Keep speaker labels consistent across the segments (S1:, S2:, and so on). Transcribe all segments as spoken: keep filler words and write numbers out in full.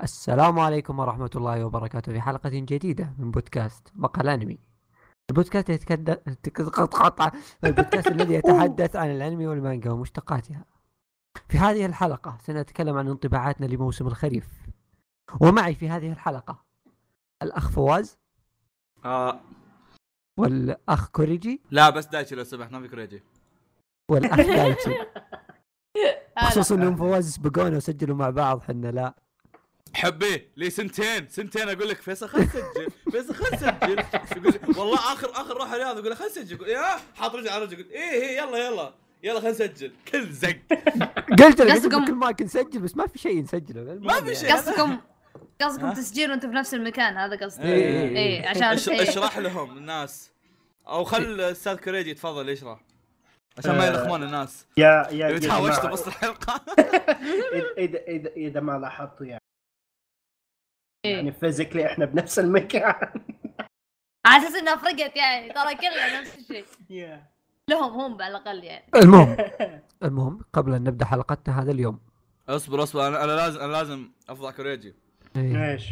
S1: السلام عليكم ورحمة الله وبركاته في حلقة جديدة من بودكاست مقال أنمي. البودكاست يتكد... تقطع البودكاست الذي يتحدث عن الأنمي والمانجا ومشتقاتها. في هذه الحلقة سنتكلم عن انطباعاتنا لموسم الخريف، ومعي في هذه الحلقة الأخ فواز
S2: آه.
S1: والأخ كوريجي.
S2: لا بس دايتشي لو سمحت، ما في كوريجي.
S1: والأخ دايتشي. خصوصا انهم فواز سبقونا وسجلوا مع بعض، حنا لا
S2: حبي لي سنتين سنتين اقول لك فيصل خل سجل، فيصل خل سجل. يقول والله اخر اخر روح الرياض يقول خل سجل، يقول يا حاط رجل على رجل، يقول ايه ايه يلا يلا يلا خل نسجل. كل زق
S1: قلت لك كل ما كنت نسجل بس ما في شيء نسجله.
S2: ما في شيء.
S3: قصدكم قصدكم تسجيل وانتم في نفس المكان، هذا قصدي.
S2: ايه,
S3: إيه عشان
S2: اشرح لهم الناس، او خل الاستاذ كوريجي يتفضل يشرح عشان ما يلخمون الناس.
S4: يا يا
S2: يا تهاوشت بس الحلقه.
S4: اذا اذا اذا ما لاحظتوا يعني
S3: إيه؟
S4: يعني فيزيكلي احنا بنفس المكان.
S3: على اساس انها فرقت يعني، ترى كلها نفس الشيء. لهم هم على الاقل يعني.
S1: المهم المهم قبل ان نبدا حلقتنا هذا اليوم،
S2: اصبر اصبر انا, أنا لازم انا لازم افضح كوريجي.
S4: ايش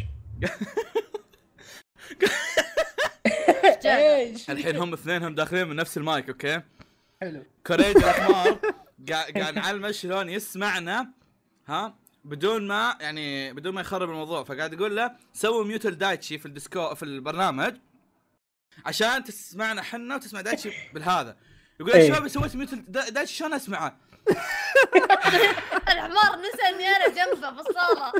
S3: ايش
S2: الحين هم اثنينهم داخلين من نفس المايك. اوكي
S4: حلو.
S2: كوريجي الحمار قاعد قاعد نعلمه شلون يسمعنا ها بدون ما يعني بدون ما يخرب الموضوع، فقاعد يقول له سوي ميوت لدايتشي في الديسكو في البرنامج عشان تسمعنا حنا وتسمع دايتشي بالهذا. يقول ايش شباب سويت ميوت دايتشي شلون اسمعه؟
S3: الحمار نسى اني انا جنبه في الصاله.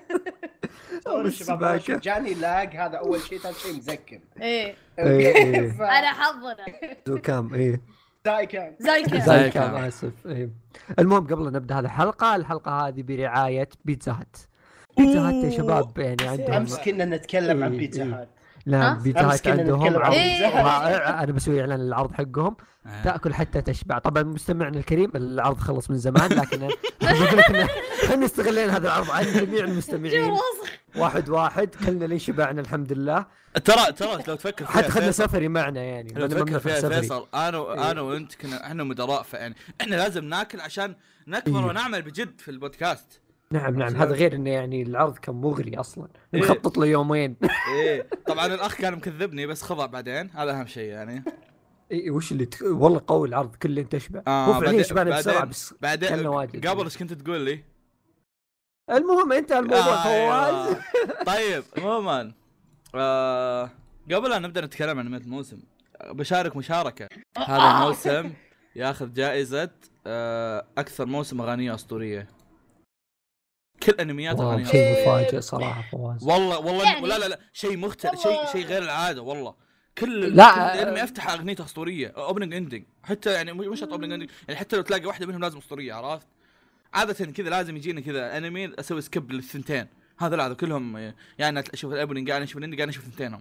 S4: شباب جاني لاج، هذا اول شيء. ثاني شيء مزكم.
S3: ايه
S4: انا
S3: حظنا
S1: زو كام ايه
S4: زي كان
S3: زي كذا
S1: زي كام اسف. ايه المهم قبل نبدا هذه الحلقه، الحلقه هذه برعايه بيتزا هات. بيتزا هات يا شباب يعني عندهم
S4: امس كنا نتكلم عن
S1: إيه
S4: بيتزا
S1: إيه.
S4: هات.
S1: لا بيتزا هات عندهم عرض
S3: إيه.
S1: رائع. انا بسوي اعلان العرض حقهم، تاكل حتى تشبع. طبعا مستمعنا الكريم العرض خلص من زمان، لكن احنا نستغلين هذا العرض عن جميع المستمعين واحد واحد. كلنا لين شبعنا الحمد لله.
S2: ترى ترى لو تفكر فيها
S1: حتى خدنا سفري معنا يعني.
S2: لو تفكر فيها
S1: سفري.
S2: فيصل انا انا وانت كنا احنا مدراء، فيعني احنا لازم ناكل عشان نكبر
S1: إيه.
S2: ونعمل بجد في البودكاست.
S1: نعم نعم هذا غير انه يعني العرض كان مغري اصلا. إيه. مخطط له يومين.
S2: ايه طبعا الاخ كان مكذبني بس خضع بعدين، هذا اهم شيء يعني.
S1: اي وش اللي تك... والله قوي العرض كله تشبع.
S2: آه
S1: هو فعليا شبعنا بسرعه بس
S2: بعدين قبل ايش كنت تقول لي؟
S1: المهم انت الموضوع
S2: آه
S1: فواز.
S2: طيب عموما آه قبل ان نبدا نتكلم عن الموسم بشارك مشاركه. هذا الموسم ياخذ جائزه آه اكثر موسم اغنيه اسطوريه. كل انميات اغاني
S1: شيء مفاجئ صراحه فواز.
S2: والله والله
S3: يعني
S2: لا لا لا شيء مختلف، شيء شيء غير العاده والله. كل
S1: لا
S2: كل انمي افتح اغنيته اسطوريه، اوبننج اندنج حتى يعني مش شرط اوبننج اندنج يعني، حتى لو تلاقي واحده منهم لازم اسطوريه. عرفت عاده كذا لازم يجينا كذا انمي اسوي سكيب للثنتين. هذا لا هذا كلهم يعني اشوف الاوبننج قاعد اشوف الاندنج قاعد اشوف ثنتينهم.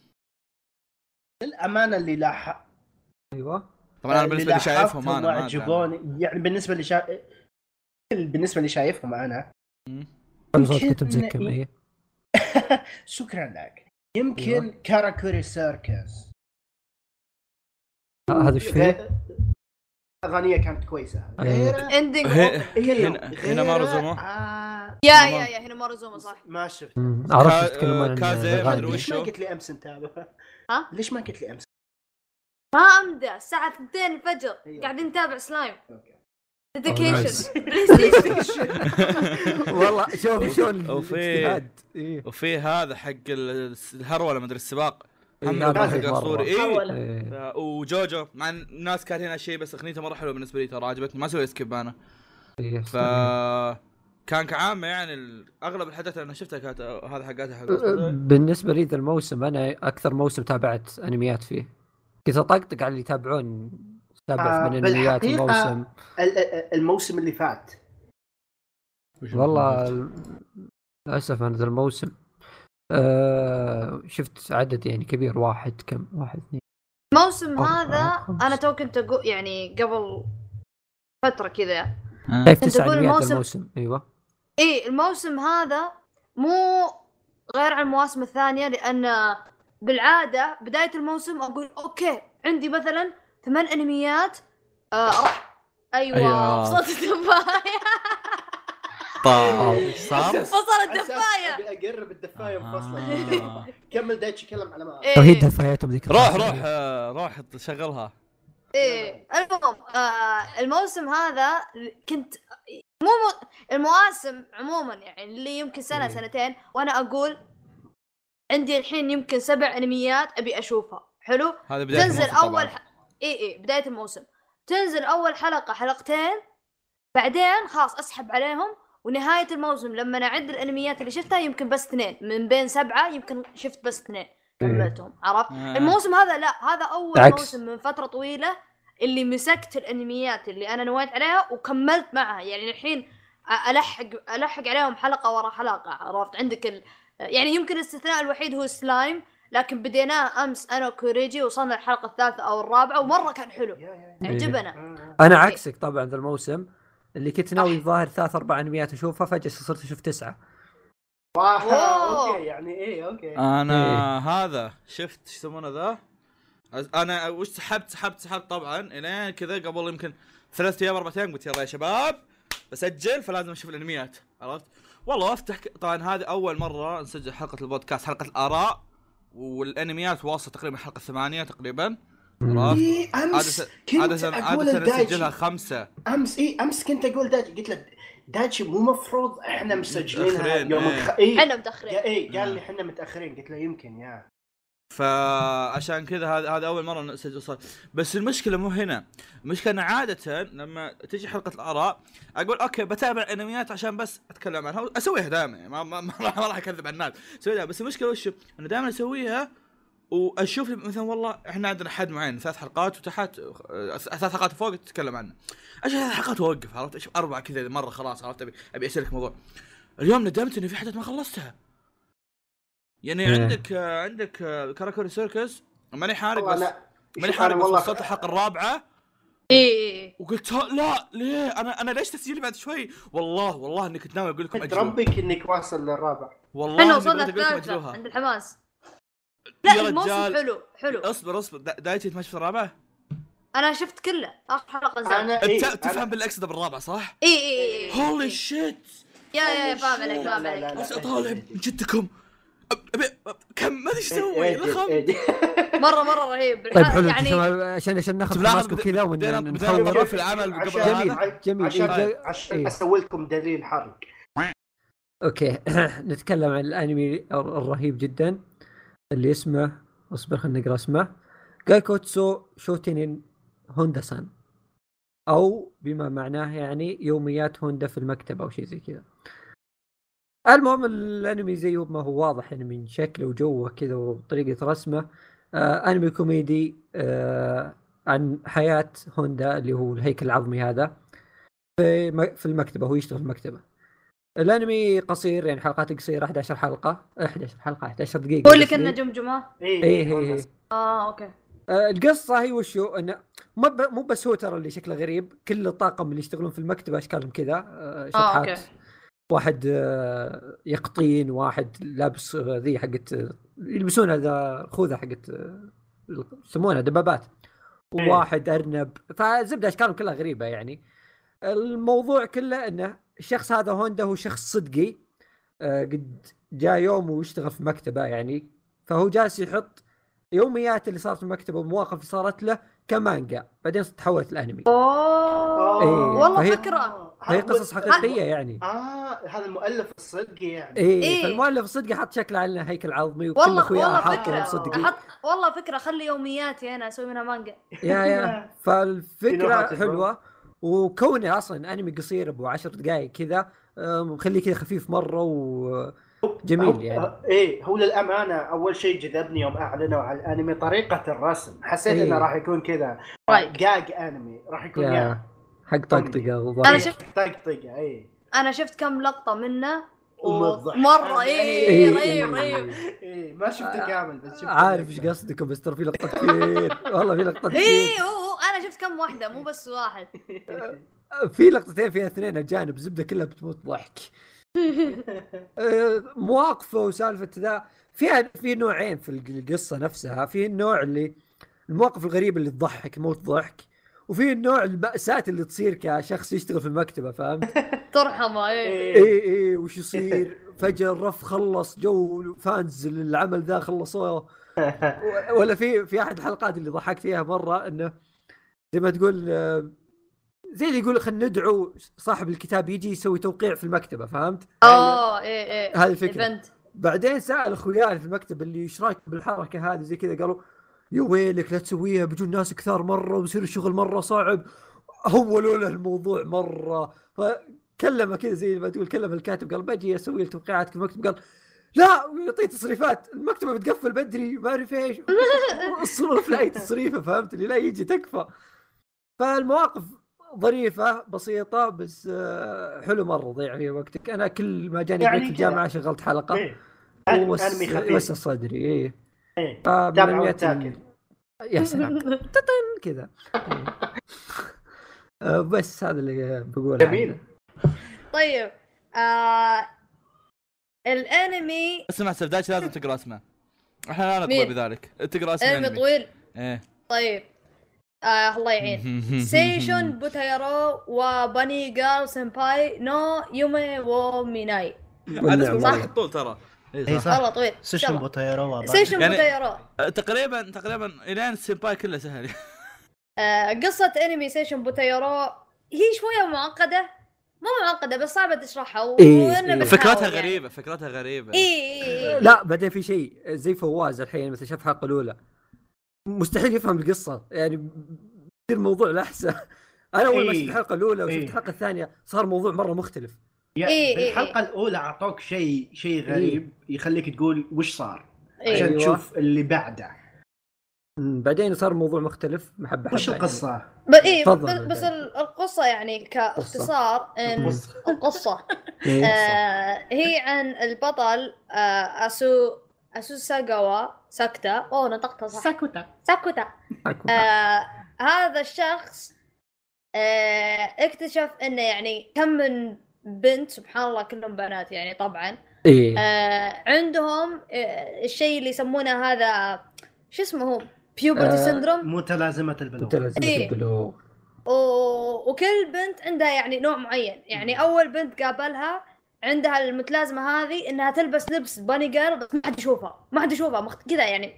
S4: الامانه اللي لاح
S1: ايوه
S2: طبعا انا بالنسبه لي شايفهم انا ما
S4: عجبوني يعني. بالنسبه لي شا... بالنسبه لي شايفهم انا
S1: صوتك مزكم. ايه
S4: شكرا لك. يمكن كاراكوري سيركس
S1: هذا ايش فيه؟
S4: اغنيه كانت كويسه.
S3: اندنج
S2: هنا هنا ما رزمه.
S3: يا يا يا هنا ما رزمه صح.
S4: ما شفت.
S1: عرفت تتكلم عن
S2: كازي ما ادري
S4: ليش
S2: وش.
S4: ما قلت لي امس نتابع؟
S3: ها
S4: ليش ما قلت لي امس؟
S3: ما امدى الساعه اثنين الفجر قاعدين نتابع سلايم ديديكيشن.
S1: والله شوف شلون
S2: وفي وفي هذا حق الهروله ما ادري السباق محمد القصوري. ايه وجوجو مع الناس كارهين هالشيء بس اغنيته مره حلوه بالنسبه لي، ترى عجبتني ما سوي سكيب انا. ف كان كعامه يعني اغلب الحاجات اللي انا شفتها كانت هذا حقاتها.
S1: بالنسبه لي ذا الموسم انا اكثر موسم تابعت انميات فيه، كنت اطقطق على اللي يتابعون تابع من انميات الموسم.
S4: الموسم اللي فات
S1: والله للاسف انا ذا الموسم أه شفت عدد يعني كبير. واحد كم واحد اثنين
S3: الموسم هذا انا تو كنت اقول يعني قبل فتره كذا
S1: كيف تسع انميات الموسم. الموسم ايوه
S3: ايه الموسم هذا مو غير عن المواسم الثانيه، لان بالعاده بدايه الموسم اقول اوكي عندي مثلا ثمان انميات آه ايوه, أيوة. صوت الدباية
S2: طيب ايش صار؟
S3: فصل الدفايه.
S4: ابي اقرب الدفايه مفصله. كمل دايتش يتكلم على ما
S1: توحيد دفاياتهم ذيك.
S2: روح روح روح شغلها.
S3: ايه المهم آه الموسم هذا كنت مو م... المواسم عموما يعني اللي يمكن سنه إيه. سنتين وانا اقول عندي الحين يمكن سبع انميات ابي اشوفها. حلو. تنزل اول ح... اي اي بدايه الموسم تنزل اول حلقه حلقتين بعدين خلاص اسحب عليهم. ونهايه الموسم لما نعد الانميات اللي شفتها يمكن بس اثنين من بين سبعه يمكن شفت بس اثنين كملتهم. عرفت آه. الموسم هذا لا هذا اول عكس. موسم من فتره طويله اللي مسكت الانميات اللي انا نويت عليها وكملت معها. يعني الحين الحق الحق عليهم حلقه ورا حلقه. عرفت عندك ال... يعني يمكن الاستثناء الوحيد هو سلايم لكن بديناه امس انا وكوريجي وصلنا الحلقه الثالثه او الرابعه ومره كان حلو عجبنا.
S1: انا عكسك طبعا ذا الموسم اللي كنت ناوي ظاهر ثلاث اربع انميات اشوفها فجاه صرت اشوف تسعه.
S4: اوكي يعني ايه اوكي
S2: انا إيه. هذا شفت ايش يسمونه ذا انا وش سحبت سحبت سحبت طبعا الين كذا قبل يمكن ثلاث ايام اربع ايام قلت يلا يا شباب بسجل فلازم اشوف الانميات. عرفت والله افتح طبعا هذه اول مره نسجل حلقه البودكاست حلقه الاراء والانميات واصله تقريبا حلقه ثمانية تقريبا. عرفت
S4: إيه امس
S2: عادة كنت اقول اسجلها خمسة
S4: امس اي امس كنت اقول داج قلت له داج مو مفروض احنا مسجلينها يوم
S3: احنا إيه. متاخرين
S4: اي قال لي احنا متاخرين قلت له يمكن يا
S2: فعشان كذا هذا هذا اول مره نسجل صار. بس المشكله مو هنا المشكله أنا عاده لما تجي حلقه الاراء اقول اوكي بتابع انميات عشان بس اتكلم عنها اسويها دائما ما ما, ما راح اكذب على الناس اسويها. بس المشكله وش انه دائما اسويها واشوف مثلا والله احنا عندنا حد معين ثلاث حلقات وتحت ثلاث حلقات فوق تتكلم عنه عشان ثلاث حلقات اوقف. عرفت اشوف اربعه كذا مره خلاص. عرفت ابي ابي اسالك موضوع اليوم ندمت اني في حاجات ما خلصتها. يعني مم. عندك عندك كاراكوري سيركس ماني حارق بس ماني حارق بس وصلت الحلقه الرابعه
S3: ايه
S2: وقلت لا ليه انا انا ليش تسجيلي بعد شوي والله والله اني كنت ناوي اقول لكم
S4: اجلوها ربك انك واصل للرابع
S3: والله احنا وصلنا الثالثه عند الحماس. لا الموسم حلو حلو
S2: اصبر اصبر دايتي تمشي في الرابعه
S3: انا شفت كله اخر حلقه نزلت.
S2: انا إيه تفهم أنا... بالاكسده بالرابعه صح
S3: اي اي
S2: هولي شيت
S3: يا يا فاهم عليك فاهم عليك
S2: بس اطالع من جدكم كم ما ادري ايش اسوي لخم
S3: مره مره رهيب.
S1: طيب حلو يعني عشان عشان ناخذ ماسك كذا ونحاول
S2: في العمل قبل
S1: جميل جميل
S4: عشان, عشان اسوي لكم دليل حرق.
S1: اوكي نتكلم عن الانمي الرهيب جدا اللي اسمه اصبر خلينا نقرا اسمه جاكوتسو شوتينين هوندا-سان او بما معناه يعني يوميات هوندا في المكتب او شيء زي كذا. المهم الانمي زي ما هو واضح يعني من شكله وجوه كذا وطريقه رسمه آه انمي كوميدي آه عن حياه هوندا اللي هو الهيكل العظمي هذا في في المكتبه. هو يشتغل في المكتبه. الانمي قصير يعني حلقات قصيره احد عشر حلقه احد عشر حلقه احد عشر دقيقه.
S3: هو اللي كنا جمجمه
S4: اي
S1: اي اي
S3: اه اوكي.
S1: آه القصه هي وشو انه مو بس هو ترى اللي شكله غريب كل الطاقم اللي يشتغلون في المكتبه اشكالهم كذا آه شطحات. آه واحد يقطين واحد لابس ذي حقت يلبسون هذا خوذه حقت يسمونها دبابات وواحد ارنب. فزبده اشكالهم كلها غريبه. يعني الموضوع كله انه الشخص هذا هوندا هو شخص صدقي قد جاء يوم ويشتغل في مكتبه يعني فهو جالس يحط يوميات اللي صارت في المكتبه ومواقف اللي صارت له كمانجا بعدين تحولت الانمي.
S3: اوه
S1: إيه
S3: والله فكره
S1: هي قصص حقيقيه يعني.
S4: اه هذا المؤلف الصدقي يعني.
S1: ايه, إيه؟ فالمؤلف الصدقي حط شكله على هيكل عظمي وكل اخوياه حاطين صدقي.
S3: حط والله فكره خلي يومياتي انا اسوي منها مانجا.
S1: يا يا فالفكره حلوه وكونه اصلا انمي قصير ابو عشر دقائق كذا مخليه كذا خفيف مره وجميل يعني.
S4: ايه هو للامانه اول شيء جذبني يوم اعلنوا على الانمي طريقه الرسم. حسيت إيه؟ انه راح يكون كذا جاج انمي راح يكون يعني
S1: حق طقطقه.
S3: انا شفت
S4: طقطقه اي
S3: انا شفت كم لقطه منه
S4: وموضح
S3: مره ايه رهيب رهيب.
S4: ايه ما شفته كامل بس شفت
S1: عارف ايش قصدكم بس ترى في لقطات كثير والله في لقطات كثير.
S3: ايه هو انا شفت كم واحده مو بس واحد.
S1: في لقطتين فيها اثنين اجانب زبده كلها بتموت ضحك. مواقفه وسالفه ذا فيها في نوعين في القصه نفسها. في النوع اللي المواقف الغريبه اللي تضحك موت ضحك وفي النوع المأساة اللي تصير كشخص يشتغل في المكتبة فهمت
S3: ترحمه ايه
S1: ايه ايه وش يصير فجأة الرف خلص جو فانز العمل ذا خلصوه ولا في في احد الحلقات اللي ضحكت فيها مرة انه زي ما تقول زي اللي يقول خلينا ندعو صاحب الكتاب يجي يسوي توقيع في المكتبة فهمت
S3: اه ايه ايه
S1: هذه الفكرة. بعدين سأل اخوياي في المكتب اللي ايش رايك بالحركة هذه زي كذا قالوا يا ويلك لا تسويها بيجون ناس كثار مرة ويصير الشغل مرة صعب هولوا له الموضوع مرة فكلمه كذا زي ما تقول كلم الكاتب قال بجي اسوي التوقيعات في المكتب قال لا يعطيه تصريفات المكتبة بتقفل بدري ما اعرف ايش الصرف لا تصريفه فهمت اللي لا يجي تكفى. فالمواقف ظريفة بسيطة بس حلو مرة ضيع فيه وقتك. أنا كل ما جاني يعني في الجامعة شغلت حلقة
S4: إيه.
S1: وس... بس صدري إيه
S4: إيه.
S1: تابع وتاكل يا سلام تطن كذا إيه. بس هذا اللي بقوله.
S4: جميل.
S3: طيب آه... الانمي
S2: اسمع سفداش لازم تقرا اسمه احنا لا نقبل بذلك تقرا اسمه
S3: انمي طويل
S2: ايه
S3: طيب آه الله يعين سيشون بوتايرو وباني جارل سنباي نو يومي و ميناي
S2: هذا اسمه صح الطول ترى
S5: اي صح
S3: والله طويل
S5: سيشون بوتايرو
S3: سيشون
S2: يعني
S3: بوتايرو
S2: تقريبا تقريبا الين السنباي كله سهل.
S3: آه قصة انمي سيشون بوتايرو هي شوية معقدة مو معقدة بس صعبة تشرحها و...
S1: إيه
S2: فكرتها غريبة يعني. فكرتها غريبة
S3: إيه إيه.
S1: لا بعدين في شيء زي فواز الحين مثل شاف حلقة الأولى مستحيل يفهم القصة يعني يصير الموضوع الأحسن. أنا أول ما شفت الحلقة الأولى وشفت الحلقة إيه. الثانية صار موضوع مرة مختلف.
S4: يعني إيه الحلقة إيه. الأولى أعطوك شيء شيء غريب إيه. يخليك تقول وش صار إيه. عشان أيوة. تشوف اللي بعده
S1: بعدين صار موضوع مختلف محبة
S4: وش القصة
S3: ب... إيه بس, بس القصة يعني كاختصار إن القصة آه هي عن البطل آه أسو أسو ساغاوا ساكتا أوه نطقتها صح
S4: ساكوتا
S3: ساكوتا آه هذا الشخص آه اكتشف إنه يعني كم من بنت سبحان الله كلهم بنات يعني طبعا
S1: إيه.
S3: آه عندهم آه الشيء اللي يسمونه هذا شو اسمه هو بيوبرتي
S1: آه
S3: سيندروم
S4: متلازمة البلوغ
S1: متلازمة
S3: إيه.
S1: البلوغ
S3: و... وكل بنت عندها يعني نوع معين يعني أول بنت قابلها عندها المتلازمة هذه إنها تلبس لبس باني جيرل بس ما حد يشوفها ما حد يشوفها مخت... كذا يعني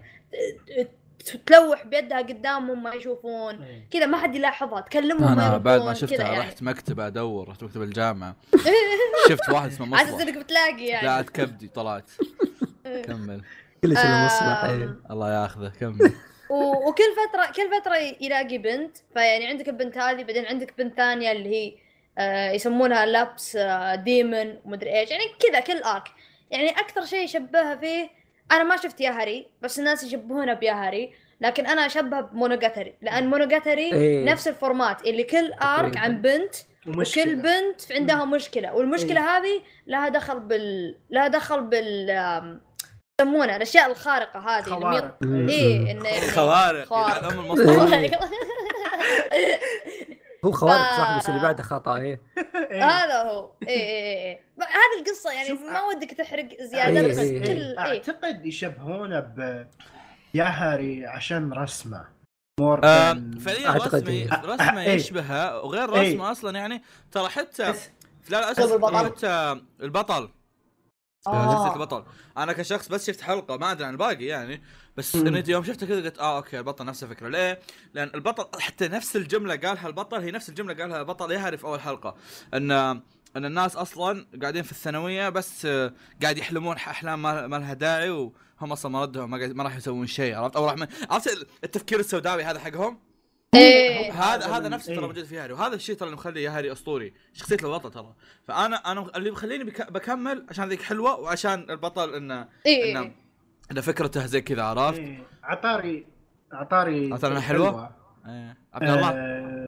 S3: تلوح بيدها قدامهم ما يشوفون كذا ما حد يلاحظها تكلمهم
S2: أنا بعد ما شفتها يعني. رحت مكتبة أدور رحت مكتبة الجامعة شفت واحد اسمه مصلح
S3: عايز أنك بتلاقي يعني
S2: لا كبدي طلعت كمل
S1: كل شيء مصلح
S2: الله ياخذه كمل
S3: وكل فترة كل فترة يلاقي بنت فيعني عندك البنت هذه بعدين عندك بنت ثانية اللي هي آه يسمونها لابس آه ديمن ومدري ايش يعني كذا كل ارك يعني اكثر شيء يشبهها فيه انا ما شفت ياهري بس الناس يشبهونها بياهري لكن انا اشبهها بمونوجاتري لان مونوجاتري
S1: إيه.
S3: نفس الفورمات اللي كل ارك عن بنت
S4: ومشكلة.
S3: وكل بنت عندها مشكلة والمشكلة إيه. هذه لها دخل بال لها دخل بال يسمونها الاشياء الخارقة هذه
S4: خوارق
S3: ايه انه
S2: خوارق ام المصطلح
S1: هو خوارق صح بس اللي بعده خطأ ايه
S3: هذا هو ايه ايه هذه القصة يعني ما ودك تحرق زيادة بس كل
S4: اعتقد يشبهونه ب ياهري عشان رسمه مور
S2: فعليا رسمه رسمه يشبهها وغير رسمه اصلا يعني ترى حتى لا لا حتى البطل آه. البطل انا كشخص بس شفت حلقه ما ادري عن الباقي يعني بس اني يوم شفته كذا قلت اه اوكي البطل نفس الفكره ليه لان البطل حتى نفس الجمله قالها البطل هي نفس الجمله قالها البطل يعرف اول حلقه ان ان الناس اصلا قاعدين في الثانويه بس قاعد يحلمون احلام ما لها داعي وهم اصلا ما ردهم ما راح يسوون شيء عرفت او راح عرفت التفكير السوداوي هذا حقهم
S3: إيه.
S2: هذا هذا نفسه ترى موجود في هاري وهذا الشيء ترى اللي مخلي هاري اسطوري شخصيه البطل ترى فانا انا اللي بخليني بكمل عشان ذيك حلوه وعشان البطل انه
S3: إيه.
S2: انه إن فكرته زي كذا عرفت
S4: إيه. عطاري عطاري
S2: عطاري حلوه ايه عبد الله
S4: آه...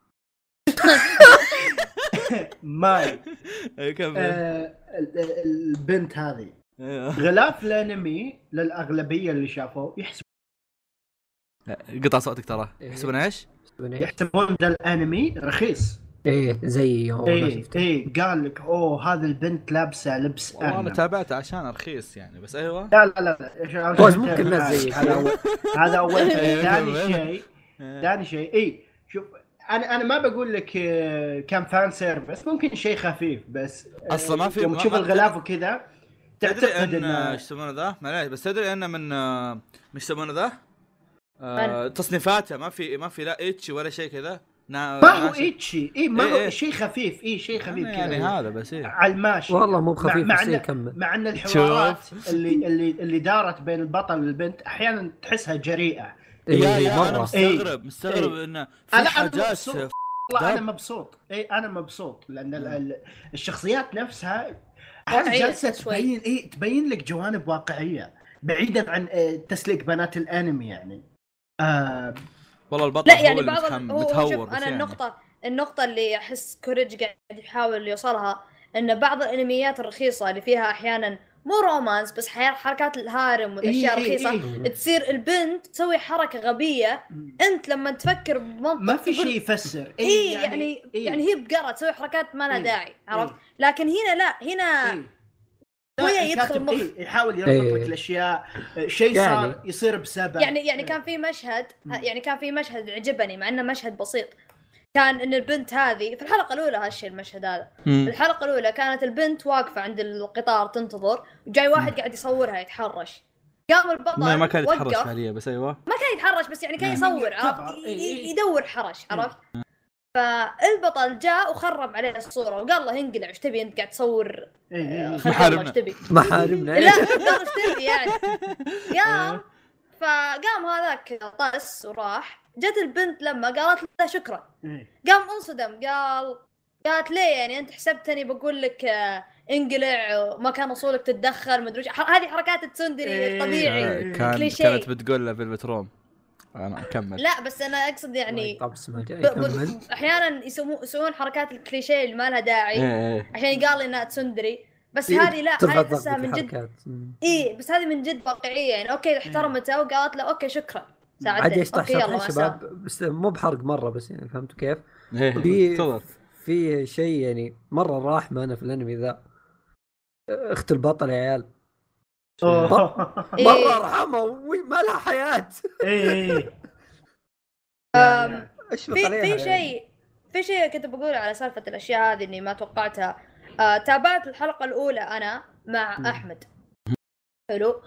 S4: ماي
S2: كمل
S4: آه... البنت هذه غلاف الانمي للاغلبيه اللي شافوه يحسب
S2: قطع صوتك ترى يحسبون ايش
S4: يحسبون ذا الانمي رخيص
S1: ايه زي يوم
S4: ايه ايه قال لك اوه هذه البنت لابسه لبس
S2: انا انا تابعته عشان رخيص يعني بس ايوه
S4: لا لا لا
S1: بس ممكن الناس زي
S4: هذا هذا اول شيء ثاني شيء ثاني شيء ايه شوف انا انا ما بقول لك كان فان سيرفيس، ممكن شيء خفيف بس
S2: اصلا ما في
S4: يوم تشوف الغلاف وكذا
S2: تعتقد ان ايش يسمونه ذا معليش، بس تدري انه من مش يسمونه ذا آه تصنيفاته ما في ما في لا اتش ولا شيء كذا.
S4: ما هو اتشي اي ما إيه هو شيء خفيف اي شيء خفيف
S2: يعني, يعني هذا بس إيه؟
S4: على الماشي
S1: والله مو خفيف
S4: مع,
S1: مع,
S4: مع, مع ان الحوارات اللي اللي اللي دارت بين البطل والبنت احيانا تحسها جريئه.
S2: إيه يا انا مستغرب إيه مستغرب إيه انه في
S4: أنا
S2: حاجات
S4: والله انا مبسوط اي انا مبسوط لان الشخصيات نفسها جالسه تبين ايه تبين لك جوانب واقعيه بعيدا عن تسليك بنات الانمي يعني. آه
S2: والله البطل
S3: لا يعني
S2: هو
S3: بعض
S2: اللي
S3: متهور. انا يعني. النقطه النقطه اللي احس كوريج قاعد يحاول يوصلها ان بعض الانميات الرخيصه اللي فيها احيانا مو رومانس بس حركات الهارم والاشياء
S4: إيه
S3: رخيصه
S4: إيه إيه.
S3: تصير البنت تسوي حركه غبية انت لما تفكر بمنطق
S4: ما في شيء يفسر
S3: إيه, إيه يعني يعني, إيه يعني هي بقرة تسوي حركات ما لها إيه داعي عرفت إيه لكن هنا لا هنا
S4: إيه
S3: ويا يدخل المخ
S4: إيه يحاول يربط لك إيه الاشياء شيء
S1: يعني
S4: صار يصير بسبب
S3: يعني يعني كان في مشهد يعني كان في مشهد عجبني مع انه مشهد بسيط. كان ان البنت هذه في الحلقه الاولى هالشيء المشهد هذا في الحلقه الاولى كانت البنت واقفه عند القطار تنتظر وجاي واحد قاعد يصورها يتحرش. قام البطل
S2: ما, ما كان يتحرش فعليا بس ايوه
S3: ما كان يتحرش بس يعني كان يصور عرفت يدور حرش عرفت. فالبطل جاء وخرب عليه الصوره وقال له انقلع ايش تبي انت قاعد تصور
S2: محارمنا
S3: ايش تبي
S1: محارمنا
S3: لا قال ايش تبي يعني قام فقام هذاك طس وراح. جت البنت لما قالت له شكرا قام انصدم قال قالت ليه يعني انت حسبتني بقول لك انقلع ما كان اصولك تتدخل مدري هذه حركات التسندري الطبيعي
S2: كان كليشيه. كانت بتقول له في البتروم انا اكمل
S3: لا بس انا اقصد يعني
S1: طب اسمع
S3: احيانا يسوون حركات الكليشيه اللي ما لها داعي عشان يقال انها تسندري بس هذه لا هذه تحسها من جد ايه بس هذه من جد واقعيه يعني اوكي احترمته وقالت له اوكي شكرا
S1: ساعدني اوكي يلا شباب بس مو بحرق مره بس يعني فهمتوا كيف في في شيء يعني مره راح معنا في الانمي ذا اخت البطل يا عيال مره ارحمها وما لها حياه
S4: ايه
S3: في في شيء في شيء كنت بقول على سالفه الاشياء هذه اني ما توقعتها. آه، تابعت الحلقه الاولى انا مع م. احمد حلو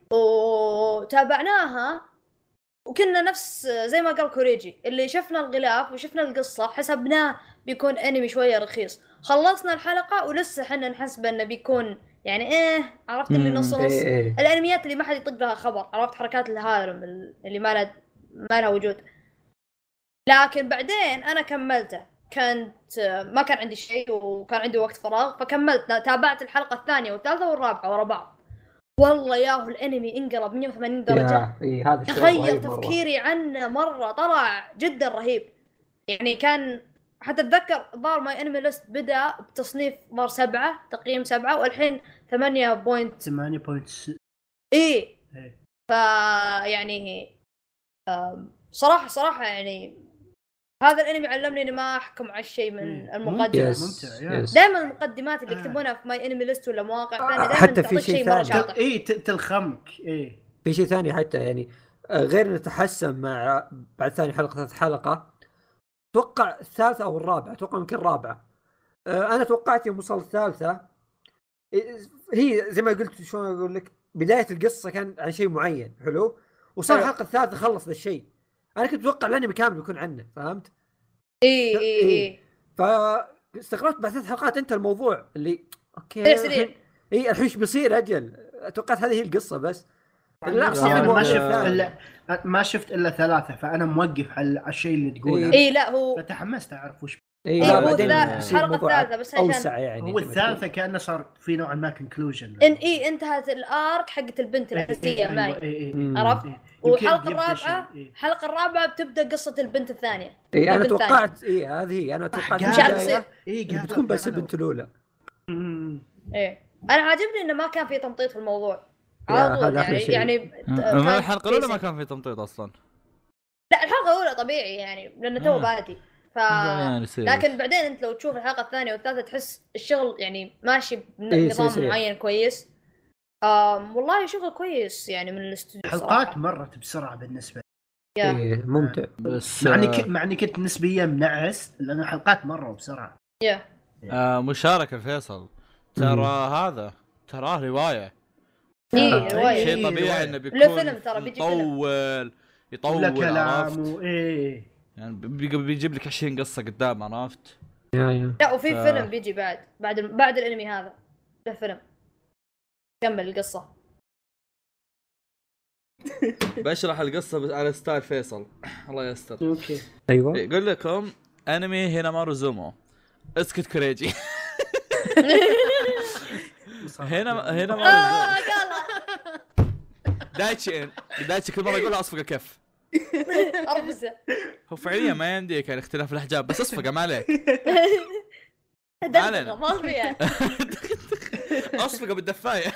S3: وتابعناها وكنا نفس زي ما قال كوريجي اللي شفنا الغلاف وشفنا القصه حسبناه بيكون انمي شويه رخيص. خلصنا الحلقه ولسه حنا نحسب انه بيكون يعني ايه عرفت اللي نص نص إيه إيه. الانميات اللي ما حد يطق لها خبر عرفت حركات الهارم اللي ما لها ما لها وجود. لكن بعدين انا كملته كانت ما كان عندي شيء وكان عندي وقت فراغ فكملت تابعت الحلقه الثانيه والثالثه والرابعه ورا بعض. والله ياهو الانمي انقلب مية وثمانين درجه
S1: إيه هذا
S3: تغير تفكيري عنه مره طلع جدا رهيب يعني. كان حتى اتذكر ظهر ماي انمي ليست بدا بتصنيف ظهر سبعة تقييم سبعة والحين ثمانية بوينت
S4: ثمانية بوينت ستة
S3: ايه ف يعني صراحه صراحه يعني هذا الانمي علمني اني ما احكم على الشيء من المقدمه.
S4: ممتع
S3: دائما المقدمات اللي يكتبونها في ماي انمي ليست ولا مواقع ثانيه دائما تعطيك شيء مره شاطح.
S4: اي تلخمك ايه
S1: في شيء ثاني حتى يعني غير نتحسن مع بعد ثاني حلقه ثالث حلقه اتوقع الثالثه او الرابعه اتوقع يمكن الرابعه. انا توقعت يوم وصل الثالثه هي زي ما قلت شلون اقول لك بدايه القصه كان عن شيء معين حلو وصار الحلقه الثالثه خلص ذا الشيء. انا كنت اتوقع الانمي كامل بيكون عنه فهمت
S3: اي اي اي
S1: فاستغربت بعد ثلاث حلقات انت الموضوع اللي اوكي الحين اي الحين ايش بيصير اجل توقعت هذه هي القصه بس
S4: لا يعني ما شفت الا ما شفت الا ثلاثه فانا موقف على الشيء اللي تقوله.
S3: اي لا هو
S4: فتحمست اعرف وش
S3: اي هو الحلقه الثالثه بس
S1: عشان يعني
S4: هو الثالثه كانه صار في نوع ما كونكلوجن
S3: ان اي انتهت الارك حقت البنت الاساسيه معي عرفت. والحلقه الرابعه الحلقه الرابعه بتبدا قصه البنت الثانيه.
S1: اي انا توقعت اي هذه انا توقعت
S3: مش عارف تصير
S1: اي بتكون بس البنت الاولى.
S3: ايه انا عاجبني انه ما كان في تمطيط في الموضوع عاضل يعني يعني
S2: الحلقه الاولى ما كان في تمطيط اصلا.
S3: لا الحلقه الاولى طبيعي يعني لانه تو بادي ف لكن بعدين انت لو تشوف الحلقه الثانيه والثالثه تحس الشغل يعني ماشي بنظام إيه معين كويس. آم والله شغل كويس يعني من الاستوديو.
S4: الحلقات مرت بسرعه بالنسبه
S1: إيه ممتع.
S4: بس معني ك... معني كنت نسبيا منعس لأن الحلقات مروا بسرعة.
S3: يا
S2: آه مشاركة فيصل ترى هذا ترى رواية.
S3: ايه رواية
S2: شيء طبيعي انه بيكون
S3: فيلم ترى بيجي
S2: يطول يطول
S4: عرفت ايه
S2: يعني بيجيب لك عشرين قصة قدام عرفت.
S1: يا يا
S3: لا وفي ف... فيلم بيجي بعد بعد بعد الانمي هذا له فيلم كمل القصة.
S2: بشرح القصة على ستايل فيصل الله يستر.
S4: اوكي
S1: ايوه
S2: يقول لكم انمي هينامارو زومو. اسكت كريجي. هنا هنا ما دايتشي ان دايتشي كل مره يقولها اصفقه كف
S3: اربزه.
S2: هو فعليا ما يمديك يعني اختلاف الاحجاب بس اصفقه ما عليك.
S3: ما علينا ما فيها
S2: اصفقه بالدفايه.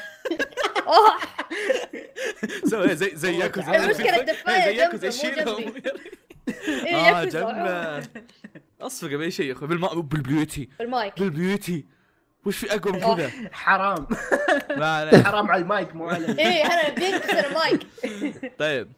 S2: سوي زي زي ياكوزا.
S3: المشكله الدفايه
S2: زي ياكوزا يشيلهم. اه جنبه اصفقه باي شيء يا اخوي بالماء بالبيوتي
S3: بالمايك
S2: بالبيوتي. وش في اقوى من كذا؟
S4: حرام
S2: ما عليك
S4: حرام على المايك مو على
S3: ايه انا بينكسر المايك.
S2: طيب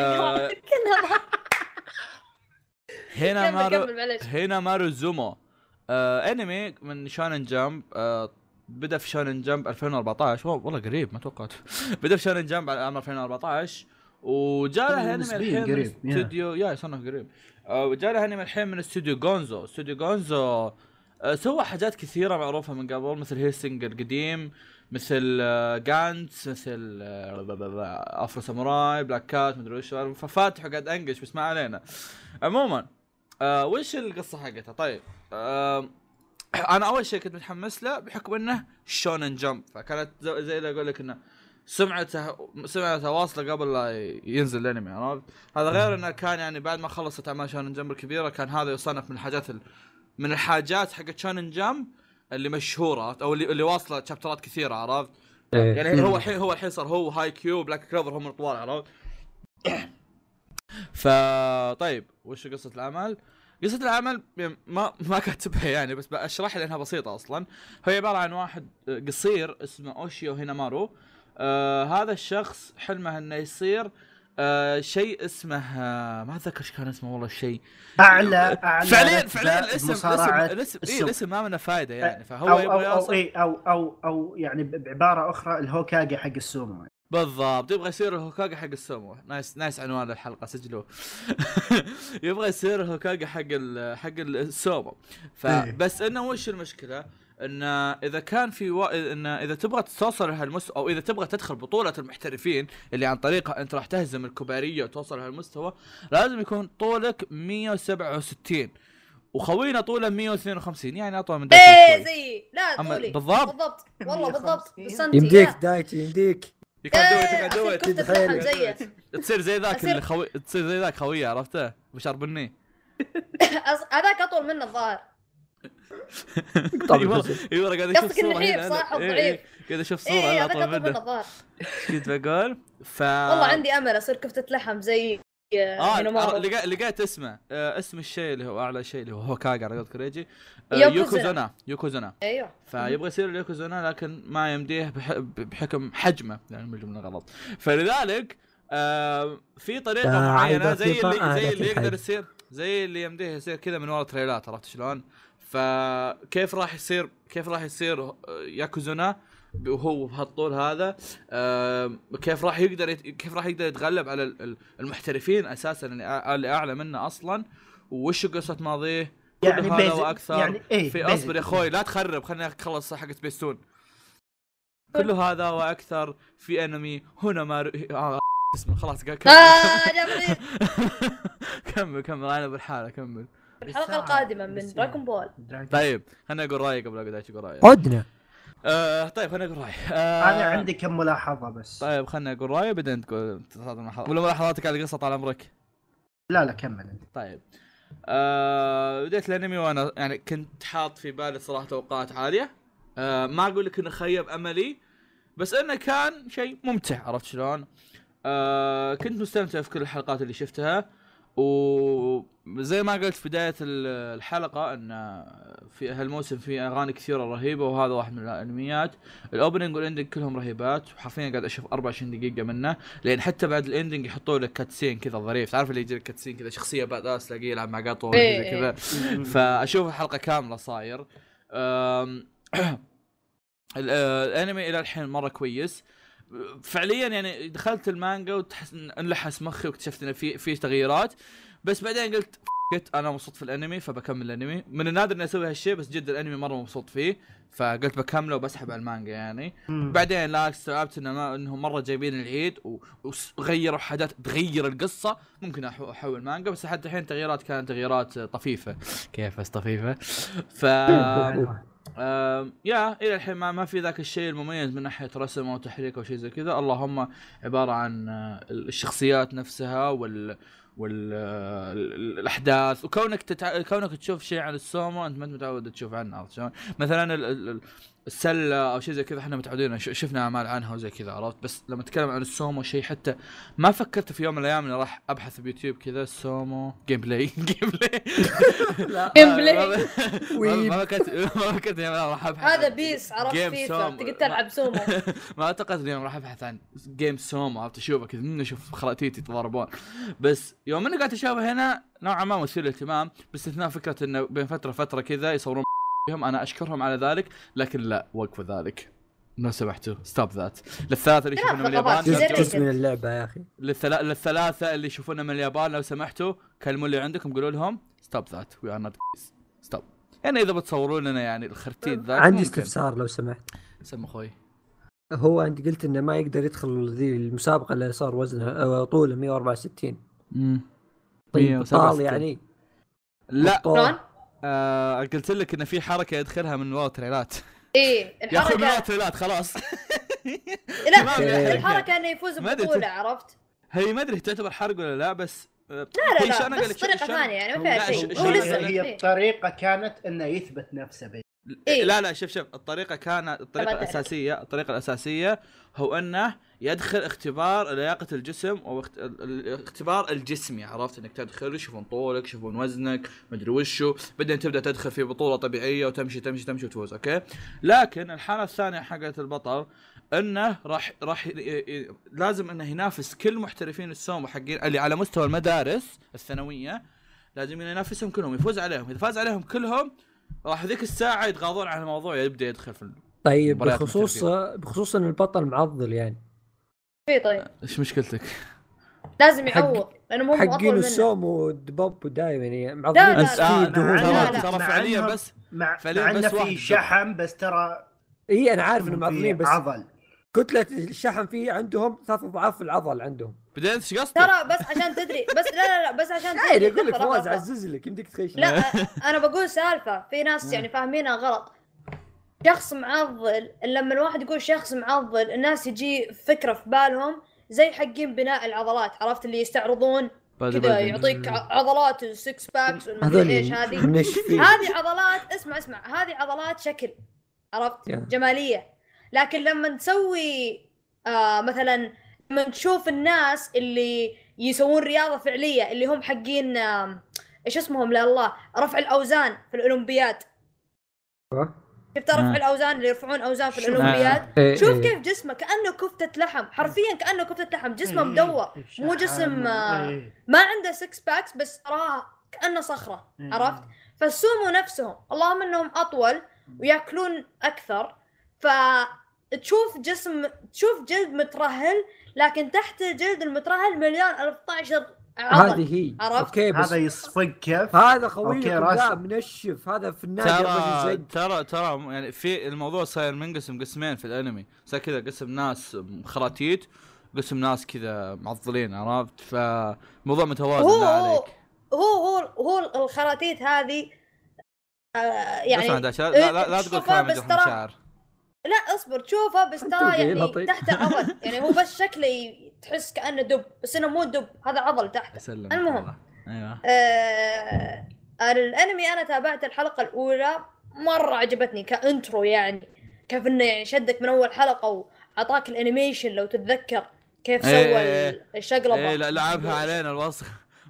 S2: هنا مارو هنا مارو زومو آه انمي من شونن جامب آه بدا في شونن جامب ألفين وأربعطعش. والله قريب ما توقعت. بدا في شونن جامب عام ألفين وأربعطعش وجاء له انمي الحين من استوديو يا صنف قريب. آه وجاء له انمي الحين من استوديو غونزو. استوديو غونزو آه سوى حاجات كثيره معروفه من قبل مثل هيلسينج القديم مثل آه جانتس مثل آه افرو ساموراي بلاك كات مدري وش ففاتح وقاعد انقش بس ما علينا. عموما آه وش القصه حقتها؟ طيب آه انا اول شيء كنت متحمس له بحكم انه شونن جمب فكانت زي اللي اقول لك انه سمعته سمعته واصله قبل لا ينزل الانمي عرفت. هذا غير انه كان يعني بعد ما خلصت اعمال شونن جمب الكبيره كان هذا يصنف من الحاجات ال... من الحاجات حقت شونن جمب اللي مشهوره او اللي, اللي واصله شابترات كثيره عرفت. يعني هو الحين هو الحين صار هو هاي كيو بلاك كلوفر هم الطوال عرفت. فطيب وش قصه العمل؟ قصة العمل ما ما كاتبها يعني بس بشرح لأنها بسيطة أصلاً. هي عبارة عن واحد قصير اسمه أوشيو هينامارو. آه هذا الشخص حلمه إنه يصير آه شيء اسمه آه ما أتذكر إيش كان اسمه والله الشيء
S4: أعلى أعلى
S2: فعليا فعليا الاسم الاسم الاسم إيه الاسم ما منه فائدة يعني فهو
S4: أو يبغى أو أو, إيه أو أو أو يعني بعبارة أخرى الهوكاجي حق السومو
S2: بالضبط. يبغى يصير الهوكاجي حق السومو. نايس نايس عنوان الحلقه سجلوه. يبغى يصير الهوكاجي حق ال حق السومو. فبس انه وش المشكله ان اذا كان في و... ان اذا تبغى توصل لهالمستوى او اذا تبغى تدخل بطوله المحترفين اللي عن طريقها انت راح تهزم الكباريه وتوصل لهالمستوى لازم يكون طولك مية وسبعة وستين وخوينا طوله مية واثنين وخمسين يعني اطول من دايتشي شوي.
S3: ايه زي لا طولي
S2: بالضبط
S3: بالضبط والله بالضبط بسنتي
S1: يمديك دايتشي يمديك
S2: يكادوي
S3: تدوي زيه
S2: تصير زي ذاك اللي خوي تصير زي ذاك خويه عرفته بشار بني
S3: هذاك اطول منه الظاهر.
S2: ايوه ايوه قاعد اشوف
S3: صوره هنا صح ضعيف
S2: قاعد اشوف صوره
S3: اطول منه الظاهر.
S2: كنت بقول ف
S3: والله عندي امل اصير كفتة لحم زي
S2: اه لقيت لقيت اسمه آه اسم الشيء اللي هو اعلى شيء اللي هو هوكاجي على قولة كريجي آه يوكوزونا يوكوزونا
S3: ايوه
S2: فيبغى يصير اليوكوزونا لكن ما يمديه بح... بحكم حجمه يعني من الجمله غلط. فلذلك آه في طريقه معينه زي اللي زي اللي يقدر يصير زي اللي يمديه يصير كذا من ورا تريلات عرفت شلون. فكيف راح يصير كيف راح يصير ياكوزونا وهو بهالطول هذا آه كيف راح يقدر يت... كيف راح يقدر يتغلب على المحترفين اساسا اللي اعلى منه اصلا وش قصه ماضيه يعني هذا واكثر يعني إيه في اصبر يا اخوي لا تخرب خليني اخلص حق سبيستون. كل هذا واكثر في انمي هنا ما آه اسمه خلاص كمل
S3: آه
S2: كمل كمل انا بالحاله كمل
S3: الحلقه القادمه من دراغون بول.
S2: طيب خليني اقول رايي قبل لا اقول رايي
S1: عدنا
S2: آه طيب خليني اقول رايي
S4: آه انا عندي كم ملاحظه بس.
S2: طيب خليني اقول رايي بعدين تقول ولا ملاحظاتك على القصه طال عمرك.
S4: لا لا كمل انت.
S2: طيب آه بديت الانمي وانا يعني كنت حاط في بالي صراحه توقعات عاليه آه ما اقول لك انه خيب املي بس انه كان شيء ممتع عرفت شلون. آه كنت مستمتع في كل الحلقات اللي شفتها وزي ما قلت في بداية الحلقة ان في هالموسم في اغاني كثيرة رهيبة، وهذا واحد من الانميات. الاوبننج والاندنج كلهم رهيبات، وحرفيا قاعد اشوف أربعة وعشرين دقيقة منه، لان حتى بعد الاندنج يحطوا لك كاتسين كذا ظريف، تعرف اللي يجي لك كاتسين كذا شخصية باداس تلاقيه يلعب مع قطو كذا كذا. فاشوف الحلقة كاملة صاير. الانمي الى الحين مرة كويس فعليا، يعني دخلت المانجا وتحس انلحس مخي واكتشفت ان في في تغييرات، بس بعدين قلت انا مبسوط في الانمي فبكمل الانمي. من النادر اني اسوي هالشيء، بس جد الانمي مره مبسوط فيه فقلت بكمله وبسحب على المانجا يعني. مم. بعدين لا استوعبت ان ما انهم مره جايبين العيد وغيروا حاجات تغير القصه، ممكن احول مانجا، بس حتى الحين تغييرات كانت تغييرات طفيفه. كيف بس طفيفه؟ ف آه يا الى الحين ما, ما في ذاك الشيء المميز من ناحيه رسم او تحريك او شيء زي كذا، اللهم عباره عن الشخصيات نفسها وال والاحداث، وكونك تتع... كونك تشوف شيء عن السومو انت ما متعود تشوف عنه. عرفت شلون؟ مثلا ال... ال... السله او شيء زي كذا احنا متعودين شفنا اعمال عنها وزي كذا، عرفت؟ بس لما اتكلم عن السومو شيء حتى ما فكرت في يوم من الايام اني راح ابحث بيوتيوب كذا السومو جيم بلاي جيم بلاي
S3: جيم بلاي
S2: ما فكرت ما فكرت اني راح ابحث
S3: هذا بيس، عرفت؟ فيفا تقدر تلعب سومو.
S2: ما اعتقد اني راح ابحث عن جيم سومو، عرفت؟ اشوفه كذا من اشوف خراتيتي يتضاربون. بس يوم اني قاعد اشوفه هنا نوعا ما مثير للاهتمام، باستثناء فكره انه بين فتره فتره كذا يصورون بهم، انا اشكرهم على ذلك، لكن لا وقفوا ذلك لو سمحتوا، ستوب ذات. للثلاثه اللي يشوفونا من اليابان
S1: جزء من اللعبه يا اخي،
S2: للثلا... للثلاثه اللي يشوفونا من اليابان لو سمحتوا كلموا اللي عندكم قولوا لهم ستوب ذات وي ار نوت ستوب. يعني اذا بتصورون لنا يعني الخرتيت ذاك.
S1: عندي استفسار لو سمحت.
S2: سم اخوي.
S1: هو انت قلت انه ما يقدر يدخل ذي المسابقه اللي صار وزنها طوله مية وأربعة وستين.
S2: امم
S1: طيب طال يعني؟
S2: لا آه قلت لك ان في حركه يدخلها من ورا تريلات.
S3: ايه
S2: الحركه من ورا تريلات خلاص.
S3: لا الحركه انه يفوز ببطوله، عرفت؟
S2: هي ما ادري تعتبر حرق ولا لا، بس
S3: لا لا لا بس طريقه ثانيه يعني ما فيها شيء.
S4: هو لسه هي الطريقه كانت انه يثبت نفسه بي.
S2: إيه؟ لا لا شوف شوف الطريقه كانت الطريقه الاساسيه الطريقه الاساسيه هو انه يدخل اختبار لياقه الجسم او اخت... الاختبار الجسمي، عرفت؟ انك تدخل يشوفون طولك يشوفون وزنك مدري وشو، بعدين تبدا تدخل في بطوله طبيعيه وتمشي تمشي تمشي وتفوز. اوكي، لكن الحاله الثانيه حقت البطل انه راح راح ي... لازم انه ينافس كل محترفين السومو حقين اللي على مستوى المدارس الثانويه، لازم ينافسهم كلهم يفوز عليهم. اذا فاز عليهم كلهم راح ذيك الساعه يتغاضون عن الموضوع يبدا يدخل في.
S1: طيب بخصوص بخصوص ان البطل معضل يعني
S3: في طيب
S2: ايش مشكلتك؟
S3: لازم يعوض لانه مو
S1: حقين السومو والدبوب دائما يعني معضل.
S2: ترى فعليا بس
S4: مع فعليا بس في شحم، بس ترى
S1: اي انا عارف انه معضلين بس
S4: عضل
S1: كتله الشحم فيه عندهم ثلاث اضعاف العضل عندهم.
S2: بدين ايش قصدك؟
S3: ترى بس عشان تدري بس لا لا لا بس عشان
S1: تدري اقول لك فواز عزز لك يمديك تخيش.
S3: لا انا بقول سالفه في ناس يعني فاهمينها غلط. شخص معضل لما الواحد يقول شخص معضل الناس يجي فكره في بالهم زي حقين بناء العضلات، عرفت؟ اللي يستعرضون كذا يعطيك عضلات السكس باكس والمدري ايش. هذه هذه عضلات اسمع اسمع هذه عضلات شكل، عرفت؟ جماليه. لكن لما نسوي آه مثلا لما نشوف الناس اللي يسوون رياضه فعليه اللي هم حقين آه ايش اسمهم لا الله رفع الاوزان في الاولمبياد، شفت رفع الاوزان اللي يرفعون اوزان في الاولمبياد؟ شوف كيف جسمه كانه كفته لحم، حرفيا كانه كفته لحم، جسمه مدور مو جسم آه ما عنده سكس باكس بس تراه كانه صخره، عرفت؟ فالسومو نفسهم اللهم انهم اطول وياكلون اكثر، فتشوف جسم تشوف جلد مترهل، لكن تحت جلد المترهل مليون ألف طعشر عضل.
S1: هذه هي
S3: اوكي
S1: بس
S4: هذا يصفق كيف
S1: هذا خويك لا منشف، هذا في النادي
S2: ترى ترى ترى يعني في الموضوع صاير منقسم قسمين في الانمي، صار كذا قسم ناس خراتيت قسم ناس كذا معضلين، عرفت؟ فموضوع متوازن لا عليك.
S3: هو هو هو الخراتيت هذه آه يعني
S2: لا لا لا, لا تقول كلام يجرح مشاعر.
S3: لا اصبر تشوفه بس ترى يعني تحت عضل، يعني هو بس شكله تحس كأنه دب بس انه مو دب، هذا عضل تحت. المهم
S2: ايوه
S3: آه الانمي انا تابعت الحلقه الاولى مره عجبتني كانترو، يعني كيف انه يعني شدك من اول حلقه وعطاك الانيميشن لو تتذكر كيف سوى
S2: ايه
S3: الشقلبه.
S2: ايه لا لعبها علينا الوصف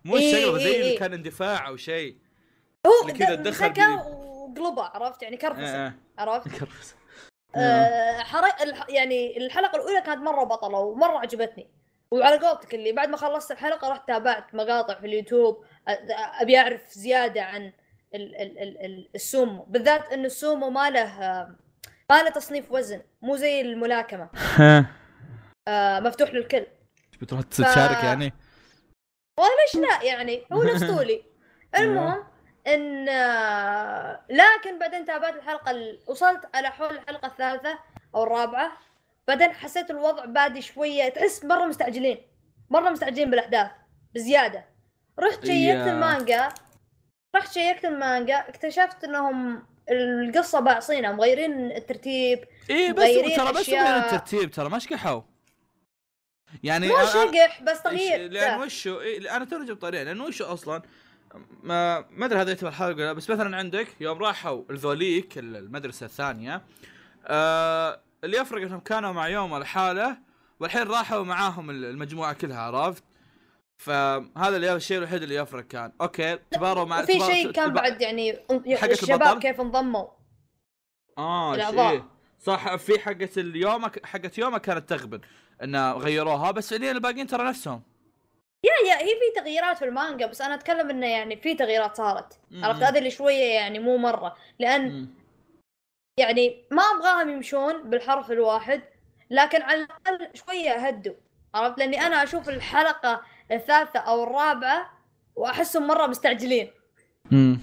S2: مو الشقلبه زي اللي كان اندفاع او شيء
S3: هو كذا دخل وقلبه عرفت يعني كرفس عرفت كرفس آه حرق يعني الحلقه الاولى كانت مره بطله ومره عجبتني وعلى قولتك اللي بعد ما خلصت الحلقه رحت تابعت مقاطع في اليوتيوب ابي اعرف زياده عن ال ال ال السومو بالذات انه السومو ما له ما له تصنيف وزن مو زي الملاكمه آه مفتوح للكل
S2: بتروح تشارك ف... يعني
S3: والله ليش لا يعني هو نفس طولي المهم ان لكن بعدين تابعت الحلقه ال... وصلت على حول الحلقه الثالثه او الرابعه بعدين حسيت الوضع بادي شويه تحس مره مستعجلين مره مستعجلين بالاحداث بزياده رحت شيكت المانجا رحت شيكت المانجا اكتشفت انهم القصه باعصينها مغيرين الترتيب
S2: ايه بس ترى بس غير الترتيب ترى ما شكحوا يعني
S3: مو شقح بس تغيير
S2: لان وشو إيه انا ترجم طريقه لانه وشو اصلا ما ما ادري هذا يعتبر حلقه بس مثلا عندك يوم راحوا الذوليك المدرسه الثانيه آه اللي يفرق انهم كانوا مع يوم الحاله والحين راحوا معاهم المجموعه كلها عرفت فهذا اللي الشيء الوحيد اللي يفرق كان اوكي تباروا مع
S3: في شيء كان تبار... بعد يعني الشباب كيف انضموا
S2: اه شيء صح في حقه اليوم حقه يومه كانت تغبن انه غيروها بس فعليا الباقيين ترى نفسهم
S3: يا يا هي في تغييرات في المانجا بس انا اتكلم انه يعني في تغييرات صارت عرفت هذا اللي شويه يعني مو مره لان مم. يعني ما ابغاهم يمشون بالحرف الواحد لكن على الاقل شويه هدوا عرفت لاني انا اشوف الحلقه الثالثه او الرابعه واحسهم مره مستعجلين
S2: امم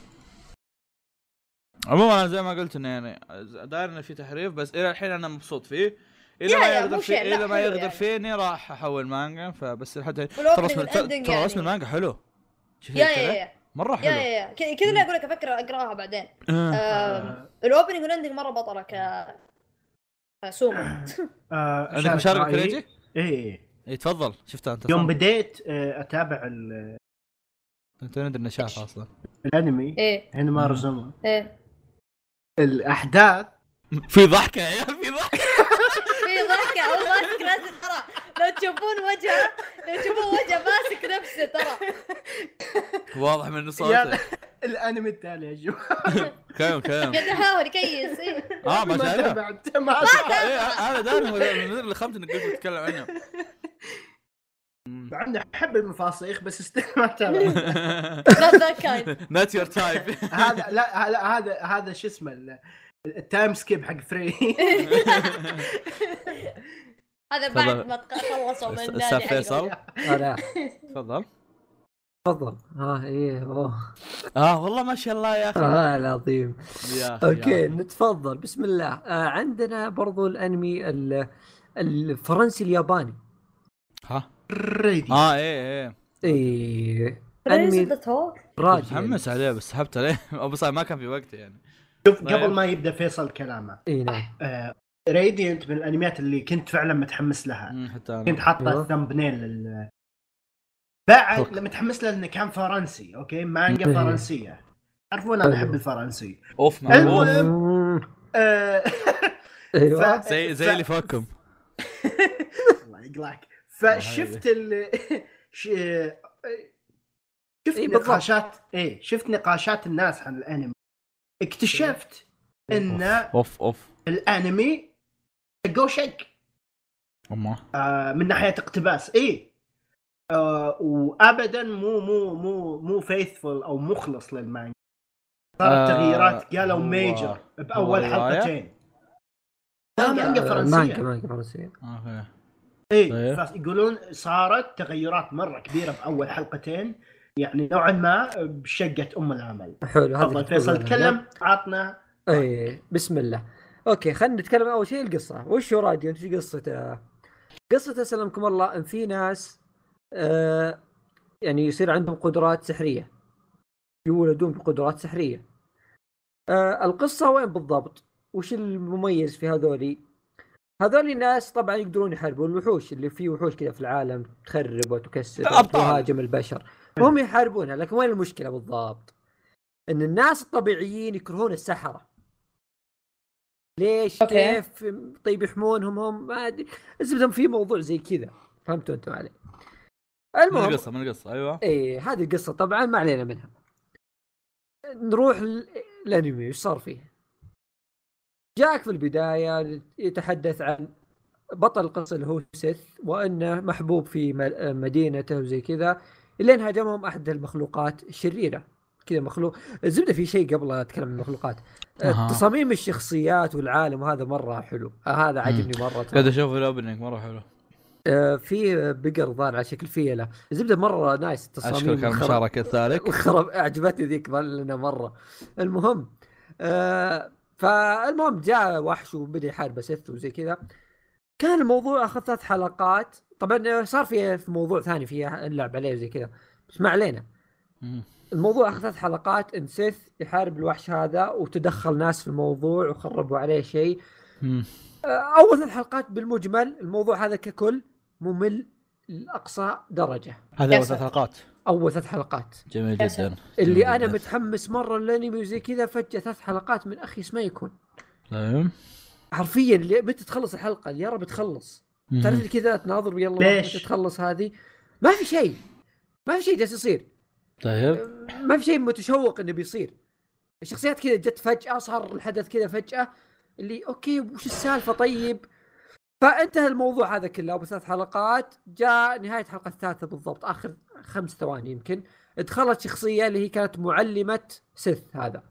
S2: عموما زي ما قلت انه يعني داير انه في تحريف بس الى الحين انا مبسوط فيه اذا ما يقدر في اذا ما يقدر يعني. فيني راح احول مانجا فبس لحد ترى اسم ترى اسم المانجا حلو
S3: يا يا يا
S2: مره حلو
S3: يا يا كذا اللي اقول لك افكر اقراها بعدين الاوبننج والاندنج مره بطله ك سومو
S2: عندك مشاركه كريجي
S4: ايه
S2: ايه تفضل شفتها انت
S4: يوم بديت اتابع ال
S2: انت ندري انه شاف اصلا
S4: الانمي
S3: ايه
S4: هنا ما رسمه
S3: ايه
S4: الاحداث
S2: في ضحكه يا في ضحكه
S3: في ضحكه هو ماسك نفسه ترى لو تشوفون وجهه لو تشوفون وجهه ماسك نفسه ترى
S2: واضح من صوته
S4: الانمي التالي يا جماعه
S2: كم كم
S3: يا تحاول كيس ايه
S2: اه ما شاء
S4: الله
S2: انا دائما من اللي خمت انك قلت تتكلم عنه
S4: عندي احب المفاصيخ بس استمعت
S2: نات يور تايب
S4: هذا لا لا هذا هذا شو اسمه التايم سكيب حق فري
S3: هذا بعد ما خلصوا من
S2: النادي فيصل
S1: لا
S2: تفضل
S1: تفضل ها ايه اوه
S2: اه والله ما شاء الله يا اخي
S1: اه العظيم
S2: يا اخي
S1: اوكي نتفضل بسم الله آه عندنا برضو الانمي الفرنسي الياباني
S2: ها
S4: ريدي
S2: اه ايه ايه
S1: ايه
S3: انمي
S1: راجل
S2: متحمس عليه بس سحبت عليه ابو صاير ما كان في وقت يعني
S4: شوف قبل ما يبدا فيصل كلامه
S1: اي نعم
S4: آه راديانت من الانميات اللي كنت فعلا متحمس لها
S2: حتى
S4: كنت حاطه الثمبنيل لل بعد لما متحمس له انه كان فرنسي اوكي مانجا فرنسيه تعرفون انا احب الفرنسي
S2: اوف
S4: المهم
S1: ايوه
S2: زي زي اللي فوقكم
S4: الله يقلعك فشفت ال شفت نقاشات ايه شفت نقاشات الناس عن الانمي اكتشفت ان
S2: اوف اوف
S4: الانمي جو شق
S2: امه
S4: آه من ناحيه اقتباس ايه آه وابدا مو مو مو مو فيثفul او مخلص للمانجا صارت آه تغييرات قالوا ميجر باول حلقتين مانجا فرنسيه
S1: مانجا مانجا فرنسيه
S2: اوكي
S4: ايه يقولون صارت تغيرات مره كبيره باول حلقتين يعني نوعا ما بشقه ام العمل.
S1: حلو
S4: هذا فيصل تكلم عطنا.
S1: اي بسم الله. اوكي خلينا نتكلم اول شيء القصه. وش هو راديو؟ ايش قصته؟ قصته سلمكم الله ان في ناس آه يعني يصير عندهم قدرات سحريه، يولدون بقدرات سحريه. آه القصه وين بالضبط؟ وش المميز في هذولي؟ هذول الناس طبعا يقدرون يحاربون الوحوش اللي فيه وحوش كذا في العالم تخرب وتكسر وتهاجم البشر، وهم يحاربونها. لكن وين المشكله بالضبط؟ ان الناس الطبيعيين يكرهون السحرة. ليش؟ أوكي. كيف؟ طيب يحمونهم هم ما ادري، اسمهم في موضوع زي كذا، فهمتوا انتم علي؟ المهم
S2: من القصه من القصه ايوه
S1: ايه هذه القصه طبعا ما علينا منها. نروح الانمي ايش صار فيه. جاك في البدايه يتحدث عن بطل القصه اللي هو سيث، وانه محبوب في مدينته وزي كذا، لين هاجمهم احد المخلوقات الشريره كذا. مخلوق الزبده في شيء قبل اتكلم عن المخلوقات. أه. تصاميم الشخصيات والعالم وهذا مره حلو. أه هذا عجبني مره.
S2: قاعد اشوف الاوبننج مره حلو.
S1: أه في بقر ظاهر على شكل فيله. الزبده مره نايس التصاميم.
S2: اشكر كان مشاركه ذلك
S1: الخرب اعجبتني ذيك لنا مره. المهم أه فالمهم جاء وحش وبدا يحارب سيث وزي كذا. كان الموضوع اخذ ثلاث حلقات. طبعا صار في في موضوع ثاني فيه نلعب عليه زي كذا بس ما علينا. الموضوع اخذ ثلاث حلقات ان سيث يحارب الوحش هذا وتدخل ناس في الموضوع وخربوا عليه شيء. اول ثلاث حلقات بالمجمل الموضوع هذا ككل ممل لاقصى درجه.
S2: هذا اول ثلاث حلقات
S1: اول ثلاث حلقات
S2: جميل جدا.
S1: اللي
S2: جميل
S1: انا
S2: جداً.
S1: متحمس مره للانمي وزي كذا فجاه ثلاث حلقات من اخي ما يكون.
S2: تمام
S1: حرفيا اللي متى تخلص الحلقه يا رب تخلص. تعرف كذا تناظر يلا متى تخلص هذه. ما في شيء ما في شيء جالس يصير.
S2: طيب
S1: ما في شيء متشوق انه بيصير. الشخصيات كذا جت فجاه صار الحدث كذا فجاه اللي اوكي وش السالفه طيب. فانتهى الموضوع هذا كله بثلاث حلقات. جاء نهايه الحلقه الثالثه بالضبط اخر خمس ثواني يمكن دخلت شخصيه اللي هي كانت معلمه سيث هذا.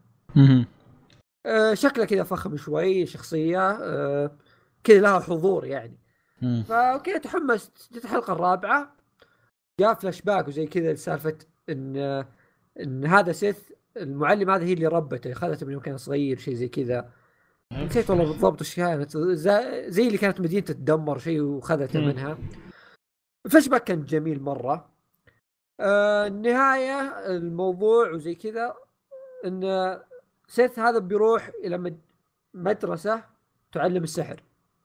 S1: أه شكله كذا فخم شوي شخصيه أه كذا لها حضور يعني. فاوكي تحمست. جت الحلقه الرابعه جاء فلاش باك وزي كذا سالفه ان ان هذا سيث المعلم هذا هي اللي ربته اخذته من يوم كان صغير شيء زي كذا. نسيت والله بالضبط ايش كانت زي اللي كانت مدينه تدمر شيء وخذته منها. فلاش باك كان جميل مره. آه النهايه الموضوع وزي كذا ان سيث هذا بيروح الى مدرسه تعلم السحر.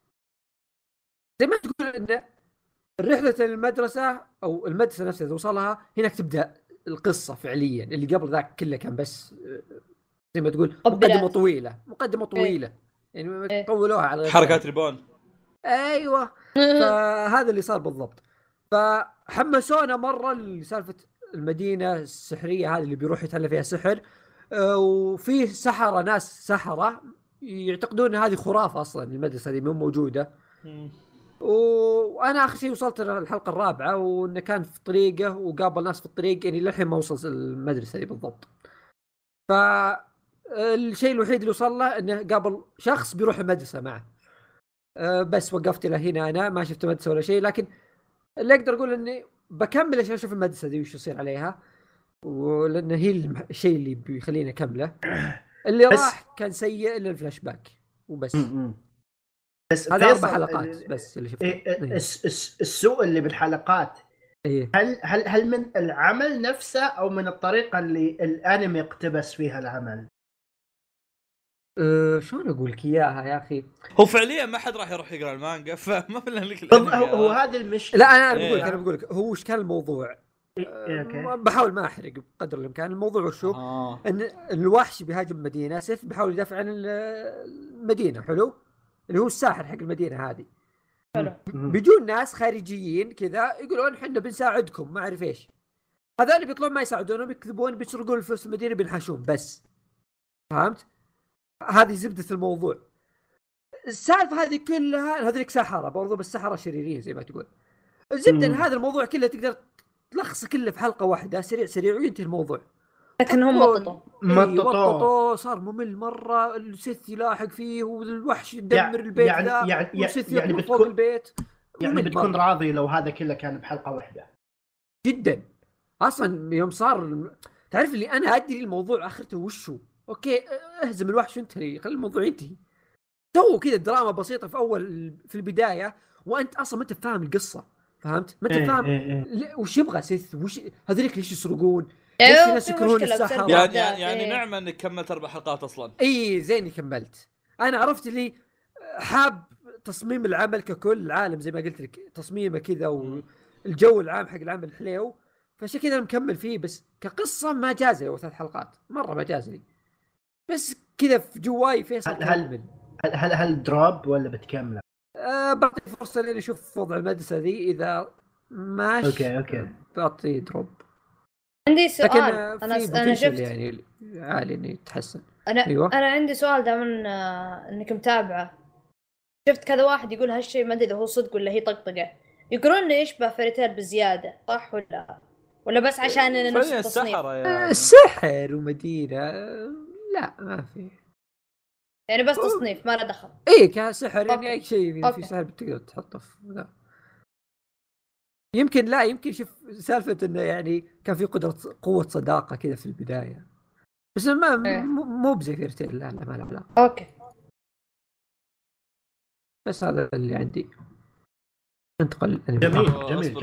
S1: زي ما تقول ان الرحله للمدرسه او المدرسه نفسها توصلها هناك تبدا القصه فعليا. اللي قبل ذاك كله كان بس زي ما تقول مقدمه طويله مقدمه طويله يعني طولوها على
S2: حركات ريبون.
S1: ايوه فهذا اللي صار بالضبط. فحمسونا مره لسالفه المدينه السحريه هذه اللي بيروح يتعلم فيها سحر. وفي سحرة ناس سحرة يعتقدون هذه خرافة أصلاً المدرسة هذه مو موجودة. وأنا آخر شيء وصلت الحلقة الرابعة وإنه كان في طريقه وقابل ناس في الطريق يعني للحين ما وصل المدرسة هذه بالضبط. فالشيء الوحيد اللي وصل له إنه قابل شخص بيروح المدرسة معه. بس وقفت إلى هنا أنا ما شفت مدرسة ولا شيء. لكن اللي أقدر أقول إني بكمل عشان أشوف المدرسة دي وش يصير عليها. ولأن هي الشيء اللي بيخلينا كمله. اللي راح كان سيء إلا الفلاش باك وبس.
S4: بس
S1: هذا أربع حلقات بس اللي شفته.
S4: إيه السوء اللي بالحلقات إيه؟ هل هل هل من العمل نفسه أو من الطريقة اللي الأنمي اقتبس فيها العمل؟
S1: أه شلون أقول لك إياها يا أخي.
S2: هو فعليا ما حد راح يروح يقرأ المانجا فما في لك
S4: هو, هو هذا المشكلة.
S1: لا أنا بقول لك أنا بقول لك هو وش كان الموضوع. إيه بحاول ما احرق بقدر الامكان. الموضوع وشو آه. ان الوحش بيهاجم مدينه سيث بيحاول يدافع عن المدينه. حلو اللي هو الساحر حق المدينه هذه. حلو بيجون ناس خارجيين كذا يقولون احنا بنساعدكم ما اعرف ايش. هذول بيطلعون ما يساعدونهم يكذبون بيسرقون الفلوس المدينه بينحشون بس. فهمت؟ هذه زبده الموضوع. السالفه هذه كلها هذيك سحره برضو بس سحره شريرين زي ما تقول. الزبده ان هذا الموضوع كله تقدر تلخص كله في حلقة واحدة سريع سريع وينتهي الموضوع.
S3: لكن هم مططوا
S1: مططوا صار ممل مرة. السيث يلاحق فيه والوحش يدمر يعني البيت
S4: يعني
S1: ذا
S4: يعني
S1: والسيث
S4: يعني
S1: يطلع فوق البيت.
S4: يعني بتكون مرة. راضي لو هذا كله كان بحلقة واحدة
S1: جدا. أصلا يوم صار تعرف اللي أنا أدري الموضوع آخرته وشو. أوكي اهزم الوحش وانتهي خلي الموضوع ينتهي. سووا كذا دراما بسيطة في أول في البداية وأنت أصلا ما أنت فاهم القصة. فهمت؟ ما انت فاهم إيه إيه. وش يبغى سيث وش هذولك ليش يسرقون؟ ليش الناس يكرهون السحر؟
S2: يعني يعني, يعني نعمة انك كملت اربع حلقات اصلا.
S1: اي زين كملت. انا عرفت اللي حاب تصميم العمل ككل العالم زي ما قلت لك تصميمه كذا والجو العام حق العمل حليو فعشان كذا انا مكمل فيه. بس كقصة ما جاز لي ثلاث حلقات مرة ما جاز لي. بس كذا في جواي فيصل
S4: هل هل, هل هل هل دروب ولا بتكمله؟
S1: أه بعطيك فرصة لين أشوف وضع المدرسة ذي إذا ماشي
S4: اوكي اوكي
S1: بعطيه دروب.
S3: عندي سؤال.
S1: لكن
S3: انا
S1: في
S3: انا شفت
S1: يعني عالي انه يتحسن.
S3: انا
S1: أيوة.
S3: انا عندي سؤال دام إن انك متابعه. شفت كذا واحد يقول هالشيء، ما ادري اذا هو صدق ولا هي طقطقه، يقولون انه يشبه فيريتيل بزياده، صح ولا ولا بس عشان انه نفس التصنيف؟
S2: يعني.
S1: سحر ومدينه لا ما في،
S3: يعني بس تصنيف ما له دخل.
S1: ايه كسحر يعني اي شيء في سحر بتقدر تحطه في لا. يمكن لا يمكن شوف سالفه انه يعني كان في قدره قوه صداقه كذا في البدايه، بس ما
S3: إيه.
S1: مو بزي فيرتيل. لا لا ما لا لا.
S3: اوكي
S1: بس هذا اللي عندي. انتقل
S4: جميل جميل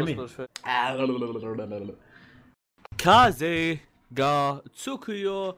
S4: جميل.
S2: كازي غا تسوكيو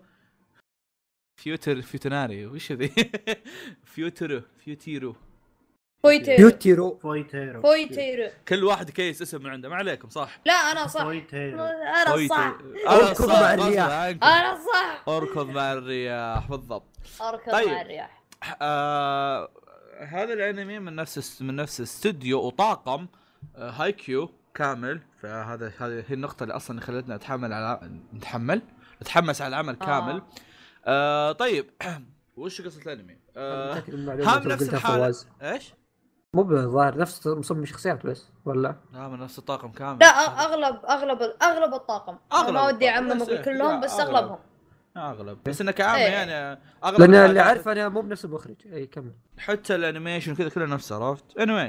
S2: فيوتر فيوتناري وش ذي فيوترو فيوتيرو
S3: فويتيرو
S1: فيوتيرو
S3: فويتيرو فويتيرو.
S2: كل واحد كيس اسم من عنده، ما عليكم صح؟
S3: لا انا صح
S4: فويتيرو.
S3: انا صح
S1: اركض مع الرياح.
S3: انا صح
S2: اركض مع الرياح بالضبط.
S3: اركض
S2: طيب.
S3: مع الرياح.
S2: آه هذا الانمي من نفس من نفس استوديو وطاقم آه هايكيو كامل. فهذا هذه هي النقطة اللي اصلا خلتنا نتحمل على نتحمل نتحمس على العمل كامل. آه. آه طيب وش قصة الانمي؟ آه هم نفس الحالة ايش؟
S1: مو بالظاهر نفس مصمم شخصيات بس ولا؟
S2: لا من نفس الطاقم كامل.
S3: لا اغلب اغلب اغلب الطاقم. أغلب ما ودي اعمم اقول كلهم بس
S2: أغلب.
S3: اغلبهم.
S2: اغلب بس انك عامه
S3: ايه.
S2: يعني اغلب.
S1: لان اللي عارف انا مو بنفس المخرج. اي كمل.
S2: حتى الانيميشن كذا كله نفسه عرفت. anyway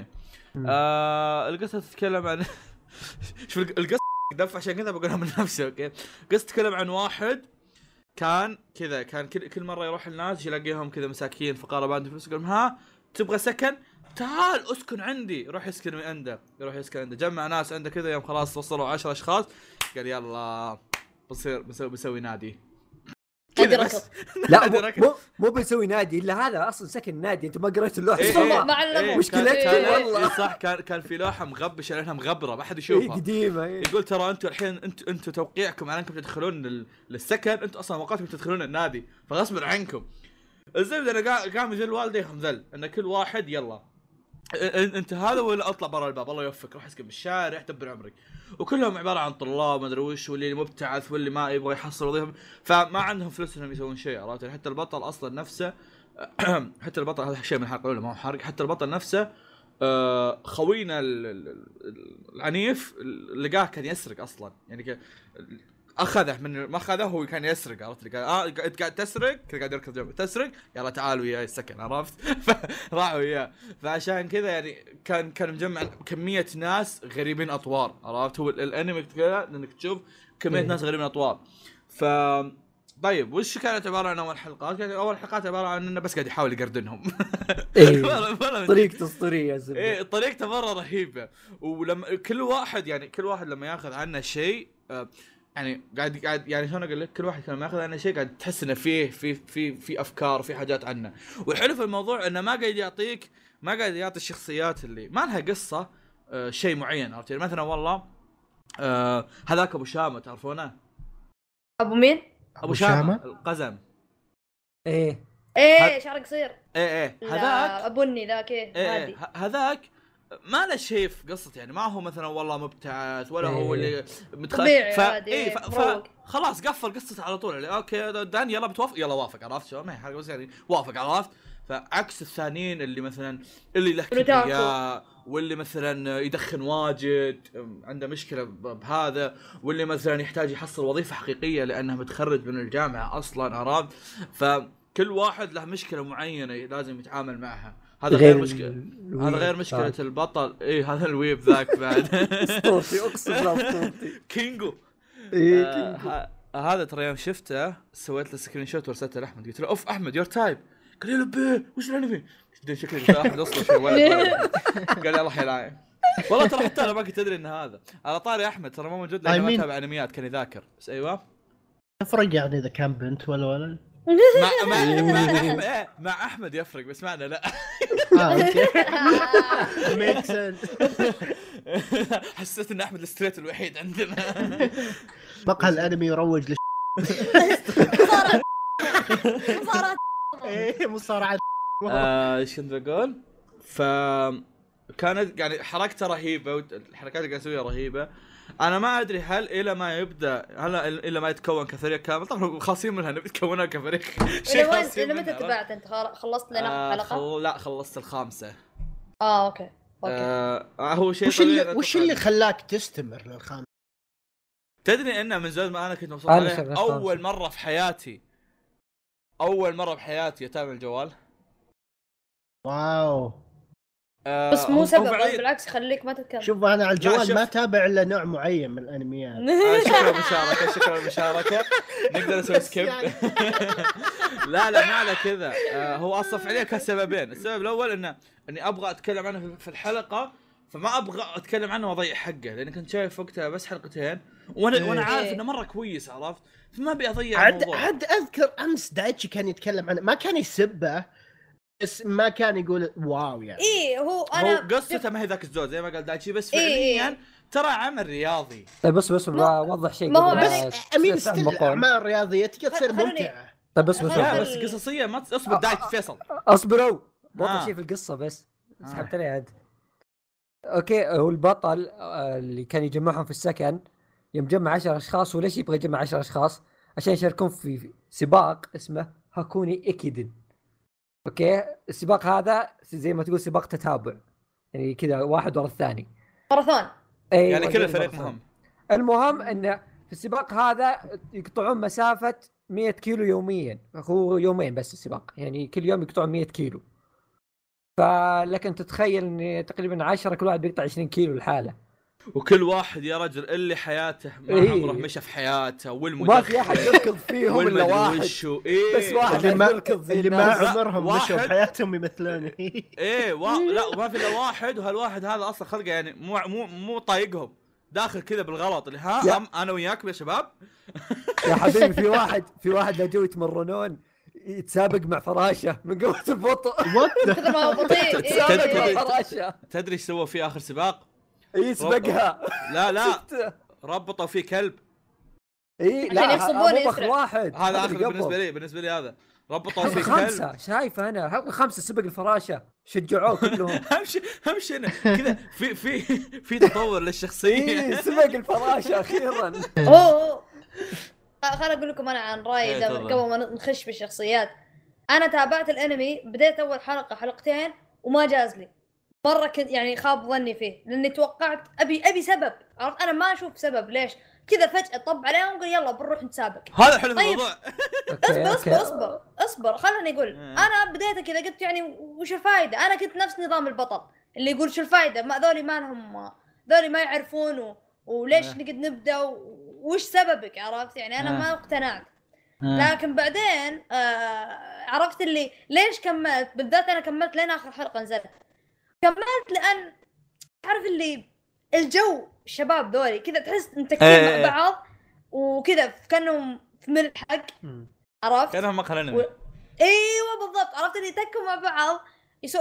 S2: آه القصه تتكلم عن شوف القصه دفع عشان كذا بقولها من نفسي. اوكي قصه تتكلم عن واحد كان كذا كان كل كل مره يروح الناس يلاقيهم كذا مساكين فقراء بعد فلوس يقول ها تبغى سكن تعال اسكن عندي. يروح يسكن عنده يروح يسكن عنده جمع ناس عنده كذا. يوم خلاص وصلوا عشرة اشخاص قال يلا بصير بسوي بسوي نادي كذا بس.
S1: لا مو مو, مو بيسوي نادي الا هذا اصلا سكن نادي. انت ما قريت اللوحه؟
S2: إيه إيه
S3: معلم
S1: مشكلتك والله
S2: صح. كان كان في لوحه مغبشه لانها مغبره ما حد يشوفها.
S1: إيه قديمه. إيه.
S2: يقول ترى انتم الحين انتم انتم توقيعكم على انكم تدخلون للسكن انتم اصلا وقتكم تدخلون النادي فغصب عنكم. الزبده انا قام يجي والديهم ذل ان كل واحد يلا انت هذا ولا اطلع برا الباب الله يوفقك روح اسكن بالشارع دبر عمرك. وكلهم عباره عن طلاب ما ادري وش واللي مبتعث واللي ما يبغى يحصل وظيفه فما عندهم فلوس انهم يسوون شيء عرفت. حتى البطل اصلا نفسه حتى البطل هذا شيء من الحلقه الاولى ما هو حرق. حتى البطل نفسه خوينا العنيف لقاه كان يسرق اصلا يعني اخذه من ما اخذه هو كان يسرق عرفت. قال اه قاعد تسرق كذا قاعد يركض جنبه تسرق يلا تعالوا وياي السكن عرفت. فراحوا وياه. فعشان كذا يعني كان كان مجمع كميه ناس غريبين اطوار عرفت. هو الانمي كذا انك تشوف كميه ناس غريبين اطوار. ف طيب وش كانت عباره عن اول حلقات؟ كانت اول حلقات عباره عن انه بس قاعد يحاول يقردنهم.
S1: إيه. طريقته اسطوريه زبده.
S2: ايه طريقته مره رهيبه. ولما كل واحد يعني كل واحد لما ياخذ عنه شيء آه يعني قاعد قاعد يعني شلون اقول لك كل واحد كان ياخذ عنه شيء قاعد تحس انه فيه في في في افكار وفي حاجات عنه. والحلو في الموضوع انه ما قاعد يعطيك ما قاعد يعطي الشخصيات اللي ما لها قصه آه شيء معين عرفت. يعني مثلا والله آه هذاك ابو شامه تعرفونه؟
S3: ابو مين؟
S2: ابو شامه القزم.
S1: ايه
S3: ايه شعر قصير.
S2: ايه ايه هذاك
S3: ابني ذاك ايه
S2: هادي هذاك ما له شيء في قصة يعني ما هو مثلا والله مبتعث ولا هو اللي
S3: متخيل ف...
S2: إيه ف... ف... خلاص قفل قصته على طول يعني اوكي دان يلا بتوافق يلا وافق عرفت شو ما هي حاجة بس يعني وافق عرفت. فعكس الثانيين اللي مثلا اللي له كبرياء واللي مثلا يدخن واجد عنده مشكلة بهذا واللي مثلا يحتاج يحصل وظيفة حقيقية لأنه متخرج من الجامعة أصلا عرفت. فكل واحد له مشكلة معينة لازم يتعامل معها. هذا غير مشكلة هذا غير مشكلة طبعا. البطل ايه هذا الويب ذاك بعد
S1: اسطورتي اقسم بالله اسطورتي
S2: كينجو.
S1: ايه كينجو
S2: آه هذا ترى يوم شفته سويت له سكرين شوت ورسلته لاحمد قلت له اوف احمد يور تايب. قال لي لبيه وش الانمي بدي شكله احمد اصلا شيء ولد قال لي الله يلعن والله ترى حتى انا ما كنت ادري ان هذا على طاري احمد ترى ما موجود لانه ما تابع انميات كان يذاكر بس ايوه
S4: تفرق يعني اذا كان بنت ولا ولد
S2: مع مع مع, مع احمد يفرق بس معنا لا.
S4: اه اوكي ميك سنس.
S2: حسيت ان احمد الستريت الوحيد عندنا.
S4: بقى الانمي يروج لش
S3: صارت
S4: ايه مصارعه.
S2: ايش كنت بقول؟ ف كانت يعني حركته رهيبه والحركات اللي قاعد يسويها رهيبه. انا ما ادري هل الى ما يبدا هل الى ما يتكون كفريق كامل. طبعا خاصين منها نبي تكونها كفريق
S3: شيء خاص. الى متى تبعت انت؟ خلصت لنا
S2: آه
S3: حلقه؟
S2: خل... لا خلصت الخامسه.
S3: اه اوكي اوكي.
S2: آه هو شيء
S4: وش اللي وش اللي خلاك تستمر للخامسه؟
S2: تدري انه من زمان ما انا كنت مبسوط عليه. اول مره في حياتي اول مره بحياتي اتابع الجوال.
S4: واو.
S2: آه
S3: بس مو سبب، بالعكس خليك ما تتكلم.
S4: شوف انا على الجوال ما تابع الا نوع معين من الانميات.
S2: آه شكرا المشاركه شكرا المشاركه نقدر نسوي سكيب. لا لا ما على كذا. آه هو اصلا فعليا كان سببين. السبب الاول انه اني ابغى اتكلم عنه في الحلقه، فما ابغى اتكلم عنه واضيع حقه، لان كنت شايف وقتها بس حلقتين وانا إيه. وانا عارف انه مره كويس، عرفت؟ فما ابي اضيع
S4: عد
S2: الموضوع.
S4: عد اذكر امس دايتشي كان يتكلم عنه، ما كان يسبه بس ما كان يقول واو يعني.
S3: ايه هو انا
S2: هو قصته ما هي ذاك الزود زي ما قال دايتشي، بس فعليا إيه. ترى عمل رياضي.
S1: طيب بس بس بوضح شيء.
S3: ما هو
S4: بس امين ستيل الاعمال الرياضيه تقدر تصير ممتعه.
S1: طيب بس بس
S2: لا بس قصصيه ما تصبر. دايت فيصل
S1: اصبروا بوضح
S2: آه.
S1: شيء في القصه بس سحبت عليه عاد. اوكي هو البطل اللي كان يجمعهم في السكن، يوم جمع عشرة اشخاص. وليش يبغى يجمع عشرة اشخاص؟ عشان يشاركون في سباق اسمه هاكوني ايكيدن. اوكي السباق هذا زي ما تقول سباق تتابع، يعني كذا واحد ورا الثاني
S3: ماراثون.
S2: أي يعني كل فريق مهم.
S1: المهم انه في السباق هذا يقطعون مسافه مية كيلو يوميا. هو يومين بس السباق، يعني كل يوم يقطعون مية كيلو. فلكن تتخيل ان تقريبا عشرة كل واحد بيقطع عشرين كيلو الحاله،
S2: وكل واحد يا رجل اللي حياته ما
S1: إيه.
S2: عمره مشى في حياته والمدخن
S1: ما في احد يركض فيهم الا واحد
S2: إيه.
S1: بس واحد
S4: اللي ما
S1: يركض زي
S4: اللي ما عمرهم مشوا في حياتهم يمثلون.
S2: ايه و... لا ما في الا واحد، وهالواحد هذا اصلا خلقه يعني مو مو مو طايقهم، داخل كذا بالغلط اللي ها أم انا وياكم يا شباب.
S1: يا حبيبي في واحد في واحد لا جو يتمرنون يتسابق مع فراشه من قوه البطء.
S3: كثر ما هو بطيء.
S2: تدري ايش سووا في اخر سباق؟
S1: يسبقها.
S2: لا لا ربطوا فيه كلب.
S1: اي لا مو واحد
S2: هذا اخر بالنسبه لي بالنسبه لي هذا ربطوا فيه كلب.
S1: خمسه شايف انا حلقه خمسه سبق الفراشه شجعوه كلهم.
S2: همشي همشي انا كذا في في في تطور للشخصيه.
S1: اي سبق الفراشه اخيرا.
S3: اوه خليني اقول لكم انا عن رايي قبل ما نخش في الشخصيات. انا تابعت الانمي، بديت اول حلقه حلقتين وما جاز لي مره، كنت يعني خاب ظني فيه لاني توقعت ابي ابي سبب، عرفت؟ انا ما اشوف سبب ليش كذا فجاه طب عليهم وقال يلا بنروح نتسابق.
S2: هذا حلو
S3: طيب.
S2: الموضوع.
S3: اصبر اصبر اصبر اصبر خليني اقول. انا بديت كذا قلت يعني وش الفائده؟ انا كنت نفس نظام البطل اللي يقول شو الفائده، ما ذولي ما لهم ذولي ما يعرفون و... وليش نقعد نبدا و... وش سببك، عرفت؟ يعني انا ما اقتنعت. لكن بعدين آه عرفت اللي ليش كملت، بالذات انا كملت لين اخر حلقه نزلت. كملت لان تعرف اللي الجو الشباب ذولي كذا تحس متكتين مع بعض وكذا كانهم في ملحق، عرفت؟
S2: كانهم مقهرين
S3: و... ايوه بالضبط، عرفت اللي يتكوا مع بعض يسو...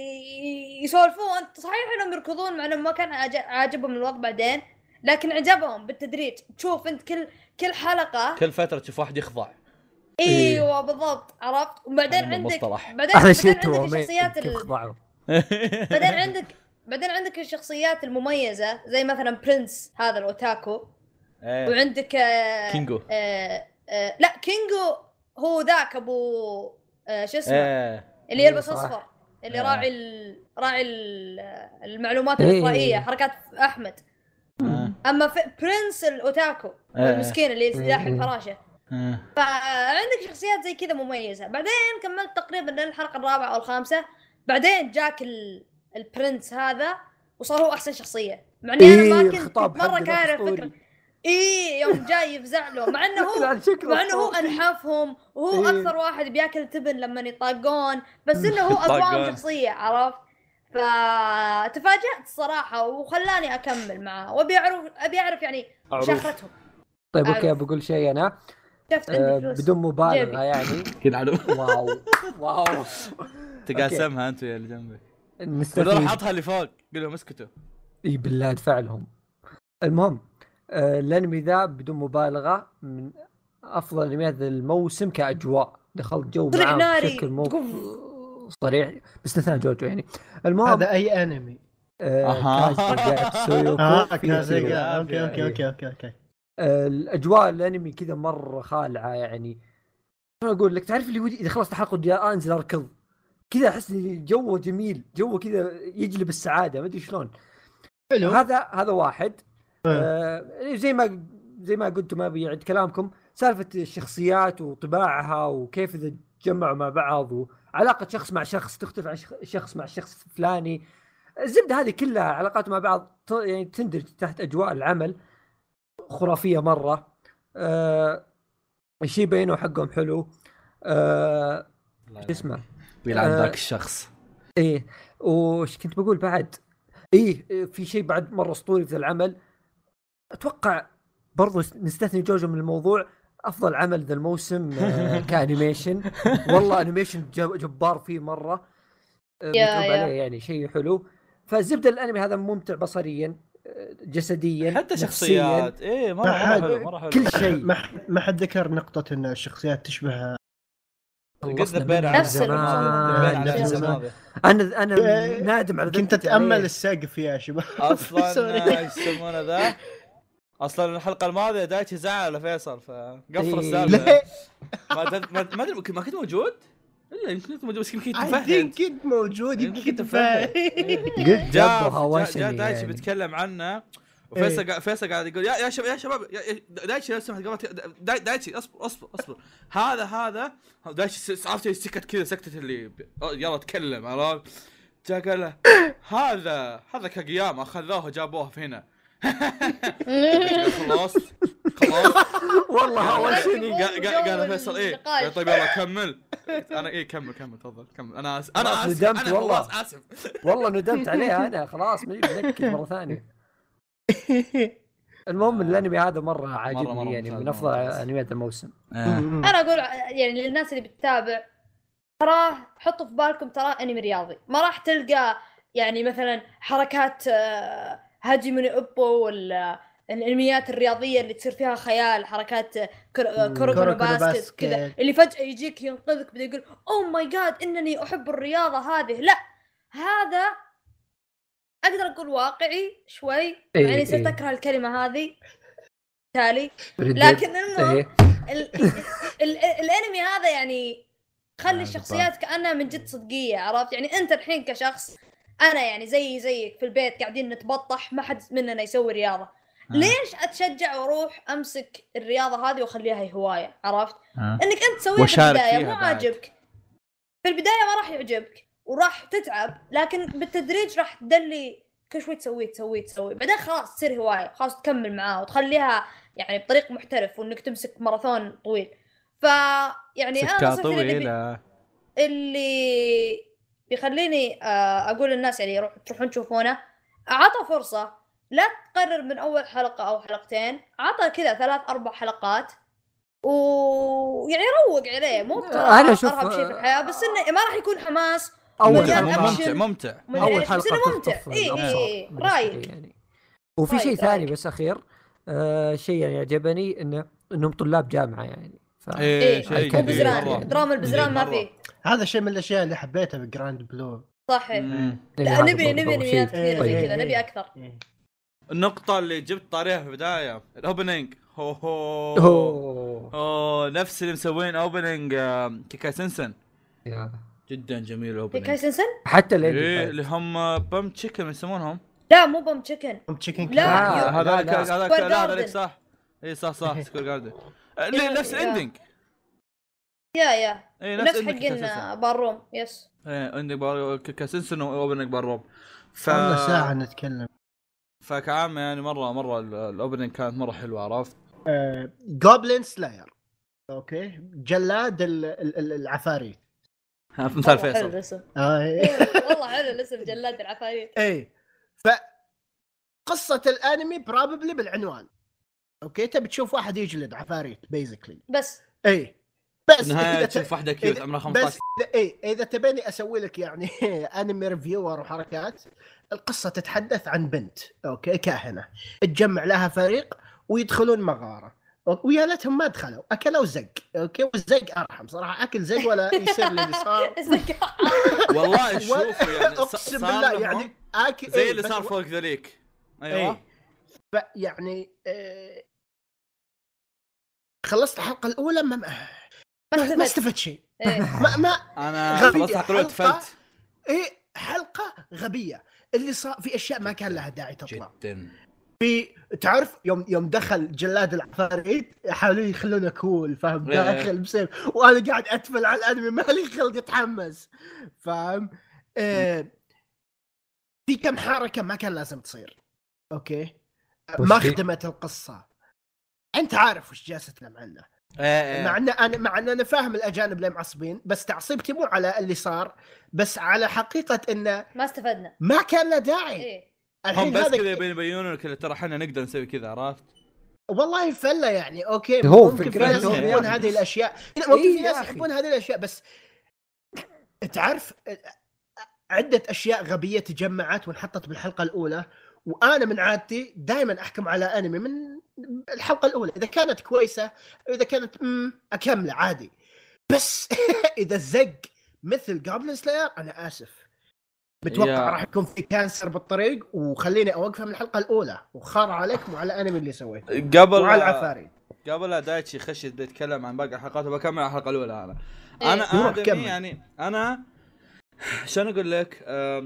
S3: يسولفون. صحيح انهم يركضون مع انه ما كان عاجبهم الوضع بعدين، لكن عجبهم بالتدريج. تشوف انت كل كل حلقه
S2: كل فتره تشوف واحد يخضع.
S3: ايوه بالضبط، عرفت؟ وبعدين عندك بعدين, بعدين
S1: عندك
S3: الشخصيات ال... بعدين عندك بعدين عندك الشخصيات المميزه زي مثلا برنس هذا الاوتاكو.
S2: ايه.
S3: وعندك آه
S2: كينجو.
S3: آه آه لا كينجو هو ذاك ابو آه شو اسمه
S2: ايه.
S3: اللي يلبس اصفر اللي ايه. راعي ال... راعي ال... المعلومات الاخرائيه. حركات احمد.
S2: ايه.
S3: اما في برنس الاوتاكو
S2: ايه.
S3: المسكين اللي يلاحق الفراشه.
S2: ايه.
S3: فعندك شخصيات زي كذا مميزه. بعدين كملت تقريبا للحلقه الرابعه او الخامسه، بعدين جاك ال... البرنس هذا وصار هو احسن شخصيه، مع اني
S1: إيه
S3: انا ما كنت مره كاره فكره ايه يوم جاي يفزع له، مع انه هو مع انه هو انحفهم وهو إيه. اكثر واحد بياكل تبن لما يطاقون، بس انه هو اقوى شخصيه، عرفت؟ فتفاجأت الصراحه وخلاني اكمل معاه وابي اعرف ابي اعرف يعني شخصيتهم.
S1: طيب اوكي بقول شيء انا آه بدون مبالغه يعني
S2: كذا.
S1: واو واو
S2: تقاسمها انت يا اللي جنبك.
S1: نستفيد.
S2: حطها اللي فوق قل لهم اسكتوا.
S1: اي بالله ادفع لهم. المهم آه الانمي ذا بدون مبالغه من افضل الانميات الموسم كاجواء. دخلت جو معاه بشكل مو صريح باستثناء جوجو يعني. المهم
S4: هذا اي انمي
S1: آه كازوغا
S4: اه كازوغا اوكي اوكي اوكي اوكي اوكي
S1: الاجواء الانمي كذا مره خالعه يعني. انا اقول لك تعرف اللي ودي اذا خلصت حلقه ودي انزل اركض كذا، احس جو جميل، جو كذا يجلب السعاده، ما ادري شلون.
S4: حلو.
S1: هذا هذا واحد. آه زي ما زي ما قلت ما بيعد كلامكم، سالفه الشخصيات وطباعها وكيف اذا تجمعوا مع بعض وعلاقه شخص مع شخص تختلف عن شخص مع شخص فلاني. الزبده هذه كلها علاقات مع بعض يعني تندرج تحت اجواء العمل خرافيه مره. آه الشيء بينه حقهم حلو. آه ايش اسمه
S2: بيلعب ذاك الشخص.
S1: ايه وش كنت بقول بعد؟ ايه في شيء بعد مره اسطوري في العمل، اتوقع برضو نستثني جوجو من الموضوع، افضل عمل ذا الموسم آه كانيميشن. والله انيميشن جبار فيه مره، آه متعوب عليه يعني شيء حلو. فالزبده الانمي هذا ممتع بصريا جسديا
S2: حتى شخصيات ايه مره حلو مره حلو
S1: كل شيء.
S4: ما حد ذكر نقطه ان الشخصيات تشبه
S2: قد بين
S1: زمان. انا انا نادم على
S4: كنت اتامل السقف يا شباب
S2: اصلا ايش يسمونه ذا. اصلا الحلقه الماضيه دايتشي زعل لفيصل فقفل السالفه. ما ما ادري ما كنت موجود الا يمكن كنت موجود بس يمكن تفهم
S4: كنت موجود يمكن تفهم.
S2: جاء جاء دايتشي بيتكلم عنه وفيصل فيصل قاعد يقول يا يا شباب يا شباب دايتشي لو سمحت قبل دايتشي اصبر اصبر اصبر هذا هذا دايتشي عرفت سكت كذا سكتة اللي يلا تكلم عرفت. جاء قال له هذا هذا كاغياما اخذوه جابوه في هنا. خلاص خلاص
S1: والله اول شيء
S2: قال فيصل ايه قال طيب يلا كمل. انا ايه كمل كمل تفضل كمل. انا أس... انا
S1: اسف ندمت والله اسف والله ندمت عليها انا خلاص ما بنكد مره ثانيه. المهم الانمي هذا مره عاجبني يعني من افضل انميات الموسم.
S3: انا اقول يعني للناس اللي بتتابع تراه حطوا في بالكم ترى انمي رياضي، ما راح تلقى يعني مثلا حركات هاجيموني اوبو ولا الانميات الرياضيه اللي تصير فيها خيال، حركات كوروكونو باسكت كذا اللي فجاه يجيك ينقذك بده يقول اوه ماي جاد انني احب الرياضه هذه. لا هذا اقدر اقول واقعي شوي
S1: إيه
S3: يعني صرت
S1: إيه.
S3: اكره الكلمه هذه تالي، لكن المهم
S1: إيه.
S3: ال ال ال الانمي هذا يعني خلي الشخصيات كأنها من جد صدقيه، عرفت يعني انت الحين كشخص انا يعني زي زيك في البيت قاعدين نتبطح ما حد مننا يسوي رياضه. آه. ليش اتشجع واروح امسك الرياضه هذه واخليها هوايه؟ عرفت آه. انك انت تسويها في البدايه مو عاجبك، في البدايه ما راح يعجبك وراح تتعب، لكن بالتدريج راح تدلي كل شوي تسويه تسويه تسويه بعدين خلاص تصير هوايه، خلاص تكمل معاه وتخليها يعني بطريق محترف وانك تمسك ماراثون طويل. ف يعني انا
S2: طويلة
S3: اللي, اللي بيخليني اقول للناس يعني روح تروحون تشوفونه، عطى فرصه، لا تقرر من اول حلقه او حلقتين، عطى كذا ثلاث اربع حلقات ويعني روق عليه. مو
S1: انا اشوف
S3: ارهب شيء في الحياه بس انه ما راح يكون حماس
S1: اول
S2: ممتع ممتع
S1: اول حلقه
S3: ممتع اي اي رايق
S1: يعني. وفي شيء ثاني بس اخير آه شيء يعني عجبني انه انهم طلاب جامعه يعني ف...
S2: ايه شيء
S3: بزران دراما البزران ما فيه.
S4: هذا شيء من الاشياء اللي حبيتها بجراند بلو.
S3: صحيح. لا نبي نبي انميات كثيره زي كذا، نبي اكثر.
S2: النقطه اللي جبت طاريها في البدايه الاوبننج هو هو اوه نفس اللي مسوين اوبننج كيكاي سنسن جدا جميل الاوبننج
S3: كيكاي سنسن
S1: حتى
S2: اللي اللي هم بام تشيكن يسمونهم.
S3: لا مو بام تشيكن
S4: بام تشيكن
S3: لا
S2: هذا هذا هذا صح اي صح صح سكور جاردن نفس الاندنج
S3: يا يا
S2: ايه
S3: نفس حقنا باروم يس
S2: ايه عندك بار كاسنسن واوبننج باروم
S4: ف ساعه نتكلم
S2: فكعام يعني مره مره الاوبننج كانت مره حلوه عرفت.
S4: جوبلين سلاير اوكي جلاد العفاريت
S2: مثال فيصل
S3: حلو الاسم
S4: اه
S3: والله حلو الاسم جلاد العفاريت.
S4: ايه ف قصه الانمي بروبابلي بالعنوان اوكي تبي تشوف واحد يجلد عفاريت بيزيكلي
S3: بس
S4: ايه بس
S2: نهاية تشوف واحدة كيوت عمرها خمسة عشر.
S4: بس ايه اذا تبيني اسوي لك يعني انمي ريفيور وحركات، القصة تتحدث عن بنت اوكي كاهنة تجمع لها فريق ويدخلون مغارة ويا ليتهم ما دخلوا اكلوا زق اوكي والزق ارحم صراحة اكل زق ولا يصير اللي صار
S2: والله شوف يعني
S4: اقسم بالله يعني آكل
S2: زي اللي صار فوق ذليك. ايوه
S4: ايه. يعني آه خلصت الحلقه الاولى ما ما استفدت شيء.
S3: إيه.
S4: ما ما
S2: انا خلصت الحلقه الاولى تفلت.
S4: ايه حلقه غبيه اللي صار في اشياء ما كان لها داعي تطلع
S2: جدا.
S4: في تعرف يوم يوم دخل جلاد العفاريت يحاولون يخلونه كول فاهم داخل بسيف وانا قاعد اتفل على الانمي ما لي خلق اتحمس فاهم. آه في كم حركه ما كان لازم تصير اوكي ما خدمت القصه. انت عارف وش جالس اتكلم عنه. مع ان انا مع ان انا فاهم الاجانب اللي معصبين بس تعصيبتي مو على اللي صار بس على حقيقه انه
S3: ما استفدنا
S4: ما كان له داعي.
S3: إيه؟
S2: الحين بس كذا يبينون لك ترى احنا نقدر نسوي كذا عرفت.
S4: والله فله يعني اوكي
S1: هو
S4: ممكن في ناس يحبون هذه الاشياء ممكن
S1: إيه
S4: في ناس يحبون هذه الاشياء بس تعرف عده اشياء غبيه تجمعت وانحطت بالحلقه الاولى وانا من عادتي دائما احكم على انمي من الحلقه الاولى اذا كانت كويسه اذا كانت اكمل عادي بس اذا زق مثل جوبلن سلاير انا اسف متوقع راح يكون في كانسر بالطريق وخليني اوقفها من الحلقه الاولى وخار عليكم وعلى انمي اللي سويته
S2: قبل
S4: وعلى العفاري.
S2: قبل دايتشي خش بيتكلم عن باقي الحلقات وبكمل الحلقه الاولى. انا انا ادمي يعني انا شلون اقول لك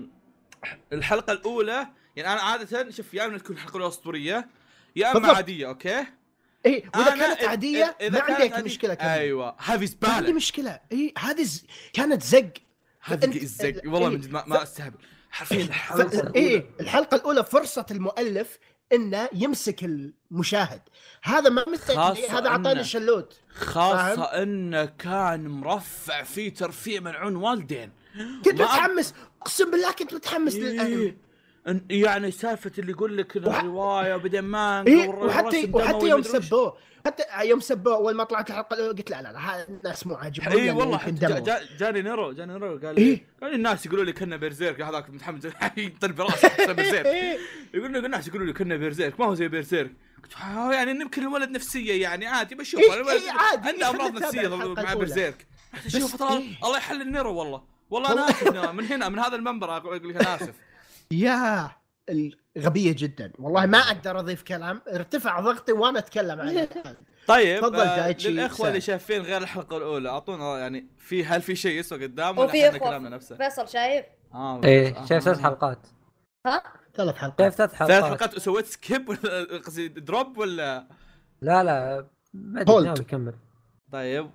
S2: الحلقه الاولى يعني انا عاده شوف يا اما تكون الحلقه الاولى اسطوريه يا اما عاديه اوكي.
S4: ايه واذا كانت عاديه ما عندك مشكله كمان.
S2: ايوه هذه زباله
S4: ما عندي مشكله. ايه هذه ز... كانت زق
S2: هذه الزق والله من جد ما, ما استهبل حرفيا الحلقه
S4: ايه الحلقه الاولى فرصه المؤلف انه يمسك المشاهد هذا ما مسك هذا اعطاني شلوت
S2: خاصه انه كان مرفع فيه ترفيه ملعون والدين
S4: كنت متحمس اقسم بالله كنت متحمس إيه. للانمي
S2: يعني سالفه اللي يقول لك الروايه وبعدين مانجا
S4: إيه وحتى وحتى يوم سبوه حتى يوم سبوه اول ما طلعت الحلقه قلت لا لا لا الناس مو عاجبهم.
S2: اي والله جا جاني نيرو جاني نيرو قال لي إيه؟ قال الناس يقولوا لي كنا بيرزيرك هذاك متحمس يطل براسه بيرزيرك يقول لك الناس يقولوا لي كنا بيرزيرك ما هو زي يرزيرك يعني يمكن الولد نفسيه يعني عادي بشوف
S4: إيه الولد إيه
S2: عنده امراض نفسيه مع بيرزيرك شوف ترى الله يحل نيرو والله والله انا اسف من هنا من هذا المنبر اقول لك انا اسف
S4: يا الغبيه جدا والله ما اقدر اضيف كلام ارتفع ضغطي وانا اتكلم عنه.
S2: طيب آه للاخوه اللي شايفين غير الحلقه الاولى اعطونا يعني في هل في شيء يسوى قدام ولا احنا كلامنا نفسه.
S3: فيصل شايف
S1: اه ايه شايف ثلاث حلقات
S3: ها
S4: ثلاث حلقات
S1: شايف ثلاث حلقات
S2: ثلاث حلقات سويت سكيب ولا قصدي دروب ولا
S1: لا لا ما ادري ناوي اكمل.
S2: طيب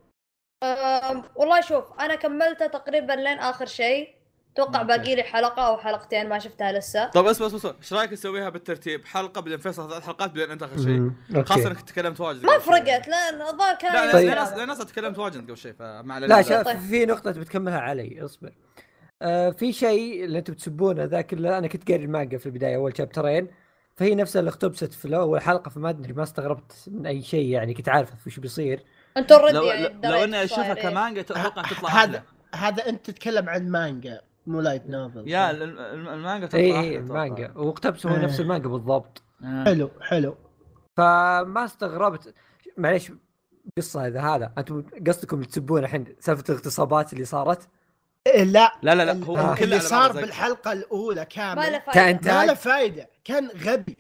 S3: أه والله شوف انا كملته تقريبا لين اخر شيء توقع باقي لي حلقه او حلقتين ما شفتها لسه.
S2: طب اسمع اسمع ايش رايك نسويها بالترتيب حلقه بعدين فيصل ثلاث حلقات بعدين انت اخر شيء خاصه انك تكلمت واجد
S3: ما فرقت لان الظاهر كان
S2: لا طيب. لا لا ناس تكلمت واجد قبل شيء فمع
S1: لا شوف في نقطه بتكملها علي اصبر. آه في شيء اللي انتم تسبونه ذاك اللي انا كنت قاري المانجا في البدايه اول شابترين فهي نفسها اللي اختبست في اول حلقه فما ادري ما استغربت من اي شيء يعني كنت عارف وش بيصير.
S3: انت اوريدي
S2: لو,
S3: يعني
S2: لو اني اشوفها كمانجا اتوقع تطلع
S4: هذا هذا انت تتكلم عن مانجا مو لايت نوفل
S2: يا المانجا تطلع
S1: اي اي المانجا واقتبسوا هو نفس المانجا بالضبط.
S4: حلو حلو
S1: فما استغربت معليش قصه اذا هذا انتم قصدكم تسبون الحين سالفه الاغتصابات اللي صارت.
S4: لا
S2: لا لا, لا. هو
S4: آه. اللي صار بالحلقه الاولى كامل
S1: كان
S4: ما له فايده كان غبي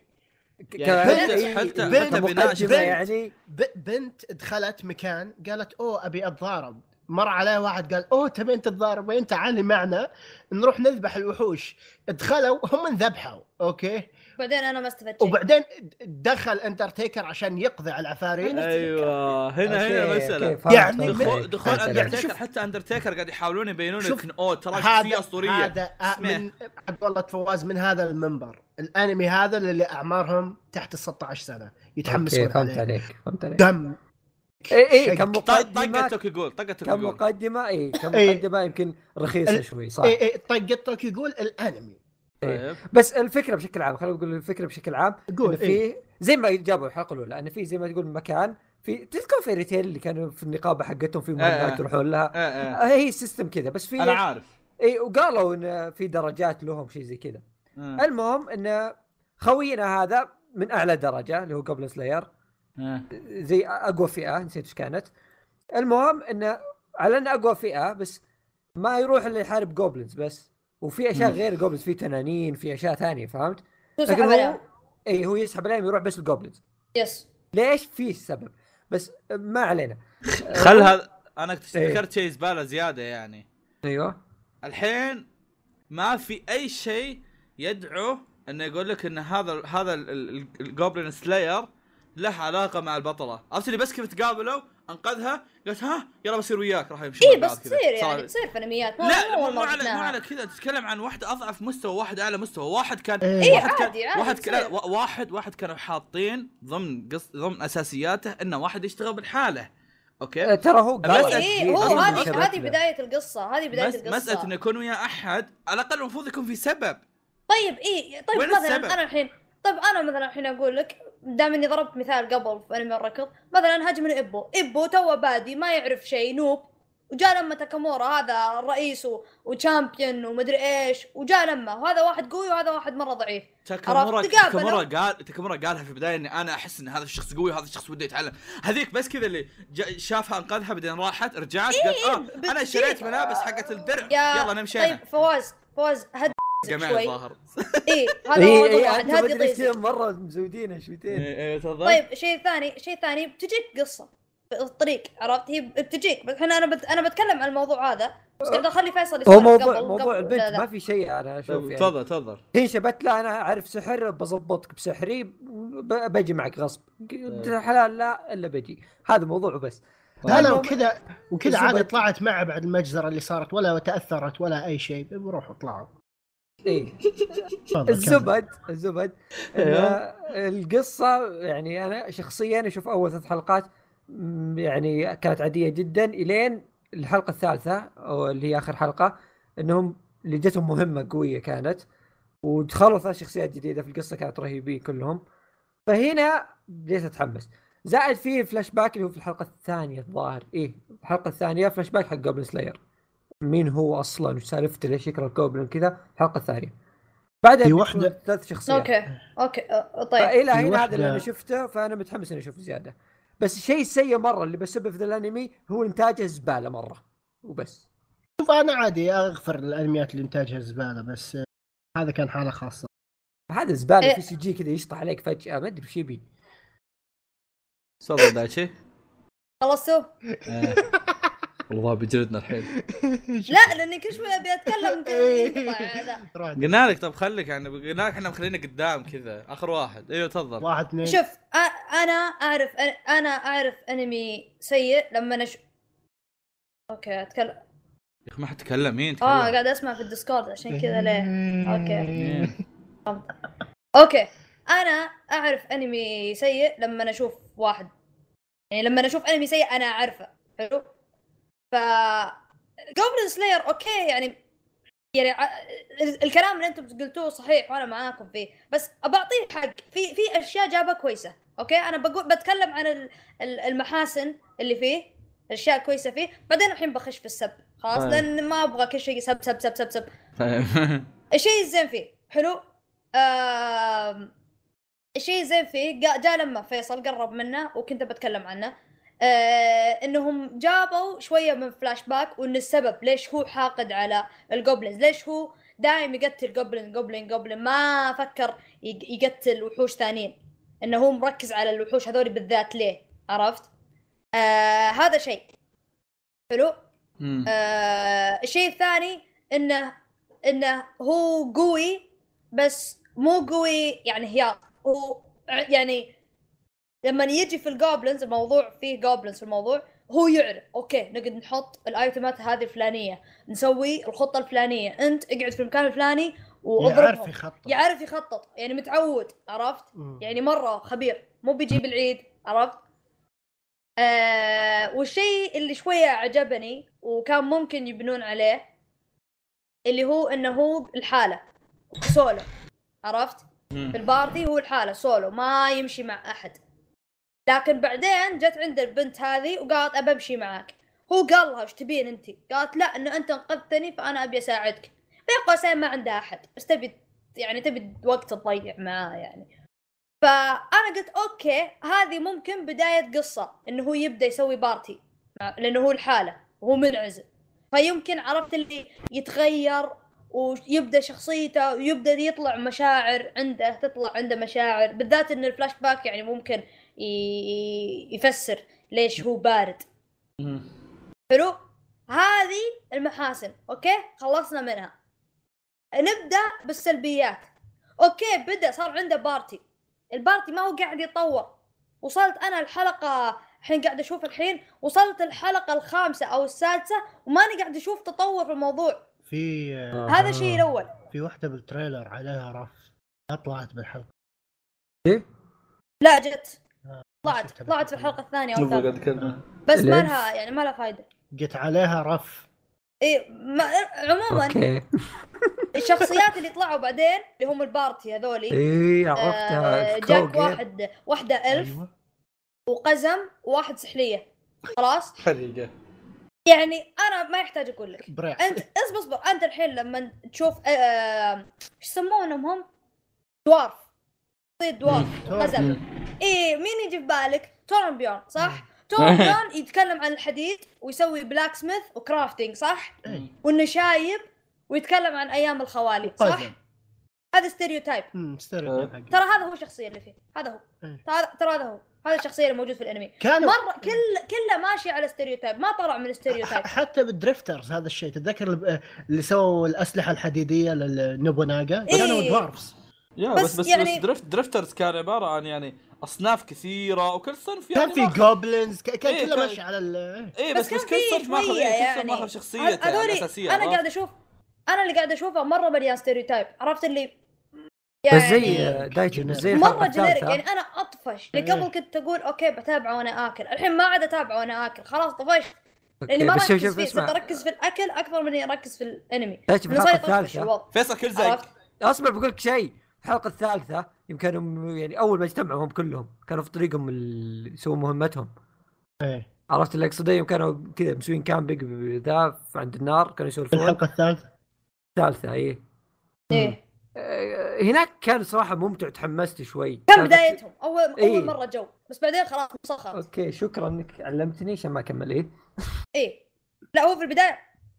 S2: يعني حتى حتى
S4: بنت يعني بنت دخلت مكان قالت اوه ابي اتضارب مر عليه واحد قال اوه تبي انت تضارب وين تعالي معنا نروح نذبح الوحوش دخلوا هم ذبحوا اوكي
S3: بعدين انا ما استفدت شيء
S4: وبعدين دخل انترتيكر عشان يقضي على العفاريت.
S2: ايوه هنا هنا مساله
S4: يعني
S2: دخول دخول اندرتيكر حتى اندرتيكر قاعد يحاولون يبينون لك اوه ترى شخصيه اسطوريه
S4: هذا من والله فواز من هذا المنبر الانمي هذا اللي اعمارهم تحت ستة عشر سنه يتحمسون
S1: فهمت عليك فهمت عليك
S4: دم
S1: اي اي كم
S2: مقدمه طقتك يقول طقتك
S1: كم مقدمه اي كم مقدمه يمكن رخيصه شوي صح
S4: اي اي طقتك يقول الانمي
S1: إيه. بس الفكره بشكل عام خلينا نقول الفكره بشكل عام انه في إيه؟ زي ما جابوا الحلقه الاولى انه في زي ما تقول مكان في تذكر في ريتيل اللي كانوا في النقابه حقتهم في مهمات يروحون لها
S2: آه آه.
S1: هي سيستم كذا بس في
S2: انا عارف
S1: اي وقالوا ان في درجات لهم شيء زي كذا. آه. المهم ان خوينا هذا من اعلى درجه اللي هو جوبلن سلاير آه. زي اقوى فئه نسيت ايش كانت. المهم انه على انه اقوى فئه بس ما يروح اللي يحارب جوبلنز بس وفي اشياء غير جوبلز، في تنانين، في اشياء ثانيه، فهمت؟
S3: لكن هو
S1: اي هو يسحب عليهم يروح بس الجوبلز.
S3: يس
S1: ليش؟ في السبب، بس ما علينا.
S2: خل هذا انا ذكرت شيء زباله زياده يعني.
S1: ايوه
S2: الحين ما في اي شيء يدعو انه يقول لك ان هذا هذا الجوبلين سلاير له علاقه مع البطله. عرفت اللي بس كيف تقابلوا انقذها قالت ها يلا بصير وياك راح يمشي.
S3: ايه بس تصير يعني تصير في انميات.
S2: لا مو على مو على كذا، تتكلم عن واحده اضعف مستوى واحد اعلى مستوى. واحد كان
S3: إيه
S2: واحد
S3: عادي
S2: كان
S3: عادي
S2: واحد كان واحد واحد كانوا حاطين ضمن قص ضمن اساسياته انه واحد يشتغل بالحاله. اوكي
S1: ترى هو
S3: قال ايه هو هذه هذه بدايه القصه، هذه بدايه القصه.
S2: مساله انه يكون ويا احد على الاقل المفروض يكون في سبب.
S3: طيب ايه طيب مثلا انا الحين طيب انا مثلا الحين اقول لك دام اني ضربت مثال قبل في انمي الركض، مثلا هاجم من ابو ابو تو بادي ما يعرف شيء نوب، وجاء لما تاكامورا هذا الرئيس وشامبيون ومدري ايش، وجاء لما وهذا واحد قوي وهذا واحد مره ضعيف.
S2: تاكامورا تاكامورا قال تاكامورا قالها في البدايه اني انا احس ان هذا الشخص قوي وهذا الشخص وده يتعلم. هذيك بس كذا اللي شافها انقذها بعدين راحت رجعت
S3: إيه
S2: قالت اه انا شريت ملابس حقت الدرع يلا نمشي.
S3: طيب فواز فواز هد
S2: جماعه ظاهر
S3: ايه هذا هو واحد هذه
S1: ضيزي مره مزودينه شويتين.
S2: ايه تفضل.
S3: طيب شيء ثاني شيء ثاني بتجيك قصه في الطريق، عرفت؟ هي بتجيك بس احنا انا بت... انا بتكلم عن الموضوع هذا بس قاعد اخلي فيصل
S1: يسولف. موضوع قبل موضوع قبل البنت ما في شيء انا اشوف يعني.
S2: تفضل تفضل.
S1: هي شبت لا انا اعرف سحر بضبطك بسحري بجي معك غصب حلال لا الا بجي. هذا موضوع بس.
S4: لا لا وكذا وكذا عاد طلعت معه بعد المجزره اللي صارت ولا تاثرت ولا اي شيء. بروحوا طلعوا.
S1: ايه الزبد الزبد القصه يعني انا شخصيا اشوف اول ثلاث حلقات يعني كانت عاديه جدا الين الحلقه الثالثه او اللي هي اخر حلقه انهم اللي جتهم مهمه قويه كانت ودخلوا ثلاث شخصيات جديده في القصه كانت رهيبين كلهم. فهنا بديت اتحمس. زائد فيه فلاش باك اللي هو في الحلقه الثانيه الظاهر ايه الحلقه الثانيه فلاش باك حق جوبلين سلاير. مين هو اصلا وش سالفته ليش يكره الجوبلين كذا. الحلقه الثانيه بعدها
S4: في واحده
S1: ثلاث شخصيات.
S3: اوكي اوكي طيب
S1: الى هنا هذا اللي انا شفته فانا متحمس اني اشوف زياده. بس الشيء السيء مره اللي بسبب في الانمي هو انتاجه زباله مره وبس.
S4: شوف انا عادي اغفر الانميات اللي انتاجها زباله بس هذا كان حاله خاصه.
S1: هذا زباله إيه؟ في سي جي كذا يشطح عليك فجاه ما ادري وش يبي.
S2: صدق دايتشي
S3: خلصتوا؟
S2: والله بجلدنا الحين.
S3: لا لاني كل شويه ابي اتكلم
S2: قلنا لك طب خليك يعني قلنا لك احنا مخلينا قدام كذا اخر واحد. ايوه تفضل.
S4: واحد اثنين.
S3: شوف انا اعرف انا اعرف انمي سيء لما نش اوكي اتكلم
S2: يا اخي ما حتكلم مين تكلم.
S3: اه قاعد اسمع في الديسكورد عشان كذا ليه. اوكي اوكي انا اعرف انمي سيء لما اشوف واحد يعني لما اشوف انمي سيء انا اعرفه حلو. ف جوبلين سلاير اوكي يعني يعني الكلام اللي انتم قلتوه صحيح وانا معاكم فيه بس ابعطيه حق في في اشياء جابها كويسه. اوكي انا بقول بتكلم عن المحاسن اللي فيه الاشياء كويسه فيه بعدين الحين بخش في السب خلاص لان ما ابغى كل شيء سب سب سب سب سب. الشيء الزين فيه حلو. آه... الشيء الزين فيه جاء لما فيصل قرب منه وكنت بتكلم عنه آه انهم جابوا شويه من فلاش باك وان السبب ليش هو حاقد على الجوبلينز ليش هو دائما يقتل جوبلين جوبلين جوبلين ما فكر يقتل وحوش ثانيين انه هو مركز على الوحوش هذول بالذات ليه عرفت. آه هذا شيء حلو. آه الشيء الثاني انه انه هو قوي بس مو قوي يعني هي هو يعني لما يجي في الجوبلينز الموضوع فيه جوبلينز في الموضوع هو يعرف اوكي نقدر نحط الايتمات هذه الفلانيه نسوي الخطه الفلانيه انت اقعد في المكان الفلاني واضربهم.
S4: يعرف يخطط
S3: يعرف يخطط يعني متعود عرفت. م. يعني مره خبير مو بيجي بالعيد عرفت. آه والشيء اللي شويه عجبني وكان ممكن يبنون عليه اللي هو انه هو الحاله سولو عرفت. م. في البارتي هو الحاله سولو ما يمشي مع احد. لكن بعدين جت عند البنت هذه وقالت ابى امشي معك. هو قال لها ايش تبين انت؟ قالت لا انه انت انقذتني فانا ابي اساعدك. في قوسين ما عندها احد بس تبي يعني تبي وقت تضيع معاه يعني. فانا قلت اوكي هذه ممكن بدايه قصه انه هو يبدا يسوي بارتي لانه هو الحاله وهو منعزل فيمكن عرفت اللي يتغير ويبدا شخصيته ويبدا يطلع مشاعر عنده تطلع عنده مشاعر بالذات ان الفلاش باك يعني ممكن يفسر ليش هو بارد. حلو هذه المحاسن اوكي خلصنا منها. نبدا بالسلبيات. اوكي بدا صار عنده بارتي البارتي ما هو قاعد يتطور. وصلت انا الحلقه الحين قاعد اشوف الحين وصلت الحلقه الخامسه او السادسه وماني قاعد اشوف تطور في الموضوع.
S4: في
S3: آه. هذا الشيء الاول.
S4: في واحده بالتريلر عليها رف ما طلعت بالحلقه.
S1: ايه
S3: لا جت طلعت طلعت في الحلقه الثانيه او الثالثه بس ما لها يعني ما لها فايده.
S4: جت عليها رف.
S3: ايه ما... عموما
S1: اوكي
S3: الشخصيات اللي طلعوا بعدين اللي هم البارتي هذولي
S1: ايه عرفتها.
S3: آه جاك واحد واحده ألف أيوة. وقزم وواحد سحليه خلاص
S2: حريقه.
S3: يعني انا ما يحتاج اقول لك
S4: بريح.
S3: انت اصبر اصبر انت الحين لما تشوف ايش آه... يسمونهم هم دوارف صيد دوارف قزم ايه مين يجي في بالك؟ تورنبيون صح؟ تورنبيون يتكلم عن الحديد ويسوي بلاك سميث وكرافتينج صح؟ وانه شايب ويتكلم عن ايام الخوالي صح؟ هذا ستيريوتايب.
S4: امم ستيريوتايب.
S3: ترى هذا هو الشخصيه اللي فيه هذا هو ترى ترى هذا هو هذا الشخصيه اللي موجود في الانمي
S4: كانوا...
S3: مره كل كله ماشي على ستيريوتايب ما طلع من ستيريوتايب.
S4: حتى بالدريفترز هذا الشيء تتذكر اللي سووا الاسلحه الحديديه للنوبوناغا
S3: إيه؟
S4: كانوا دوارفز.
S2: يا بس بس, بس, يعني... بس درفت درفترز كان عباره عن يعني اصناف كثيره وكل صنف
S4: يعني كان في جوبلينز كان
S2: إيه
S4: كله
S2: كان...
S4: ماشي على ال
S2: ايه بس بس, بس كل صنف ماخذ ايه يعني... ماخذ شخصيته الاساسيه.
S3: انا قاعد اشوف انا اللي قاعد اشوفه مره مليان ستيريوتايب عرفت اللي يعني
S1: بس زي دايتشن زي
S3: مره جنريك يعني انا اطفش اللي قبل كنت اقول اوكي بتابعه وانا اكل الحين ما عاد اتابعه وانا اكل خلاص طفشت لاني ما ركز فيه صرت اركز في الاكل اكثر من اني اركز في الانمي.
S1: الحلقه الثالثه
S2: فيصل كل زي
S1: اصبر بقول لك شيء. الحلقه الثالثه يمكن يعني اول ما اجتمعوا هم كلهم كانوا في طريقهم اللي يسوون مهمتهم.
S4: ايه
S1: عرفت اللي اقصده يوم كانوا كذا مسوين كامبينج ذا عند النار كانوا يسولفون.
S4: الحلقه الثالثه
S1: الثالثه ايه
S3: ايه
S1: هناك كان صراحه ممتع تحمست شوي.
S3: كان بدايتهم اول اول
S1: إيه؟
S3: مره جو بس بعدين خلاص مسخر.
S1: اوكي شكرا انك علمتني عشان ما اكمل. ايه
S3: ايه لا هو في البدايه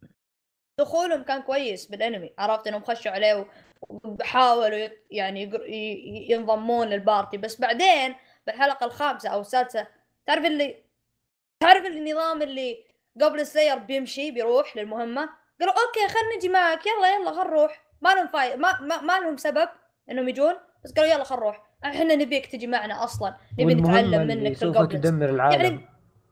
S3: دخولهم كان كويس بالانمي عرفت انهم خشوا عليه وحاولوا يعني ينضمون للبارتي بس بعدين بالحلقه الخامسه او السادسه تعرف اللي تعرف النظام اللي قبل السير بيمشي بيروح للمهمه قالوا اوكي خلينا نجي معك يلا يلا خل نروح ما لهم فاي ما, ما ما لهم سبب انهم يجون بس قالوا يلا خل نروح احنا نبيك تجي معنا اصلا نبي نتعلم منك في الجوبلنز يعني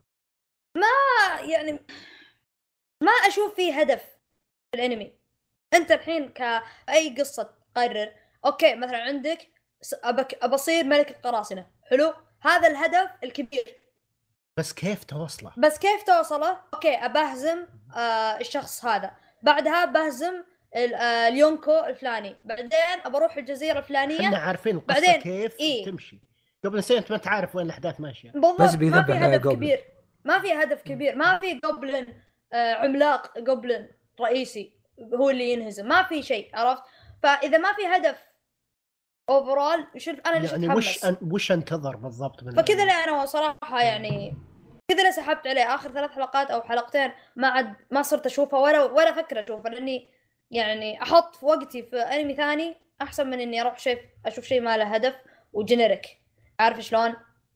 S3: ما يعني ما اشوف فيه هدف في الانمي. انت الحين كاي قصه تقرر اوكي مثلا عندك ابك ابصير ملك القراصنه حلو هذا الهدف الكبير
S4: بس كيف توصله
S3: بس كيف توصله اوكي ابهزم آه الشخص هذا بعدها بهزم اليونكو الفلاني بعدين ابى اروح الجزيره الفلانيه
S4: احنا عارفين القصه
S3: بعدين
S4: كيف
S3: إيه؟
S4: تمشي قبل سنه انت ما تعرف وين الاحداث ماشيه
S1: بس
S3: ما في هدف كبير ما في هدف كبير ما في جوبلن آه عملاق جوبلن رئيسي هو اللي ينهزم ما في شيء عرفت. فاذا ما في هدف اوفرول شوف انا ليش
S4: يعني
S3: اتحمس
S4: وش أن... وش انتظر بالضبط من
S3: فكذا اللي انا صراحه يعني كذا اللي سحبت عليه اخر ثلاث حلقات او حلقتين ما عاد ما صرت اشوفها ولا ولا افكر اشوفها لاني يعني احط في وقتي في انمي ثاني احسن من اني اروح شيء اشوف شيء ما له هدف وجينيريك عارف شلون.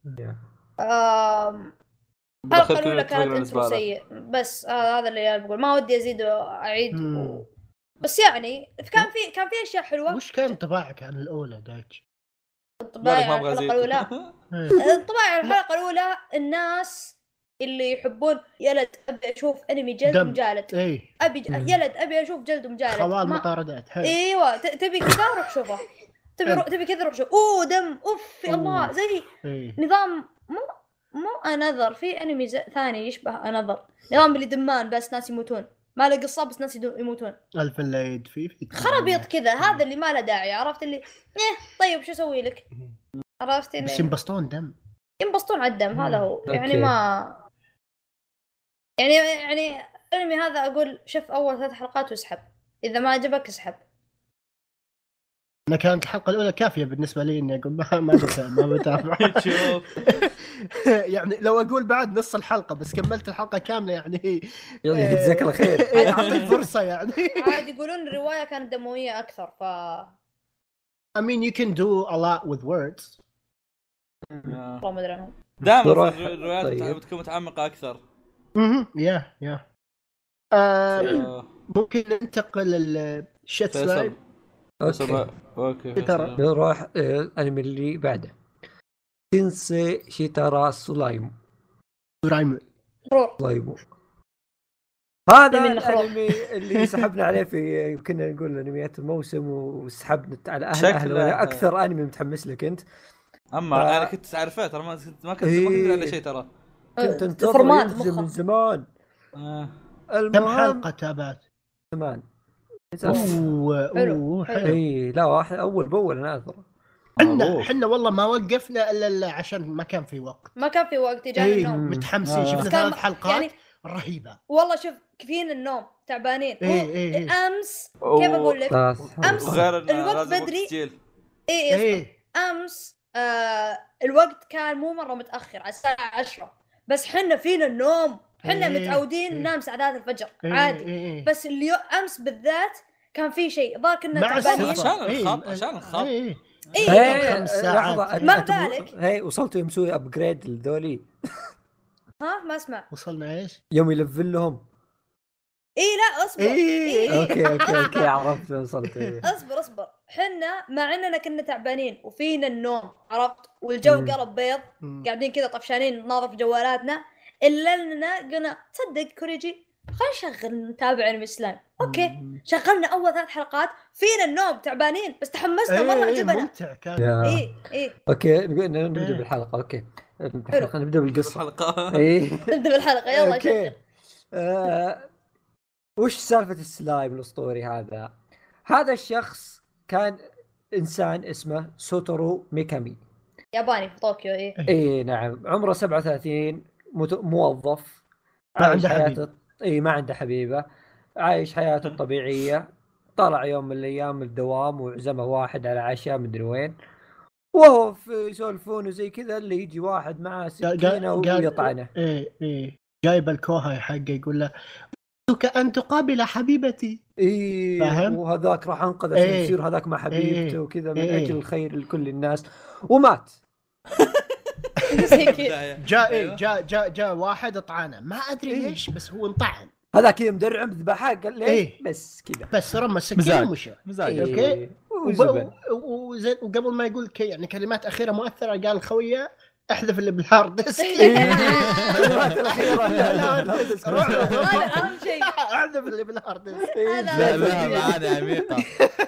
S3: امم الحلقه الاولى كانت انترو سيء بس آه هذا اللي بقول ما ودي ازيد واعيد و... بس يعني كان في كان في اشياء حلوه.
S4: وش كان انطباعك عن الاولى دايتش؟
S3: انطباعي عن الحلقه الاولى انطباعي عن الحلقه الاولى الناس اللي يحبون يلد ابي اشوف انمي جلد مجالد
S4: ايه؟
S3: ابي ج... يلد ابي اشوف جلد مجالد
S4: خوال ما... مطاردات حلو.
S3: ايوه ت... تبي كذا روح شوفه تبي رو... تبي كذا روح شوف اوه دم اوف يا الله زي
S4: إيه؟
S3: نظام مو مو انذر في انمي ز... ثاني يشبه انذر نظام اللي دمان بس ناس يموتون ما له قصه بس ناس يموتون
S4: الف الليد في في
S3: خرابيط كذا هذا اللي ما له داعي عرفت اللي ايه طيب شو اسوي لك عرفت
S4: بس ينبسطون دم
S3: ينبسطون على الدم هذا هو يعني ما يعني يعني الانمي هذا اقول شوف اول ثلاث حلقات واسحب اذا ما عجبك اسحب
S4: انا كانت الحلقه الاولى كافيه بالنسبه لي اني اقول ما ما بتابع ما بتابع
S2: شوف
S4: يعني لو اقول بعد نص الحلقه بس كملت الحلقه كامله يعني
S1: يلا يجزاك الله خير.
S4: اعطيك فرصه يعني.
S3: عاد يقولون الروايه كانت دمويه اكثر ف
S4: I mean you can do a lot with words.
S3: والله ما ادري عنهم.
S2: دائما الروايات بتكون متعمقه اكثر.
S4: اها يا يا ممكن ننتقل للشت سلايم.
S1: اوكي
S2: اوكي
S4: ترى
S1: نروح الانمي اللي بعده تنسي شيتارا سلايم.
S4: سلايم
S1: سلايم هذا الانمي اللي سحبنا عليه في يمكن نقول انميات الموسم وسحبنا على اهل اهل ولا اكثر انمي متحمس لك انت.
S2: اما ف... انا كنت عارفه ترى ما كنت ما كنت إيه... ما كنت على شيء ترى
S1: كنت انتظر من زمان.
S2: آه.
S4: كم حلقه تابعت؟
S1: ثمان.
S4: اوه اوه
S1: حلو. اي لا واحد اول باول انا اذكر.
S4: احنا احنا والله ما وقفنا الا عشان ما كان في وقت.
S3: ما كان في وقت جانا
S4: إيه
S3: النوم.
S4: متحمسين آه. شفنا ثلاث حلقات يعني رهيبه.
S3: والله شوف كفين النوم تعبانين.
S4: إيه إيه إيه.
S3: امس كيف اقول لك امس الوقت بدري.
S2: اي
S3: إيه إيه. امس آه الوقت كان مو مره متاخر على الساعه عشرة بس حنا فينا النوم. حنا إيه متعودين إيه ننام ساعات الفجر إيه عادي إيه بس اليوم امس بالذات كان في شيء ضاق كنا تعبانين
S2: عشان الخط عشان الخط
S3: ايه
S1: ايه
S3: خمس
S1: ساعات
S3: ما بالك.
S1: هي وصلتوا يوم مسوي ابجريد لذولي.
S3: ها ما اسمع
S4: وصلنا ايش
S1: يوم يلفل لهم.
S3: ايه لا اصبر
S4: إيه.
S1: إيه. اوكي اوكي اوكي عرفت وصلت. إيه.
S3: اصبر اصبر حنا مع اننا كنا تعبانين وفينا النوم عرفت والجو قلب بيض قاعدين كذا طفشانين نناظر في جوالاتنا الا اننا قلنا تصدق كوريجي خلينا نشغل نتابع انمي سلايم. اوكي شغلنا اول ثلاث حلقات فينا النوم تعبانين بس تحمسنا
S4: إيه
S3: مره عجبنا.
S4: ممتع كان.
S3: ايه ايه
S1: اوكي نبدا بالحلقه. اوكي الحلقه نبدا بالقصه.
S2: الحلقه
S1: ايه
S3: نبدا بالحلقه يلا شغل.
S1: آه... وش سالفه السلايم الاسطوري هذا؟ هذا الشخص كان انسان اسمه سوتورو ميكامي
S3: ياباني في طوكيو. ايه
S1: ايه نعم عمره سبعة وثلاثين موظف
S4: ما عنده حبيب.
S1: اي ما عنده حبيبه عايش حياته الطبيعيه. طلع يوم من الايام الدوام وعزمه واحد على عشاء مدري وين وهو في يسولفون وزي كذا اللي يجي واحد معاه سكينه ويطعنه.
S4: ايه ايه جايب الكوهاي حقه يقول له أن تقابل حبيبتي.
S1: إيه فاهم. وهذاك راح انقذه إيه يصير هذاك مع حبيبته إيه وكذا من إيه اجل الخير لكل الناس ومات.
S4: جاء إيه جاء جاء جاء واحد طعنه ما ادري إيه ليش بس هو انطعن.
S1: هذا كذا مدرع ذبحه قال ليه
S4: إيه
S1: بس كذا
S4: بس رمى السكين ومشى.
S2: مزاج
S4: اوكي وزين وقبل ما يقول كي يعني كلمات اخيره مؤثره قال خويه احذف اللي بالهارد ديسك.
S1: الكلمات الاخيره لا لا
S3: اهم شيء
S4: احذف اللي بالهارد ديسك.
S2: لا لا معاني عميقه.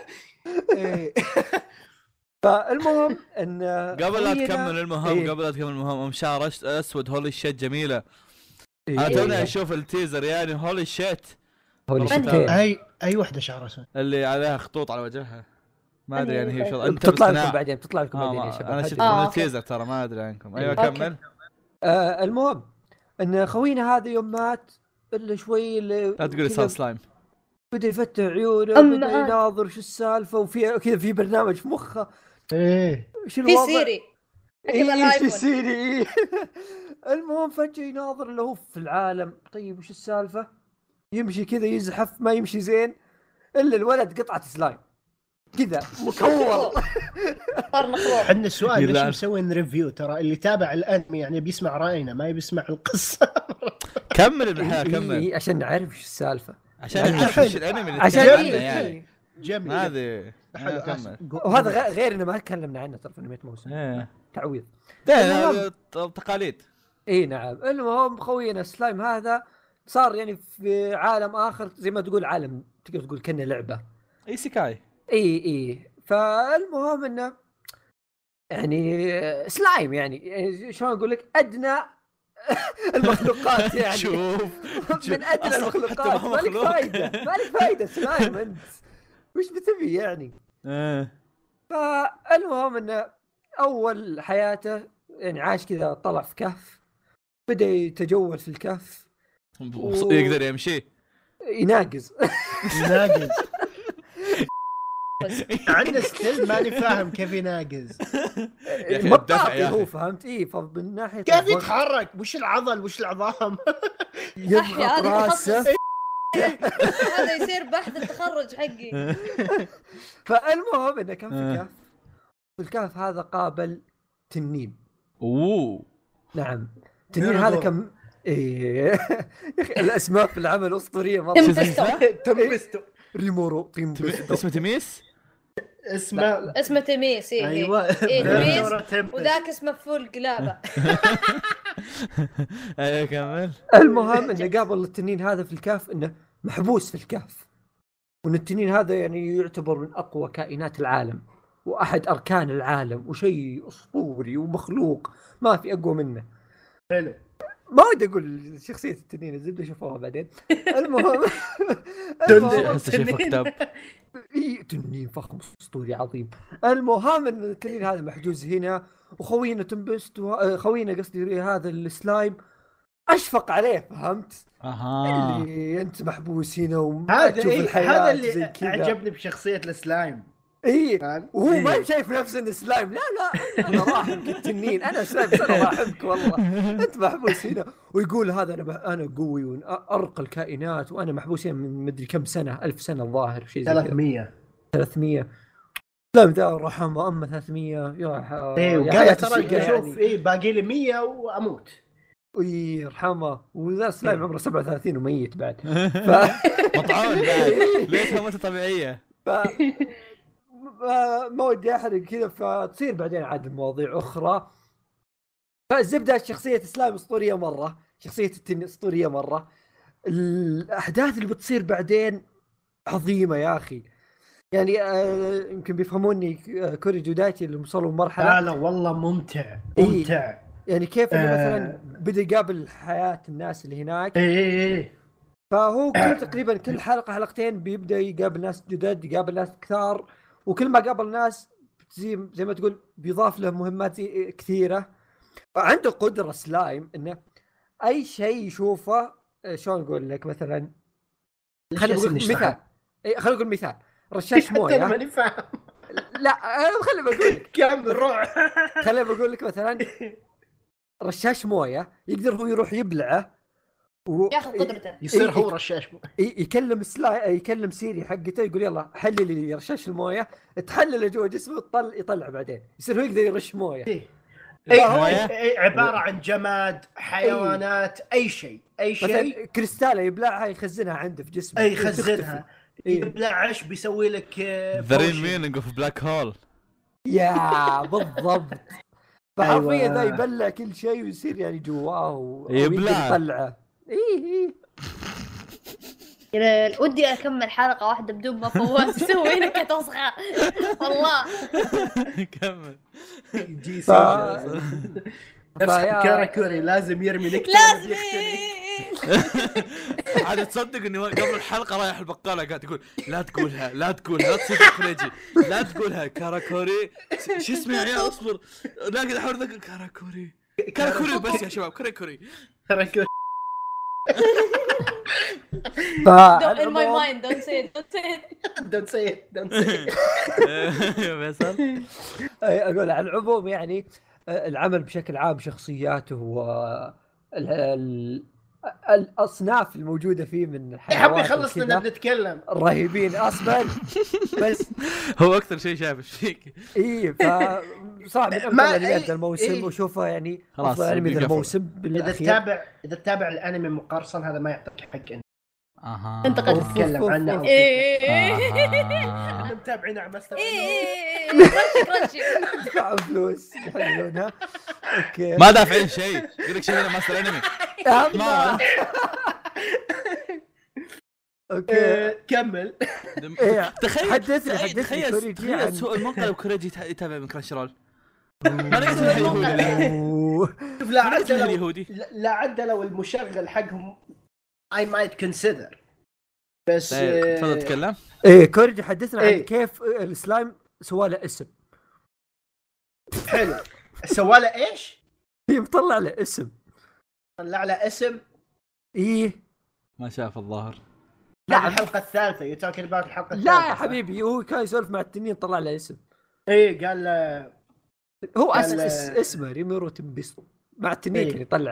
S1: فالمهم ان
S2: قبل لا تكمل المهم إيه؟ قبل لا تكمل المهم ام شعر اسود هولي شيت جميله. انا إيه؟ توني اشوف التيزر يعني هولي شيت
S1: هولي شيت
S4: اي اي وحده شعر اسود
S2: اللي عليها خطوط على وجهها ما ادري يعني هي شو
S1: انت بتطلع لكم بعدين بتطلع لكم
S2: آه
S1: بعدين يا شباب.
S2: انا شفت آه التيزر ترى ما ادري عنكم. ايوه كمل.
S1: آه المهم ان خوينا هذا يوم مات الا شوي اللي
S2: لا تقولي صار سلايم
S1: بدا يفتح عيونه وبدا يناظر شو السالفه وفي كذا في برنامج في مخه
S4: ايه
S1: شو
S3: الوضع في سيري
S1: ايه في سيري إيه. المهم فجأة يناظر له في العالم. طيب وش السالفه؟ يمشي كذا يزحف ما يمشي زين الا الولد قطعه سلايم كذا مكور.
S4: عندنا السؤال ليش مسوين ريفيو؟ ترى اللي تابع الانمي يعني بيسمع راينا ما يسمع القصه.
S2: كمل الحياه كمل
S1: إيه عشان نعرف ايش السالفه
S2: عشان نعرف ايش الانمي اللي
S1: عشان
S2: يعني
S4: جميل
S2: هذه.
S1: وهذا غير انه ما تكلمنا عنه ترى في انمي موسم
S2: ايه
S1: تعويض
S2: تقاليد.
S1: اي نعم. المهم خوينا سلايم هذا صار يعني في عالم اخر زي ما تقول عالم تقدر تقول كأنه لعبه
S2: اي سيكاي.
S1: اي اي فالمهم انه يعني سلايم يعني شلون اقول لك ادنى المخلوقات يعني
S2: شوف
S1: من ادنى المخلوقات ما لك فايده ما لك فايده سلايم انت وش بتبي يعني.
S2: ايه
S1: فالمهم انه اول حياته يعني عاش كذا طلع في كهف بدا يتجول في الكهف
S2: و... يقدر يمشي
S1: يناقز
S4: يناقز
S3: ينقز.
S4: عندنا ستيل ماني فاهم كيف يناقز.
S1: مطاطي هو فهمت ايه فمن ناحيه
S4: كيف يتحرك وش العضل وش العظام
S1: يضغط راسه.
S3: هذا يصير بحث التخرج حقي.
S1: فالمهم انه كان في كهف، الكهف هذا قابل تنين.
S2: اوه
S1: نعم التنين هذا كم ايه الاسماء في العمل اسطوريه مره.
S4: تمبستو
S1: ريمورو تمبستو.
S2: اسمه تميس،
S4: اسمه
S3: اسمه تميس. ايه
S4: ايوه
S3: تميس، وذاك اسمه فول قلابه.
S2: ايوه كمل.
S1: المهم انه قابل التنين هذا في الكهف، انه محبوس في الكهف، وان التنين هذا يعني يعتبر من اقوى كائنات العالم واحد اركان العالم وشيء اسطوري ومخلوق ما في اقوى منه.
S4: حلو.
S1: ما ودي اقول شخصيه التنين، الزبده شوفوها بعدين. المهم
S2: احس شايفه كتاب.
S1: اي تنين فخم اسطوري عظيم. المهم ان التنين هذا محجوز هنا، وخوينا تنبست خوينا قصدي هذا السلايم اشفق عليه فهمت.
S2: اها
S1: اللي انت محبوس هنا وما
S4: هذا
S1: تشوف
S4: إيه؟
S1: الحياه
S4: هذا اللي
S1: زي كذا.
S4: عجبني بشخصيه السلايم.
S1: اي وهو
S4: إيه؟
S1: ما شايف نفسه انه سلايم. لا لا انا راح التنين، انا سلايم بس انا راحبك والله انت محبوس هنا. ويقول هذا انا انا قوي وارقى الكائنات وانا محبوس هنا من مدري كم سنه، ألف سنه الظاهر شيء زي كذا.
S4: ثلاثمية
S1: ثلاثمية سلام ذا رحمه اما ثلاثمية يا
S4: ايه. وقال ترى شوف ايه باقي لي مية واموت.
S1: ويرحمه. وذا سلايم عمره سبعة وثلاثين وميت بعد. ف...
S2: مطعون بعد ليش موته طبيعيه.
S1: ف... ما ودي احرق كذا، فتصير بعدين عاد المواضيع اخرى. فالزبده شخصيه اسلام اسطوريه مره، شخصيه التنين اسطوريه مره. الاحداث اللي بتصير بعدين عظيمه يا اخي. يعني آه يمكن بيفهموني آه كوريجي ودايتي اللي وصلوا مرحله.
S4: لا لا والله ممتع ممتع.
S1: إيه؟ يعني كيف
S4: آه
S1: مثلا بدا يقابل حياه الناس اللي هناك.
S4: ايه ايه.
S1: فهو كل تقريبا كل حلقه حلقتين بيبدا يقابل ناس جدد، يقابل ناس كثار، وكل ما قابل ناس زي زي ما تقول بيضاف له مهمات كثيره. عنده قدره سلايم انه اي شيء يشوفه شلون اقول لك مثلا خلينا نقول مثال خلينا نقول مثال رشاش مويه.
S4: انا ماني فاهم.
S1: لا خليني بقول لك
S4: كمل روح.
S1: خليني بقول لك مثلا رشاش مويه يقدر هو يروح يبلعه
S3: ياخذ قدرته،
S4: يصير هو رشاش مويه.
S1: يكلم سلا يكلم سيري حقته يقول يلا حلل لي رشاش المويه، تحلل جوا جسمه وتطلع يطلع بعدين يصير هو يقدر يرش مويه.
S4: اي اي عباره عن جماد حيوانات اي شيء اي شيء.
S1: كريستاله يبلعها يخزنها عنده في جسمه.
S4: اي يخزنها يبلعش بيسوي لك
S2: ذرين مينينج في بلاك هول.
S1: يا بالضبط. فحرفيا ذا يبلع كل شيء ويصير يعني جواه
S2: يبلع
S1: يطلعه. ايه
S3: ايه ودي اكمل حلقه واحده بدون ما فوز اسوي لك تصغى والله.
S2: كمل
S4: جي سي كاراكوري لازم يرمي نكته
S3: لازم.
S2: عاد تصدق اني قبل الحلقه رايح البقاله قاعد تقول لا تقولها لا تقولها لا تصير خريجي لا تقولها كاراكوري شو اسمه يا عيال اصبر لا قاعد احاول اذكر كاراكوري كاراكوري بس يا شباب كاراكوري كاراكوري.
S3: in my mind don't say it
S4: don't say it don't say it don't say
S2: it. بس
S1: اقول على العموم يعني العمل بشكل عام شخصياته والاصناف الموجوده فيه من الحيوانات.
S4: يحب يخلص لنا بنتكلم
S1: رهيبين اصلا. بس
S2: هو اكثر شيء شايف فيك.
S1: اي فصعب من افضل انميات الموسم. إيه؟ وشوفه يعني افضل انمي الموسم.
S4: اذا تتابع اذا تتابع الانمي مقرصن هذا ما يعطيك حق انت.
S2: اها
S3: انت قد
S4: تتكلم عنه.
S3: ايه
S4: متابعين على مستر.
S3: ايه رشي
S1: دفعوا فلوس يحلونها. اوكي
S2: ما دافعين شيء يقول لك شيء من ماستر انمي.
S1: اوكي
S4: كمل.
S2: تخيل
S1: حدثني حدثني
S2: تخيل سوء الموقع لو كوريجي يتابع من كراش رول. ما لقيت اليهودي.
S4: شوف لا عد لو لا عد لو المشغل حقهم I might consider. بس
S2: تفضل تتكلم.
S1: ايه كوريجي حدثنا عن كيف السلايم سوى له اسم.
S4: حلو. سوى له ايش؟
S1: هي مطلع له اسم.
S4: طلع له اسم.
S1: ايه
S2: ما شاف الظاهر.
S4: لا الحلقه الثالثه يتاكد بعد الحلقه الثالثه.
S1: لا يا حبيبي هو كان يسولف مع التنين طلع له اسم.
S4: ايه قال له
S1: هو اساس اسمه ريميرو تمبيستو مع التنين
S4: إيه.
S1: كان يطلع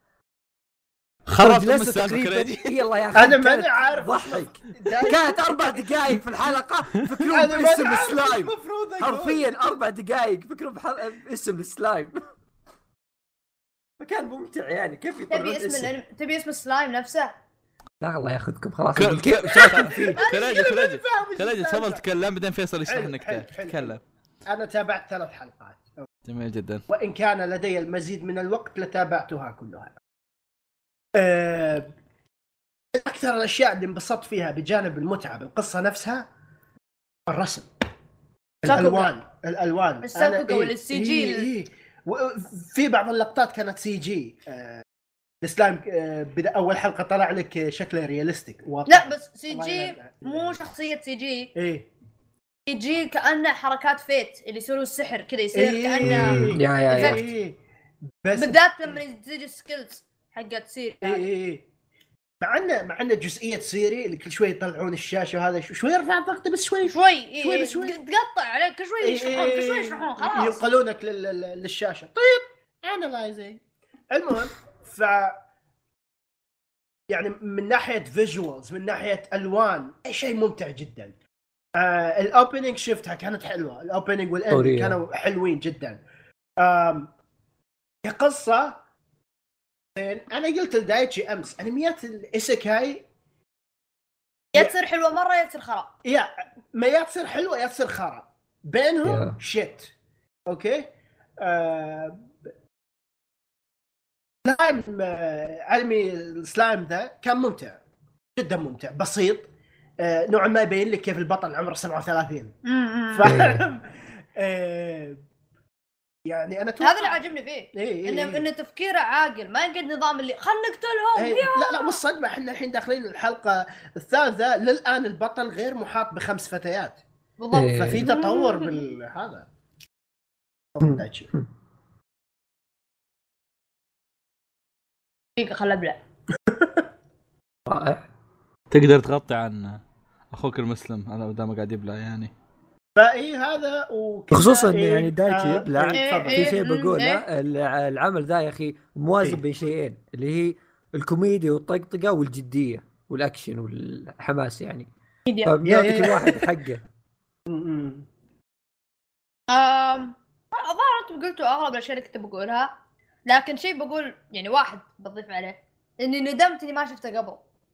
S2: خلاص
S1: تقريبا. يلا يا اخي
S4: انا ماني عارف
S1: ضحك كانت اربع دقائق في الحلقه فكروا باسم السلايم حرفيا اربع دقائق فكروا باسم السلايم فكان ممتع يعني. كيف
S3: تبي اسم الانمي تبي اسم السلايم نفسه؟
S1: لا الله ياخذكم خلاص.
S2: كيف كراجي كراجي كراجي تفضل تكلم بعدين فيصل يشرح نكته. تكلم.
S4: انا تابعت ثلاث حلقات
S2: جميل جدا،
S4: وان كان لدي المزيد من الوقت لتابعتها كلها. أه... اكثر الاشياء اللي انبسطت فيها بجانب المتعه بالقصه نفسها الرسم، الالوان الالوان
S3: الساكوغا والسي جي.
S4: إيه إيه. في بعض اللقطات كانت سي جي. أه... السلايم أه... بدا اول حلقه طلع لك شكله رياليستيك.
S3: لا بس سي جي مو شخصيه سي جي.
S4: ايه
S3: يجي كأنه حركات فيت اللي يسوون السحر كذا يصير
S4: إيه
S3: كأنه
S1: يا يا يا
S4: إيه بس
S3: بالذات لما يزيد السكيلز حقت سيري.
S4: إيه إيه مع انه مع انه جزئيه سيري اللي كل شوي يطلعون الشاشه وهذا شوي يرفع الضغط بس شوي
S3: شوي إيه
S4: شوي بس شوي
S3: تقطع عليك كل شوي يشرحون كل شوي يشرحون خلاص
S4: ينقلونك للشاشه. طيب انالايزنج المهم ف يعني من ناحيه فيجوالز من ناحيه الوان اي شيء ممتع جدا. آه الاوبننج شفتها كانت حلوه. الاوبننج والاند كانوا حلوين جدا. آم كقصه انا قلت لدايتشي امس انميات الايسيكاي
S3: يا تصير حلوه مره يا تصير خرا.
S4: يا ما يا تصير حلوه يا تصير خرا بينهم
S1: yeah.
S4: شيت. اوكي آه... سلايم علمي السلايم ذا كان ممتع جدا ممتع بسيط. آه... نوعا ما يبين لك كيف البطل عمره سبعة وثلاثين. فاهم آه... يعني انا
S3: هذا اللي عاجبني فيه
S4: إيه إيه
S3: انه
S4: إيه.
S3: انه تفكيره عاقل ما يقعد نظام اللي خلنا نقتلهم.
S4: إيه. لا لا والصدمه احنا الحين داخلين الحلقه الثالثه للان البطل غير محاط بخمس فتيات
S3: بالضبط.
S4: ففي تطور بالهذا.
S3: فيك خل ابلع.
S1: رائع.
S2: تقدر تغطي عن اخوك المسلم انا قدامه قاعد يبلع يعني.
S4: فاي هذا
S1: خصوصا إيه يعني دايتشي يبلع.
S3: إيه
S1: في شيء بقوله
S3: إيه
S1: العمل ذا يا اخي موازن بين شيئين اللي هي الكوميديا والطقطقه والجديه والاكشن والحماس يعني. فبيعطي كل واحد حقه.
S3: امم الظاهر انتم قلتوا اغلب الاشياء اللي كنت بقولها لكن شيء بقول يعني واحد بضيف عليه اني ندمت اني ما شفته قبل.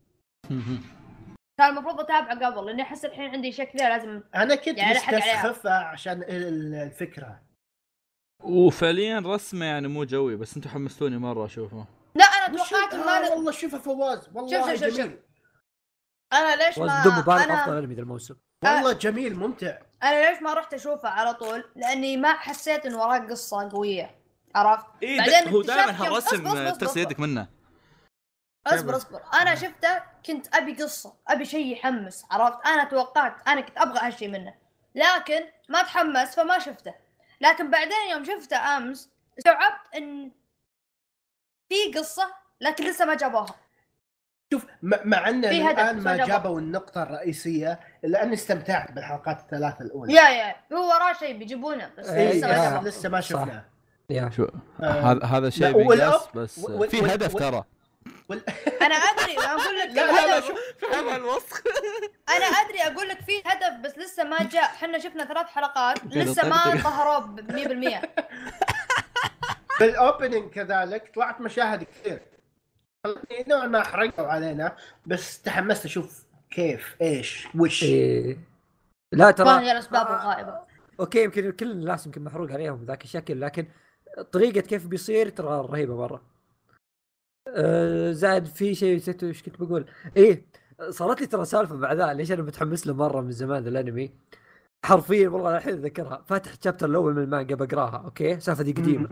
S3: كان المفروض اتابعه قبل لاني احس الحين عندي اشياء كثير لازم
S4: انا كنت يعني مستسخفها عشان الفكره.
S2: وفعليا رسمه يعني مو جوي بس انتم حمستوني مره اشوفه.
S3: لا انا توقعت
S4: ما آه والله شوفه فواز والله
S3: شوف شوف
S4: جميل.
S3: شوف. انا ليش ما
S1: انا افضل انمي الموسم
S4: والله جميل ممتع.
S3: انا ليش ما رحت اشوفه على طول لاني ما حسيت انه وراه قصه قويه عرفت.
S2: إيه بعدين هو دائما هالرسم تغسل يدك منه.
S3: اصبر اصبر انا شفته كنت ابي قصه ابي شيء يحمس عرفت. انا توقعت انا كنت ابغى هالشيء منه لكن ما تحمس فما شفته. لكن بعدين يوم شفته امس استوعبت ان في قصه لكن لسه ما جابوها.
S4: شوف مع ان الان ما جابوا النقطه الرئيسيه الا اني استمتعت بالحلقات الثلاثه الاولى.
S3: يا يا هو وراه شيء بيجيبونه بس
S4: لسه ما جابوه لسه ما شفناه.
S2: يا شو هذا آه هذا شيء بيقاس بس و... في هدف و... ترى
S3: وال... انا ادري اقول لك
S4: لا لا لا شوف فهم الوسخ.
S3: انا ادري اقول لك في هدف بس لسه ما جاء. احنا شفنا ثلاث حلقات لسه ما ظهروا ب مية بالمية.
S4: بالاوبننج كذلك طلعت مشاهد كثير نوعا ما حرقوا علينا بس تحمست اشوف كيف ايش وش
S1: إيه. لا ترى
S3: هي الاسباب الغائبه.
S1: اوكي يمكن كل الناس يمكن محروق عليهم ذاك الشكل لكن طريقه كيف بيصير ترى رهيبه مره. أه زائد في شيء نسيت ايش كنت بقول. ايه صارت لي ترى سالفه بعدها ليش انا متحمس له مره من زمان الانمي حرفيا والله الحين اتذكرها. فاتح الشابتر الاول من المانجا بقراها اوكي السالفه دي قديمه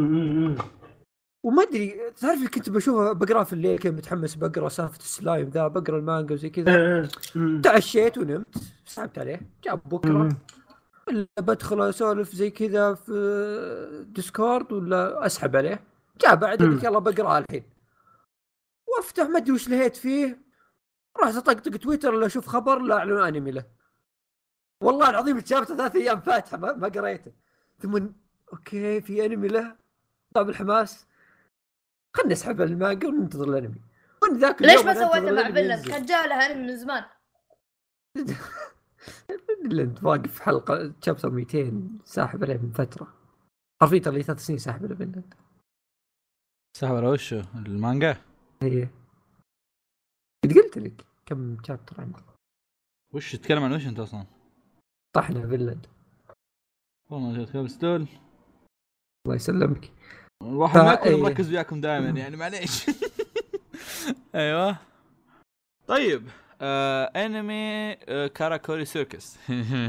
S1: وما ادري تعرف كنت بشوفها بقرا في الليل كنت متحمس بقرا سالفه السلايم ذا بقرا المانجا وزي كذا. تعشيت ونمت سحبت عليه جاب بكره ولا بدخل اسولف زي كذا في ديسكورد ولا اسحب عليه جاء بعد قلت يلا بقرا الحين وافتح ما ادري وش لهيت فيه راح اطقطق تويتر ولا اشوف خبر لا اعلنوا انمي له. والله العظيم شافته ثلاث ايام فاتحه ما, ما قريته. ثم اوكي في انمي له طاب الحماس، خلنا نسحب المانجا وننتظر الانمي. وين ذاك
S3: ليش ما سويته مع فينلاند؟ كان جاء لها انمي من زمان.
S1: فينلاند واقف حلقه شابتر مئتين ساحب عليه من فتره حرفيا ترى لي ثلاث سنين ساحب على فينلاند.
S2: ساحب على وشه المانجا؟
S1: ايه قد قلت لك كم شابتر عندي.
S2: وش تتكلم عن وش انت اصلا؟
S1: طحنا فينلاند
S2: والله جات كم ستول.
S1: الله يسلمك.
S2: الواحد ما يكون مركز وياكم دائما يعني معليش. ايوه طيب آه، انمي آه، كاراكوري سيركس.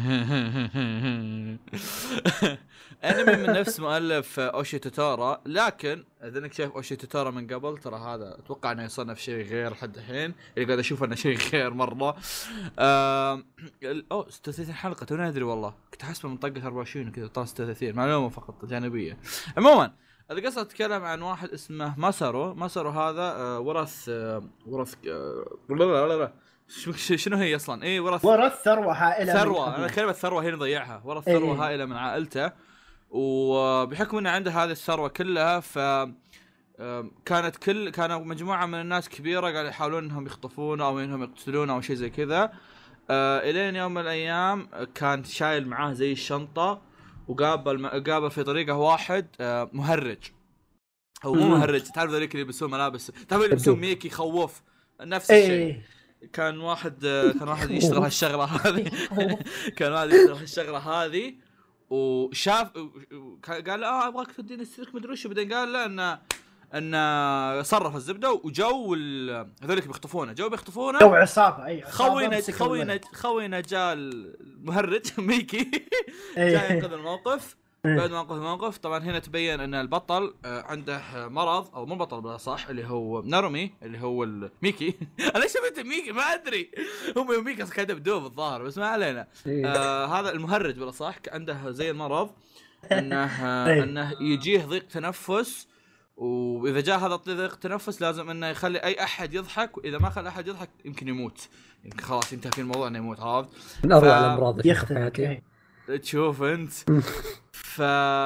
S2: انمي من نفس مؤلف اوشي توتورا، لكن اذا انك شايف اوشي توتورا من قبل ترى هذا اتوقع انه يصنف شيء غير لحد الحين اللي قاعد اشوف انه شيء غير مره. آه، او ستة وثلاثين حلقه تونا ادري والله كنت حاسبه منطقه أربعة وعشرين كذا طال ستة وثلاثين معلومه فقط جانبيه. عموما القصة تتكلم عن واحد اسمه ماسارو. ماسارو هذا آه ورث آه ورث آه لا لا لا شنو هي اصلا؟ ايه ورث
S4: ورث ثروة هائلة.
S2: ثروة، انا كلمة ثروة هي نضيعها. ورث ثروة إيه. هائلة من عائلته، وبحكم انه عنده هذه الثروة كلها ف كانت كل كانوا مجموعة من الناس كبيرة قاعد يحاولون انهم يخطفونه او انهم يقتلونه او شيء زي كذا. آه الين يوم من الايام كان شايل معاه زي الشنطة وقابل قابل في طريقه واحد مهرج او مو مهرج، تعرف ذلك اللي يلبسون ملابس تعرف اللي يلبسون ميكي يخوف نفس الشيء. كان واحد كان واحد يشتغل هالشغله هذه كان واحد يشتغل هالشغله هذه وشاف قال اه ابغاك تديني السلك مدري وش، بعدين قال له ان ان صرف الزبده وجو هذولك بيخطفونه جو بيخطفونه
S4: جو عصابه. اي
S2: خوينا خوينا خوينا جاء المهرج ميكي جاء ينقذ الموقف. بعد ما انقذ الموقف طبعا هنا تبين ان البطل عنده مرض او مو بطل بلا صح اللي هو نارومي اللي هو الميكي. انا شفت ميكي ما ادري هم يوم ميكي كان بدوب الظاهر بس ما علينا. آه هذا المهرج بلا صح عنده زي المرض انه انه يجيه ضيق تنفس، واذا جاء هذا ضيق تنفس لازم انه يخلي اي احد يضحك، واذا ما خلى احد يضحك يمكن يموت، يمكن خلاص انتهى في الموضوع انه يموت. عرفت
S1: من اروع الامراض اللي في حياتي
S2: تشوف انت. ف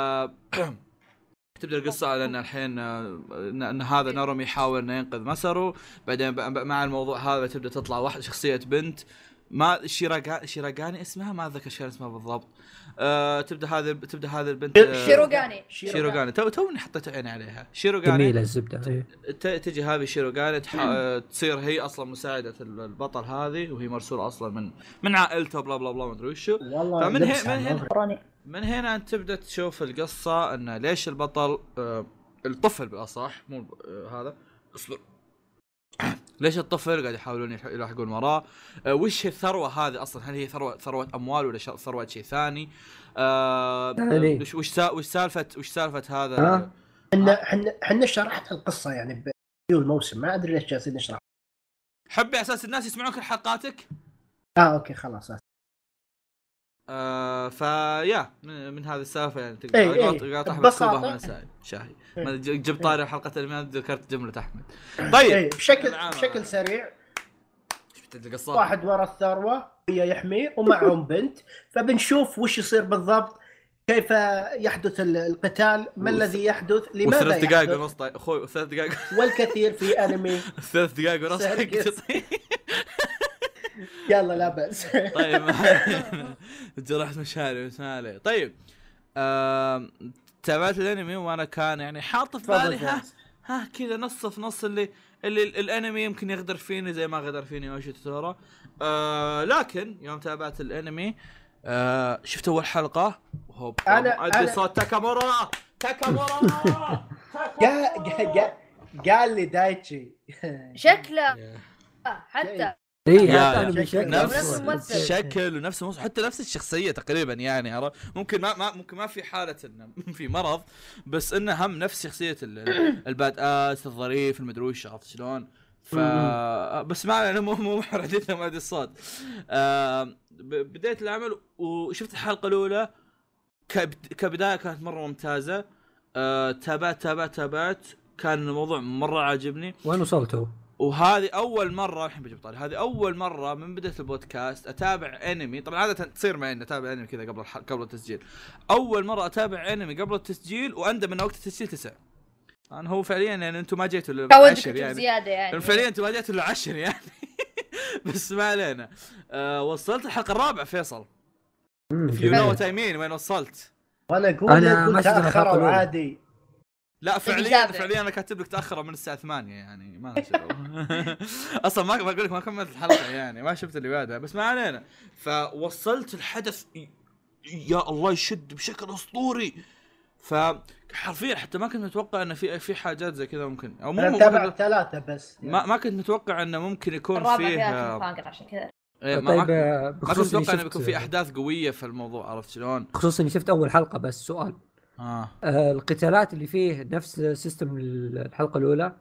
S2: تبدا القصه على ان الحين ان هذا نارومي يحاول انه ينقذ ماسارو، بعدين مع الموضوع هذا تبدا تطلع واحد شخصيه بنت ما شيراغاني شيراغاني اسمها ما اتذكر شو اسمها بالضبط. أه تبدا هذه تبدا هذه البنت
S3: أه شيروغاني
S2: شيروغاني تو توني حطيت عيني عليها. شيروغاني
S1: جميله الزبده.
S2: تجي هذه شيروغاني تصير هي اصلا مساعده البطل هذه، وهي مرسوله اصلا من من عائلته بلا بلا بلا ما ادري وشو. فمن هنا من هنا من هنا انت تبدا تشوف القصه ان ليش البطل أه الطفل بالاصح مو أه هذا اصبر ليش الطفل قاعد يحاولون يلاحقون وراه. أه وش الثروه هذه اصلا؟ هل هي ثروه ثروه اموال ولا ثروه شيء ثاني؟ أه وش وش وش سالفه وش سالفه هذا؟
S4: احنا احنا احنا شرحت القصه يعني بفيديو الموسم، ما ادري ليش جالسين نشرح.
S2: حبي اساس الناس يسمعون كل حلقاتك.
S4: اه اوكي خلاص.
S2: آه فيا من, من هذه السالفه يعني تقدر قاطع مكتوبه من الساعه شاهي ما جبت طاري حلقه اللي ما ذكرت جمله احمد. طيب
S4: ايه بشكل بشكل سريع
S2: القصة.
S4: واحد ورا الثروه هي يحميه ومعهم بنت، فبنشوف وش يصير بالضبط، كيف يحدث القتال، ما الذي يحدث، لماذا
S2: ثلاث دقائق ونص اخوي ثلاث دقائق
S4: والكثير في انمي
S2: ثلاث دقائق ونص
S4: يلا لا بأس.
S2: طيب جرحت مشاعري بس ما عليه. طيب آه... تابعت الانمي وانا كان يعني حاط في بالي ها ها كذا نص في نص اللي اللي الانمي يمكن يغدر فيني زي ما غدر فيني اوشي توتورا. آه... لكن يوم تابعت الانمي آه... شفت اول حلقه وهو
S4: انا
S2: ادي صوت تاكامورا تاكامورا
S4: قال قال لي دايتشي
S3: شكله حتى
S1: ايه
S2: نفس الشكل ونفس الموضوع حتى نفس الشخصيه تقريبا يعني ممكن ما, ما ممكن ما في حاله انه في مرض بس انه هم نفس شخصيه الباد اس الظريف المدري وش عرفت شلون. ف بس ما انا مو مو حديثنا ما ادري الصوت. آه بديت العمل وشفت الحلقه الاولى كبدايه كانت مره ممتازه. آه تابعت تابعت تابعت كان الموضوع مره عاجبني.
S1: وين وصلتوا؟
S2: وهذه اول مره الحين بجيب طاري هذه اول مره من بدايه البودكاست اتابع انمي. طبعا عاده تصير معي اني اتابع انمي كذا قبل الح... قبل التسجيل. اول مره اتابع انمي قبل التسجيل واندم ان وقت التسجيل تسع. انا هو فعليا يعني انتم ما جيتوا للعشر يعني
S3: زياده يعني
S2: فعليا انتم ما جيتوا للعشر يعني بس ما علينا. أه وصلت الحلقه الرابعه فيصل في يو نو تايمين وين وصلت.
S4: وانا اقول انا ما تاخروا عادي.
S2: لا فعليا فعليا انا كاتب لك تاخر من الساعه ثمانية يعني ما اصلا ما بقول لك ما كملت الحلقه يعني ما شفت اللي بعدها بس ما علينا. فوصلت الحدث يا الله يشد بشكل اسطوري. فحرفيا حتى ما كنت متوقع انه في في حاجات زي كذا ممكن او
S4: مو تابع ثلاثه بس يعني.
S2: ما ما كنت متوقع انه ممكن يكون فيه
S3: عشان كذا.
S2: إيه ما طيب ما كنت متوقع انه بيكون في احداث قويه في الموضوع. عرفت شلون؟
S1: خصوصا اني شفت اول حلقه بس سؤال
S2: آه.
S1: آه القتالات اللي فيه نفس سيستم الحلقه الاولى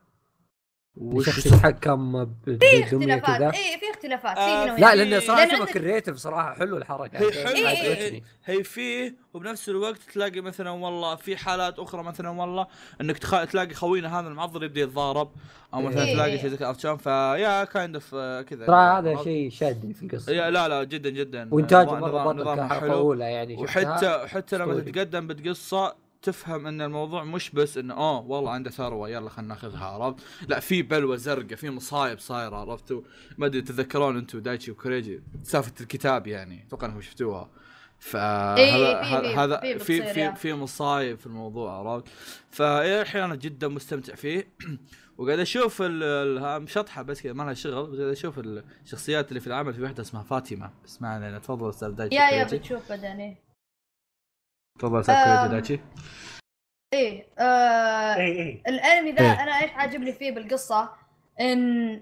S2: وش
S1: يتحكم
S3: بدميه كذا. ايه في اختلافات في
S1: آه لا لانه صراحه لأن كرييتيف صراحه حلو الحركه
S2: هي حلو هي, هي فيه وبنفس الوقت تلاقي مثلا والله في حالات اخرى مثلا والله انك تخ... تلاقي خوينا هذا المعضل يبدا يتضارب او مثلا إيه تلاقي شيء زي كذا شلون فيا كايند اوف كذا.
S1: ترى هذا شيء شادني في القصه.
S2: لا لا جدا جدا
S1: وانتاج مره نظام حلقه اولى يعني
S2: وحتى حتى لما تتقدم بقصه تفهم ان الموضوع مش بس انه اه والله عنده ثروه يلا خلينا ناخذها. عرفت؟ لا في بلوى زرقاء في مصايب صايره. عرفتوا؟ ما ادري تتذكرون انتم دايتشي وكوريجي سالفه الكتاب يعني اتوقع انكم شفتوها. فهذا هذا في في في مصايب في الموضوع. عرفت؟ فالحين انا جدا مستمتع فيه وقاعد اشوف المشطحه بس كذا ما لها شغل بس قاعد اشوف الشخصيات اللي في العمل. في واحده اسمها فاطمه بس ما علينا. تفضل استاذ دايتشي.
S3: يا يا بتشوف بدني
S2: تفضل ساكو دايتشي.
S3: ايه آه ايه ايه الانمي ذا انا ايش عاجبني فيه بالقصه ان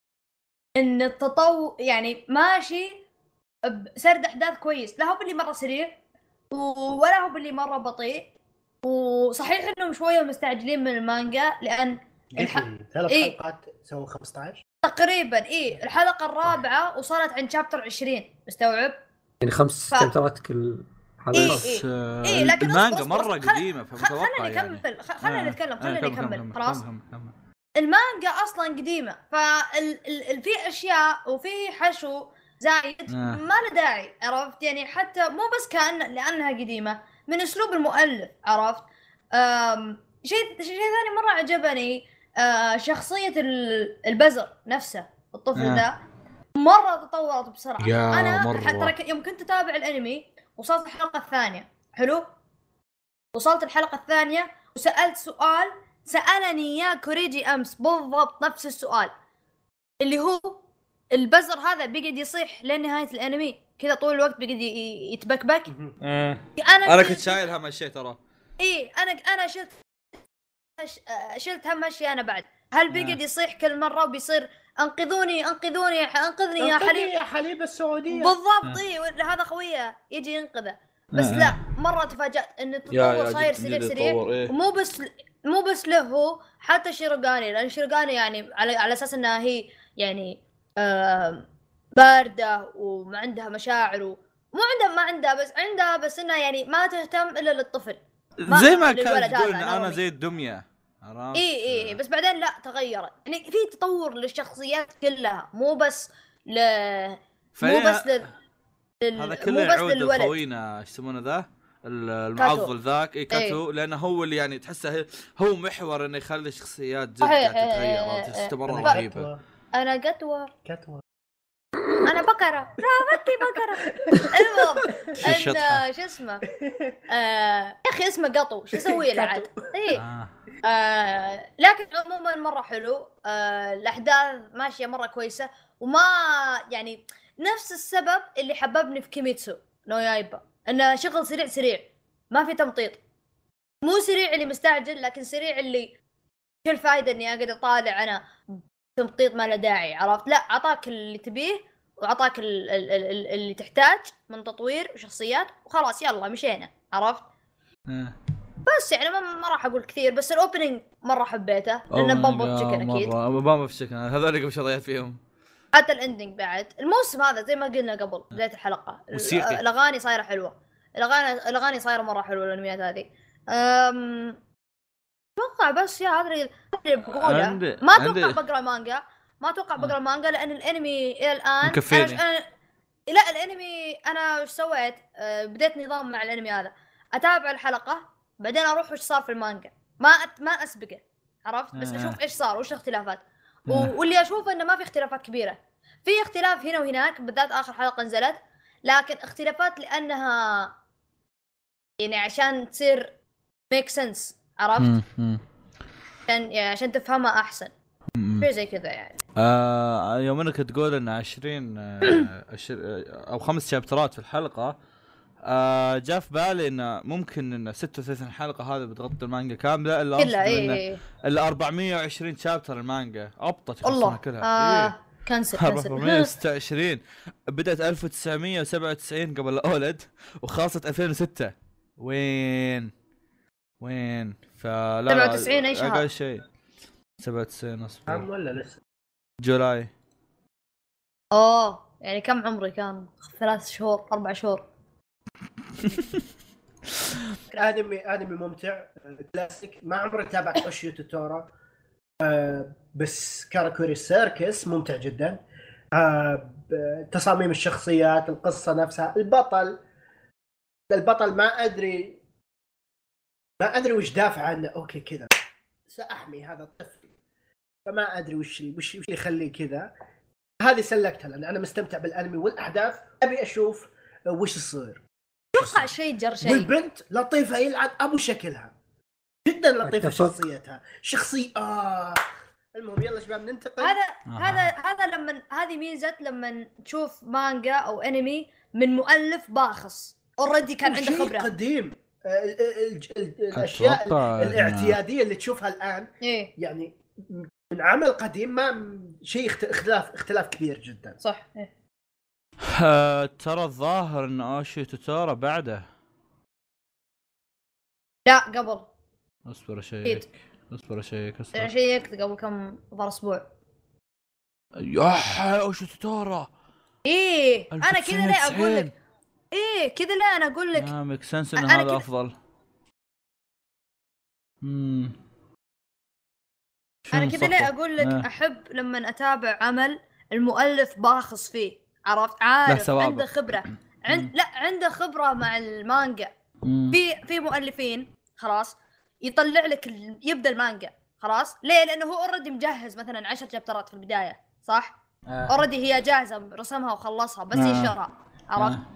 S3: ان التطور يعني ماشي بسرد احداث كويس. لا هو باللي مره سريع ولا هو باللي مره بطيء. وصحيح انهم شويه مستعجلين من المانجا لان
S4: الح... ثلاث إيه؟ حلقات سووا خمسة عشر
S3: تقريبا. ايه الحلقه الرابعه وصلت عند شابتر عشرين مستوعب
S1: يعني خمس ف... شابترات كل
S3: خلاص. إيه إيه. إيه لكن
S2: المانجا مره قديمه
S3: فمتوقع خلينا نكمل خلينا نتكلم خلينا نكمل خلاص. المانجا اصلا قديمه فال في اشياء وفي حشو زايد آه. ما له داعي. عرفت يعني حتى مو بس كأن لانها قديمه من اسلوب المؤلف. عرفت؟ شيء شيء ثاني مره عجبني آه شخصيه البزر نفسه الطفل آه. ده مره تطورت بسرعه. انا حتى يوم كنت اتابع الانمي وصلت الحلقة الثانية حلو وصلت الحلقة الثانية وسألت سؤال سألني إياه كوريجي أمس بالضبط نفس السؤال اللي هو البزر هذا بيقعد يصيح لين نهاية الأنمي كذا طول الوقت بيقعد يتبكبك.
S2: أه. أنا أنا كنت شايل هم هالشيء ترى.
S3: إيه أنا أنا شلت شلت هم هالشيء أنا بعد. هل بيقعد يصيح كل مرة وبيصير انقذوني انقذوني انقذني يا حليب
S4: يا حليب السعوديه
S3: بالضبط. اي هذا خويه يجي ينقذه بس آه. لا مره تفاجأت ان التطور صاير سريع سريع إيه؟ ومو بس مو بس له هو حتى شيروغاني لان شيروغاني يعني على على اساس انها هي يعني آه بارده وما عندها مشاعر ومو عندها ما عندها بس عندها بس انها يعني ما تهتم الا للطفل
S2: زي ما كان تقول انا زي الدميه.
S3: اي اي بس بعدين لا تغيرت يعني في تطور للشخصيات كلها مو بس ل مو بس لل
S2: هذا كله يعود لخوينا ايش يسمونه ذا المعضل ذاك اي كاتو إيه؟ لانه هو اللي يعني تحسه هو محور انه يخلي الشخصيات جدا تتغير تستمر رهيبه.
S3: انا قطوه قطوه انا بقره راغتي بقره. المهم ان شو اسمه آه... يا اخي اسمه قطو شو اسوي له عاد. اي آه... لكن عموما مره حلو. آه... الاحداث ماشيه مره كويسه وما يعني نفس السبب اللي حببني في كيميتسو نو يايبا انه شغل سريع سريع ما في تمطيط. مو سريع اللي مستعجل لكن سريع اللي كل فايده اني اقعد اطالع انا تمطيط ما له داعي. عرفت؟ لا عطاك اللي تبيه وعطاك ال ال ال اللي تحتاج من تطوير وشخصيات وخلاص يلا مشينا. عرفت؟
S2: أه.
S3: بس يعني ما, ما راح اقول كثير بس الاوبننج مره حبيته لانه بامبو تشيكن اكيد
S2: بامبو تشيكن هذول قبل شوي ضيعت فيهم.
S3: حتى الاندنج بعد الموسم هذا زي ما قلنا قبل بدايه الحلقه الاغاني صايره حلوه. الاغاني الاغاني صايره مره حلوه الانميات هذه. امم اتوقع بس يا هذا اللي بقوله. ما اتوقع بقرا مانجا ما اتوقع بقرا المانجا لان الانمي الى الان
S2: مكفيني.
S3: أنا... لا الانمي انا وش سويت؟ أه بديت نظام مع الانمي هذا، اتابع الحلقه بعدين اروح وش صار في المانجا، ما أت... ما اسبقه، عرفت؟ بس اشوف ايش صار وش الاختلافات. و... واللي اشوفه انه ما في اختلافات كبيره، في اختلاف هنا وهناك بالذات اخر حلقه نزلت، لكن اختلافات لانها يعني عشان تصير ميك سنس، عرفت؟ عشان يعني عشان تفهمها احسن شيء زي كذا يعني.
S2: آه يوم انك تقول ان عشرين آه عشر او خمس شابترات في الحلقه، آه جاء في بالي انه ممكن ان ستة وثلاثين حلقه هذا بتغطي المانجا كامله، الا
S3: كلها اي
S2: الا أربعمية وعشرين شابتر المانجا ابطت
S3: الله
S2: كلها.
S3: آه
S2: إيه.
S3: كنسل كنسل
S2: أربعمية وستة وعشرين بدأت ألف وتسعمية وسبعة وتسعين قبل الأولد وخاصة ألفين وستة. وين وين فلا
S3: سبعة وتسعين اي شهر؟
S2: اقل شيء سبعة وتسعين اصبر
S4: عام ولا لسه؟
S2: جولاي.
S3: اوه يعني كم عمري كان؟ ثلاث شهور اربع شهور.
S4: انمي انمي ممتع كلاسيك. ما عمري تابعت اوشيو توتورا آه بس كاراكوري سيركس ممتع جدا. آه تصاميم الشخصيات، القصة نفسها، البطل البطل ما ادري ما ادري وش دافع عنه. اوكي كذا ساحمي هذا الطفل، فما ادري وش وش وش يخليه كذا. هذه سلكتها لان انا مستمتع بالانمي والاحداث، ابي اشوف وش يصير.
S3: توقع شيء جر شيء.
S4: والبنت لطيفه يلعن ابو شكلها، جدا لطيفه شخصيتها شخصي اه المهم يلا شباب ننتقل.
S3: هذا آه. هذا هذا لما هذه ميزه لما تشوف مانجا او انمي من مؤلف باخص اوريدي كان عنده خبره
S4: قديم. الاشياء الاعتياديه اللي تشوفها الان
S3: إيه؟
S4: يعني من عمل قديم ما شيء اختلاف اختلاف كبير جدا.
S3: صح. إيه؟
S2: آه، ترى الظاهر ان اوشي توتورا بعده.
S3: لا قبل.
S2: اصبر شيء اصبر شيء
S3: اصبر شيء قبل كم ظهر اسبوع.
S2: يا اوشي توتورا
S3: ايه انا كذا ليه اقول لك ايه كذا لا انا اقول لك
S2: اه ميك سنس ان هذا افضل. امم
S3: انا كذا ليه اقول لك آه. احب لما اتابع عمل المؤلف باخص فيه، عرفت؟ عارف عنده خبره عند لا عنده خبره مع المانجا. في في مؤلفين خلاص يطلع لك يبدا المانجا خلاص ليه؟ لانه هو اوريدي مجهز مثلا عشر شابترات في البدايه صح؟ اوريدي آه. هي جاهزه رسمها وخلصها بس آه. يشرها، عرفت؟ آه.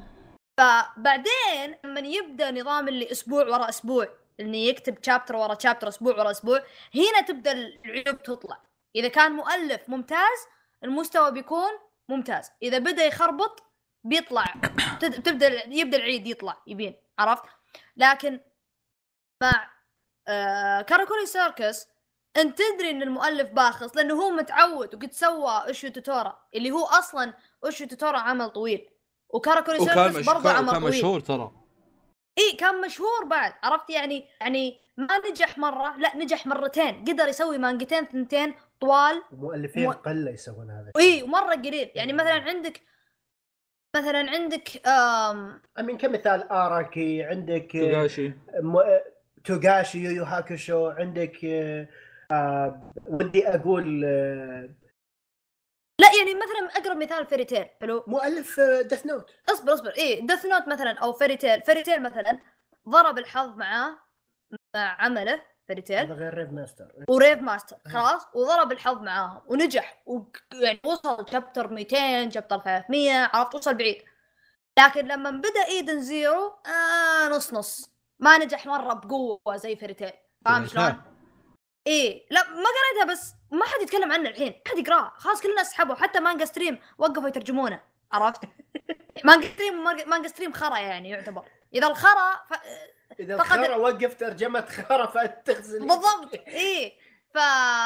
S3: فبعدين لما يبدا نظام اللي اسبوع ورا اسبوع اني يكتب شابتر ورا شابتر اسبوع ورا اسبوع، هنا تبدا العيوب تطلع. اذا كان مؤلف ممتاز المستوى بيكون ممتاز، اذا بدا يخربط بيطلع تبدا يبدا العيد يطلع يبين، عرفت؟ لكن مع آه كاراكوري سيركس انت تدري ان المؤلف باخص لانه هو متعود وقد سوى اوشيو توتورا اللي هو اصلا اوشيو توتورا عمل طويل، وكاراكوري سيركس برضه عمل طويل.
S2: كان مشهور ترى.
S3: اي كان مشهور بعد، عرفت؟ يعني يعني ما نجح مره، لا نجح مرتين، قدر يسوي مانجتين ثنتين طوال.
S4: مؤلفين قله يسوون هذا.
S3: اي ومره قليل. يعني مثلا عندك مثلا عندك امم
S4: امين كمثال اراكي، عندك
S2: توغاشي
S4: م... توغاشي يو يو هاكوشو، عندك آه... ودي اقول آه...
S3: لا يعني مثلا اقرب مثال فيري تيل حلو،
S4: مؤلف ديث نوت.
S3: اصبر اصبر ايه ديث نوت مثلا او فيري تيل. فيري تيل مثلا ضرب الحظ معاه مع عمله فيري تيل،
S4: هذا غير ريف ماستر
S3: وريف ماستر خلاص، وضرب الحظ معاهم ونجح ويعني وصل شابتر مئتين شابتر ثلاثمية، عرفت؟ وصل بعيد. لكن لما بدا ايدن زيرو آه نص نص، ما نجح مره بقوه زي فيري تيل، فاهم شلون؟ ايه لا ما قريتها بس ما حد يتكلم عنه الحين، ما حد يقراه خلاص، كلنا سحبوا، حتى مانجا ستريم وقفوا يترجمونه، عرفت؟ مانجا ستريم مانجا ستريم خرا يعني يعتبر. اذا الخرا ف...
S4: اذا الخرا وقف ترجمه خرا فتغزل
S3: بالضبط. ايه ف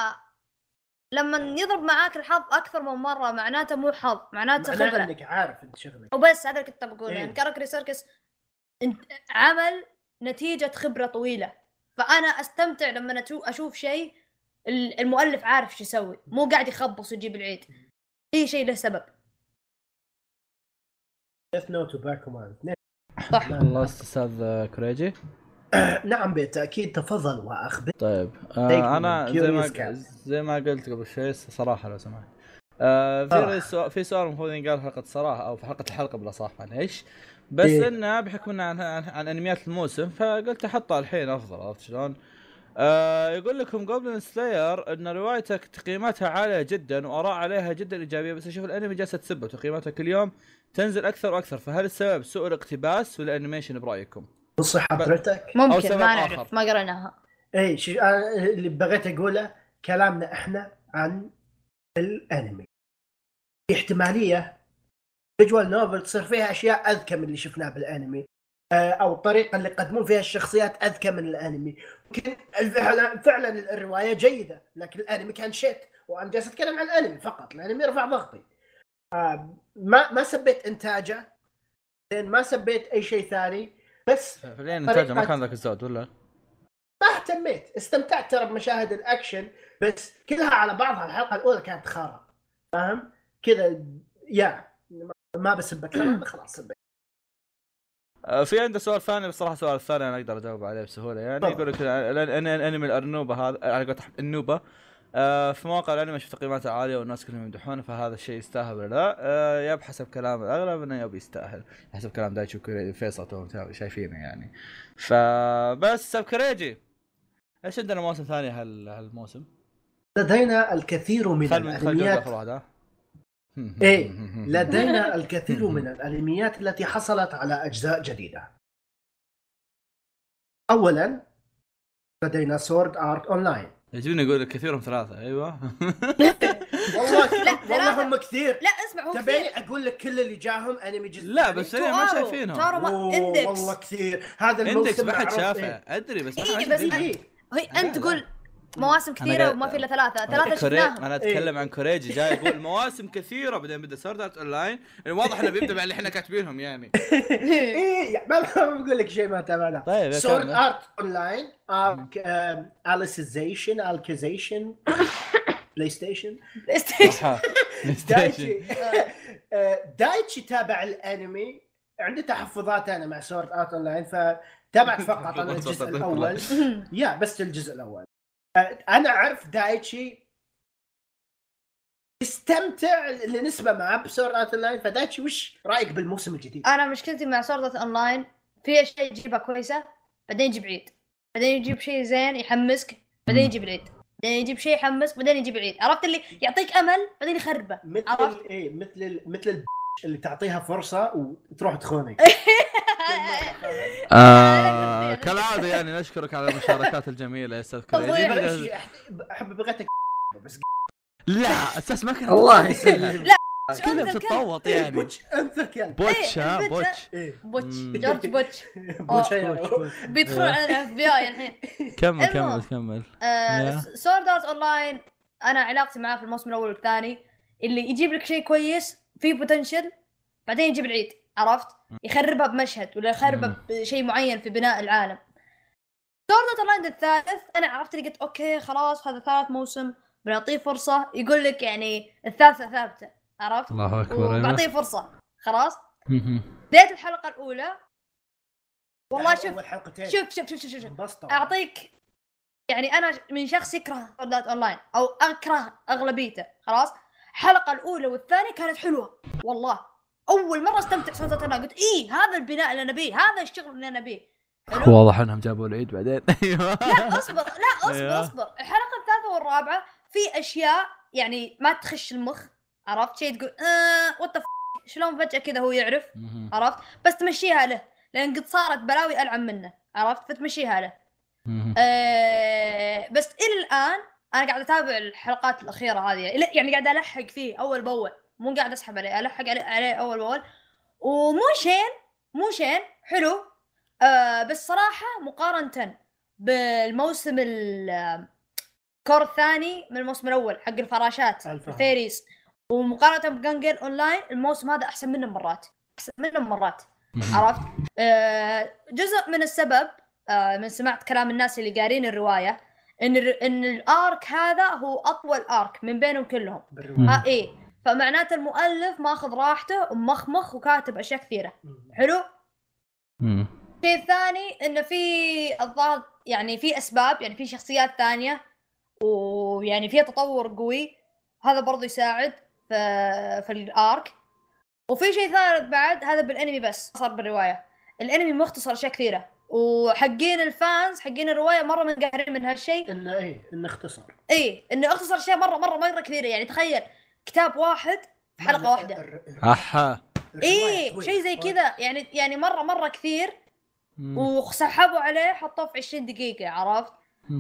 S3: لما يضرب معاك الحظ اكثر من مره معناته مو حظ، معناته خبره،
S4: معناته انك عارف انت شغلك
S3: وبس. هذا اللي كنت بقوله. يعني كاراكوري سيركس عمل نتيجه خبره طويله، فانا استمتع لما اشوف شيء المؤلف عارف شو يسوي، مو قاعد يخبص ويجيب العيد، اي شيء له سبب.
S4: ديث نوت وباكومان
S3: صح.
S2: الله استاذ كريجي.
S4: نعم بالتاكيد تفضل واخبر.
S2: طيب آه انا زي ما زي ما قلت قبل شوي صراحه لو سمحت آه في سؤال في سؤال المفروض ينقال حلقه صراحه او في حلقه الحلقه بلا صح معليش، بس إيه؟ انه بحكم انه عن, عن, عن انميات الموسم فقلت احطها الحين افضل. عرفت شلون؟ آه يقول لكم جوبلين سلاير ان روايتك تقييماتها عاليه جدا واراء عليها جدا ايجابيه، بس اشوف الانمي جالسه تسبه وتقييماتها كل يوم تنزل اكثر واكثر، فهل السبب سوء الاقتباس ولا انيميشن برايكم؟
S4: بص حضرتك
S3: ممكن ما نعرف ما قريناها.
S4: اي شيء اللي بغيت اقوله كلامنا احنا عن الانمي، في احتماليه فيجوال نوفل تصير فيها اشياء اذكى من اللي شفناها بالانمي، او الطريقه اللي يقدمون فيها الشخصيات اذكى من الانمي. ممكن فعلا فعلا الروايه جيده لكن الانمي كان شيت، وانا جالس اتكلم عن الانمي فقط، الانمي رفع ضغطي. آه ما ما سبيت انتاجه، لان ما سبيت اي شيء ثاني، بس
S2: فعليا انتاجه ما كان ذاك الزود ولا
S4: ما اهتميت. استمتعت ترى بمشاهد الاكشن بس كلها على بعضها الحلقه الاولى كانت خرا، فاهم كذا يا ما بسبك انا خلاص سبيت.
S2: في عنده سؤال ثاني بصراحه، السؤال الثاني انا اقدر اجاوب عليه بسهوله يعني. يقول لك الانمي الارنوبه هذا على قولة النوبه آه في مواقع الانمي شفت تقييماته عاليه والناس كلهم يمدحونه، فهذا الشيء يستاهل ولا لا؟ آه يب حسب كلام الاغلب انه يب يستاهل، حسب كلام دايتشي وفيصل توهم شايفينه يعني. فبس سبكريجي ايش عندنا موسم ثاني هال هالموسم؟
S4: لدينا الكثير من الانميات ايه لدينا الكثير من الانميات التي حصلت على اجزاء جديده. اولا لدينا سورد ارت اونلاين.
S2: يجوني يقول كثيرهم ثلاثه. ايوه
S4: والله لا والله هم كثير.
S3: لا اسمع هو
S4: تبيني اقول لك كل اللي جاهم انمي جزء
S2: لا بس انا ما شايفينهم
S4: والله كثير. هذا الموسم
S2: ما حد شافه ادري بس
S3: ما حد هي انت تقول مواسم كثيره وما في الا ثلاثه ثلاثه شفناهم.
S2: انا اتكلم عن كوريجي جاي يقول مواسم كثيره بعدين بدا سورد ارت اونلاين، الواضح انه بيبدا مع اللي احنا كاتبينهم يعني.
S4: ايه ما بقول لك شيء ما تابعنا.
S2: طيب
S4: سورد ارت اونلاين، اليسيزيشن الكيزيشن بلاي ستيشن
S3: بلاي ستيشن
S4: دايتشي دايتشي تابع الانمي. عندي تحفظات انا مع سورد ارت اونلاين فتابعت فقط انا الجزء الاول يا بس الجزء الاول. انا اعرف دايتشي استمتع لنسبه مع بسورد ارت اونلاين. فدايتشي وش رايك بالموسم الجديد؟
S3: انا مشكلتي مع سورد ارت اونلاين في اشياء يجيبها كويسه بعدين يجيب عيد، بعدين يجيب شيء زين يحمسك بعدين يجيب عيد، بعدين يجيب شيء يحمسك بعدين يجيب عيد. عرفت اللي يعطيك امل بعدين يخربه.
S4: مثل ايه مثل مثل ال... اللي تعطيها فرصه وتروح تخونك.
S2: آه كالعاده يعني نشكرك على المشاركات الجميله يا استاذ كريجي.
S4: احب بغيتك بس
S2: لا اساس ما كان
S1: الله يسلمك.
S3: لا
S2: كذا بتتطوط يعني.
S4: بوتش انت كلب
S2: بوتش ها بوتش
S3: بوتش جورج بوتش
S4: بوتش
S3: بيدخل على الاف بي اي الحين.
S2: كمل كمل كمل.
S3: سورد ارت اونلاين انا علاقتي معاه في الموسم الاول والثاني اللي يجيب لك شيء كويس فيه بوتنشل بعدين يجيب العيد. عرفت يخربها بمشهد ولا يخربها بشيء معين في بناء العالم. سورد ارت اونلاين الثالث انا عرفت اللي قلت اوكي خلاص هذا ثالث موسم بنعطيه فرصه. يقول لك يعني الثالثه ثابته. عرفت
S2: الله اكبر
S3: وبعطيه فرصه خلاص. بدايه الحلقه الاولى والله شوف شوف شوف شوف شوف, شوف. اعطيك يعني انا من شخص يكره سورد ارت اونلاين او اكره اغلبيته. خلاص الحلقه الاولى والثانيه كانت حلوه والله. اول مره استمتع سورد ارت اونلاين قلت ايه هذا البناء اللي نبيه هذا الشغل اللي نبيه.
S2: واضح انهم جابوا العيد بعدين.
S3: لا اصبر لا اصبر اصبر الحلقه الثالثه والرابعه في اشياء يعني ما تخش المخ. عرفت شيء تقول اه وات ذا شلون فجاه كذا هو يعرف. عرفت بس تمشيها له لان قد صارت بلاوي العن منه. عرفت فتمشيها له. آه بس الى الان انا قاعد اتابع الحلقات الاخيره هذه يعني قاعد الحق فيه اول باول مو قاعد اسحب عليه الحق عليه اول باول ومو شين مو شين حلو. آه بس صراحه مقارنه بالموسم الكور الثاني من الموسم الاول حق الفراشات الفيريز ومقارنه بجانجل اونلاين الموسم هذا احسن منه مرات احسن منه مرات. عرفت آه جزء من السبب آه من سمعت كلام الناس اللي قارين الروايه ان ان الارك هذا هو اطول ارك من بينهم كلهم. ها ايه فمعناته المؤلف ماخذ راحته ومخمخ وكاتب اشياء كثيره. حلو. شيء ثاني انه في الضغط يعني في اسباب يعني في شخصيات ثانيه ويعني في تطور قوي هذا برضو يساعد. في في الارك. وفي شيء ثالث بعد هذا بالانمي بس صار بالروايه. الانمي مختصر اشياء كثيره وحقين الفانز حقين الروايه مره منقهرين من هالشيء
S4: انه ايه انه اختصر
S3: ايه انه اختصر اشياء مره مره مره كثيره. يعني تخيل كتاب واحد في حلقه واحده.
S2: اها
S3: ايه شيء زي كذا يعني يعني مره مره كثير وسحبوا عليه حطوه في عشرين دقيقه عرفت.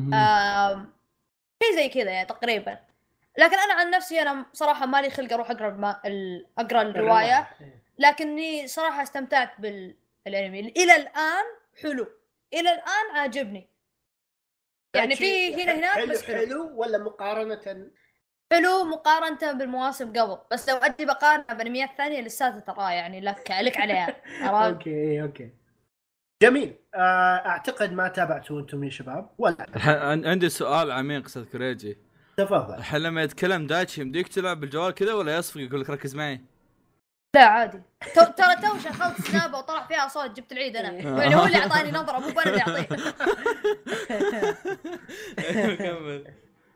S3: شيء زي كذا يعني تقريبا. لكن انا عن نفسي انا صراحه مالي خلق اروح اقرا الما... اقرا الروايه لكني صراحه استمتعت بالانمي الى الان. حلو الى الان عاجبني يعني في هنا هناك بس
S4: حلو, حلو ولا مقارنه
S3: حلو مقارنه بالمواسم قبل. بس لو اجي بقارنها بانميات ثانيه لساتها ترى يعني لك لك عليها.
S4: اوكي اوكي جميل. اعتقد ما تابعتوا انتم يا شباب ولا؟
S2: عندي سؤال عميق استاذ كريجي.
S4: تفضل.
S2: الحين لما يتكلم دايتشي يمديك تلعب بالجوال كذا ولا يصفق يقول لك ركز معي؟
S3: لا عادي. ترى تو شغلت سنابه وطلع فيها صوت جبت العيد انا يعني هو اللي اعطاني نظره مو انا اللي اعطيه.
S2: كمل.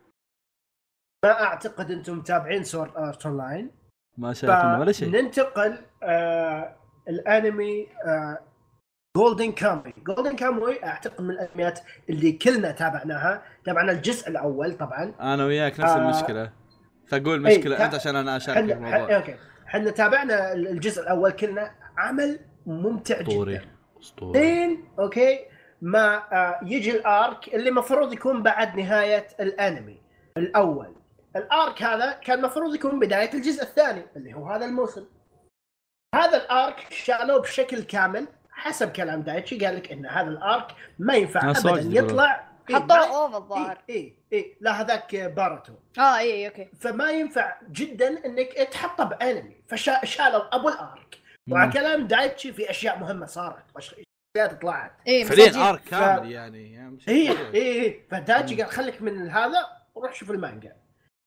S4: ما اعتقد انتم متابعين سورد ارت اونلاين.
S2: ما شايفين ولا شيء.
S4: ننتقل آه الانمي آه جولدن كاموي. جولدن كاموي اعتقد من الانميات اللي كلنا تابعناها. تابعنا الجزء الاول طبعا
S2: انا وياك نفس آه المشكله. فاقول مشكله ايه انت عشان انا اشارك الموضوع.
S4: اوكي احنا تابعنا الجزء الاول كلنا. عمل ممتع
S2: أسطوري.
S4: جدا
S2: اسطوري.
S4: اوكي ما آه يجي الارك اللي مفروض يكون بعد نهايه الانمي الاول. الارك هذا كان مفروض يكون بدايه الجزء الثاني اللي هو هذا الموسم. هذا الارك شالوه بشكل كامل حسب كلام دايتشي. قال لك ان هذا الارك ما ينفع ابدا يطلع.
S3: حطوه اوف الظاهر.
S4: اي اي لا هذاك باراتو.
S3: اه اي اوكي.
S4: فما ينفع جدا انك تحطه بانمي. فشالوا ابو الارك. وعلى كلام دايتشي في اشياء مهمه صارت اشياء طلعت
S2: فعليا ارك كامل ف... يعني
S4: اي اي اي فدايتشي قال خليك من هذا وروح شوف المانجا.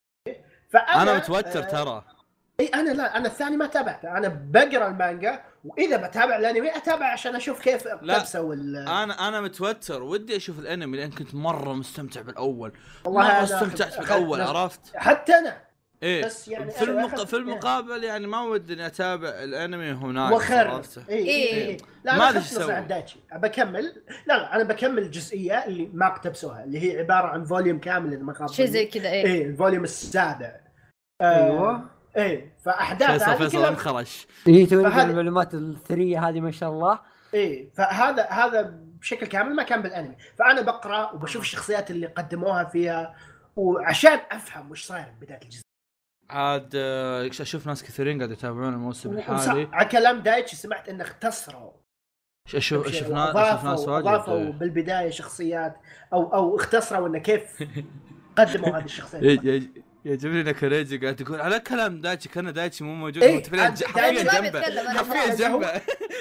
S4: فانا
S2: انا متوتر
S4: آه
S2: ترى.
S4: اي انا لا انا الثاني ما تابعته. انا بقرا المانجا واذا بتابع الانمي اتابع عشان اشوف كيف اقتبسوا.
S2: انا انا متوتر ودي اشوف الانمي لان كنت مره مستمتع بالاول.
S4: والله
S2: مره استمتعت بالاول عرفت.
S4: حتى انا
S2: ايه
S4: بس يعني
S2: في, المق... في المقابل يعني ما ودي اني اتابع الانمي هناك
S4: وخرت. اي
S3: اي إيه.
S4: لا ما ادري ايش اسوي. بكمل لا لا انا بكمل الجزئيه اللي ما اقتبسوها اللي هي عباره عن فوليوم كامل اذا ما خاب
S3: شيء زي كذا. ايه
S4: ايه الفوليوم السابع.
S1: ايوه
S4: آه ايه فاحداث
S2: هذه فيصل انخرش.
S1: ايه تقول المعلومات الثريه هذه ما شاء الله.
S4: ايه فهذا هذا بشكل كامل ما كان بالانمي. فانا بقرا وبشوف الشخصيات اللي قدموها فيها وعشان افهم وش صاير بدايه الجزء.
S2: عاد اشوف ناس كثيرين قاعد يتابعون الموسم الحالي.
S4: على كلام دايتشي سمعت انه اختصروا.
S2: اشوف اشوف ناس اشوف ناس واجد
S4: اضافوا بالبدايه شخصيات او او اختصروا انه كيف قدموا هذه الشخصيات.
S2: يعجبني انك ريجي قاعد تقول على كلام دايتشي كان دايتشي مو موجود.
S4: إيه
S2: حرفيا جنبه حرفيا جنبه.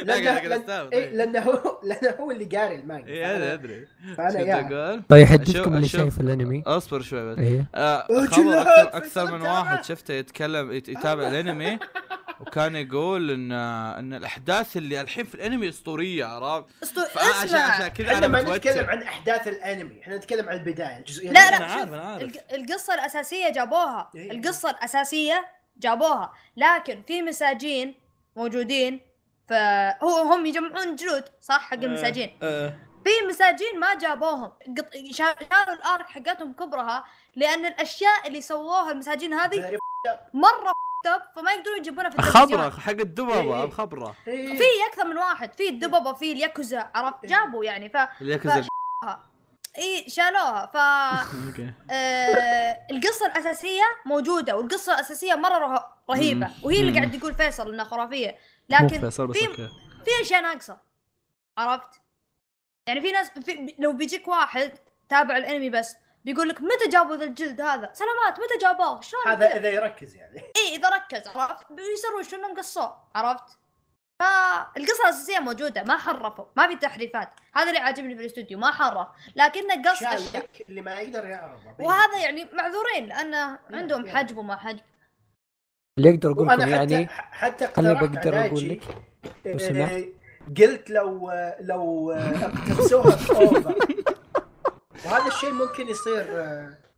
S4: لانه هو لانه هو اللي قاري المانجا.
S2: اي انا ادري.
S4: فانا
S1: يا طيب يحدثكم اللي شايف الانمي.
S2: اصبر شوي بس.
S1: إيه؟
S2: آه خبر اكثر اكثر من واحد شفته يتكلم يتابع الانمي وكان يقول ان ان الاحداث اللي الحين في الانمي اسطوريه عرفت.
S3: عشان
S2: عشان كذا
S4: انا ما نتكلم عن احداث الانمي احنا نتكلم عن البدايه الجزئيه.
S3: لا لا
S2: انا عارف انا عارف
S3: القصه الاساسيه جابوها. القصه الاساسيه جابوها لكن في مساجين موجودين فهو هم يجمعون جلود صح حق المساجين.
S2: أه.
S3: في مساجين ما جابوهم شالوا الارك حقتهم كبرها لان الاشياء اللي سووها المساجين هذه مره فما يقدرون يجيبونها في التلفزيون.
S2: خبره حق الدبابه بخبره.
S3: في اكثر من واحد في الدبابه في الياكوزا عرفت جابوا يعني ف
S2: الياكوزا
S3: اي شالوها ف آه... القصه الاساسيه موجوده والقصه الاساسيه مره رهيبه وهي اللي قاعد يقول فيصل انها خرافيه لكن في في اشياء ناقصه عرفت. يعني في ناس في... لو بيجيك واحد تابع الانمي بس بيقول لك متى جابوا ذا الجلد هذا سلامات متى جابوه شلون
S4: هذا اذا يركز يعني.
S3: اي اذا ركز عرفت بيصيروا شنو مقصوه عرفت. فالقصه الاساسيه موجوده ما حرفوا ما في تحريفات. هذا اللي عاجبني في الاستوديو ما حرف لكنه قص اشياء
S4: اللي ما يقدر يعرفه.
S3: وهذا يعني معذورين لانه عندهم حجب وما حجب.
S1: اللي يقدر اقول لكم يعني
S4: حتى
S1: انا بقدر اقول لك
S4: إيه قلت لو لو اقتبسوها اوفر وهذا الشيء ممكن يصير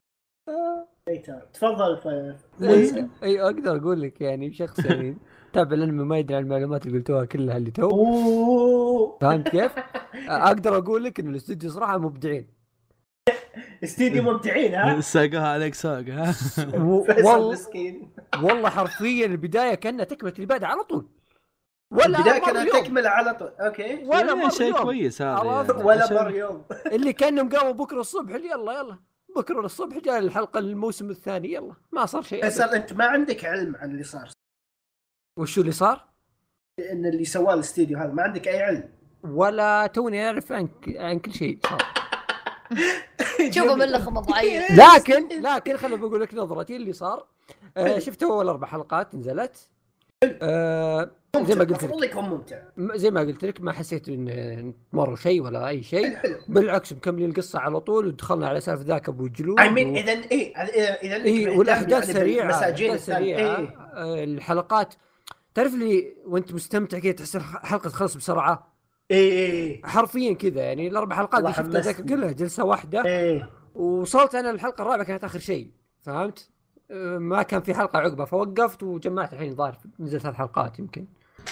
S4: تفضل. ف...
S1: اي اقدر اقول لك يعني شخص يعني تابع الانمي ما يدري عن المعلومات اللي قلتوها كلها اللي تو. فهمت كيف؟ اقدر اقول لك ان الاستوديو صراحه مبدعين.
S4: استوديو مبدعين ها.
S2: ساقها عليك ساق ها.
S1: والله والله حرفيا البدايه كانها تكمله اللي بعدها على طول.
S4: ولا البدايه كانها تكمله على طول. اوكي
S1: ولا مر
S2: شيء كويس هذا
S4: يعني. ولا مر يوم
S1: اللي كانهم قاموا بكره الصبح يلا يلا بكره الصبح جاء الحلقه الموسم الثاني يلا ما صار شيء.
S4: بس انت ما عندك علم عن اللي صار.
S1: وشو اللي صار؟
S4: ان اللي سواه الاستديو هذا ما عندك اي علم
S1: ولا توني اعرف عن عن كل شيء صار.
S3: شوفوا من لخبط ضعيف.
S1: لكن لكن خليني بقول لك نظرتي اللي صار. آه شفت اول اربع حلقات نزلت. آه زي ما قلت لك
S4: ممتع.
S1: زي ما قلت لك ما حسيت ان مر شيء ولا اي شيء. بالعكس مكملين القصه على طول ودخلنا على سالفه ذاك ابو جلود.
S4: اي مين اذا ايه اذا
S1: إيه والاحداث سريعه مساجين سريعه. إيه؟ آه الحلقات تعرف لي وانت مستمتع كذا تحس الحلقه تخلص بسرعه.
S4: ايه
S1: حرفيا كذا يعني الاربع حلقات اللي شفتها ذاك كلها جلسه واحده.
S4: إيه.
S1: وصلت انا الحلقه الرابعه كانت اخر شيء فهمت. ما كان في حلقه عقبها فوقفت وجمعت الحين ظاهر نزلت ثلاث حلقات يمكن.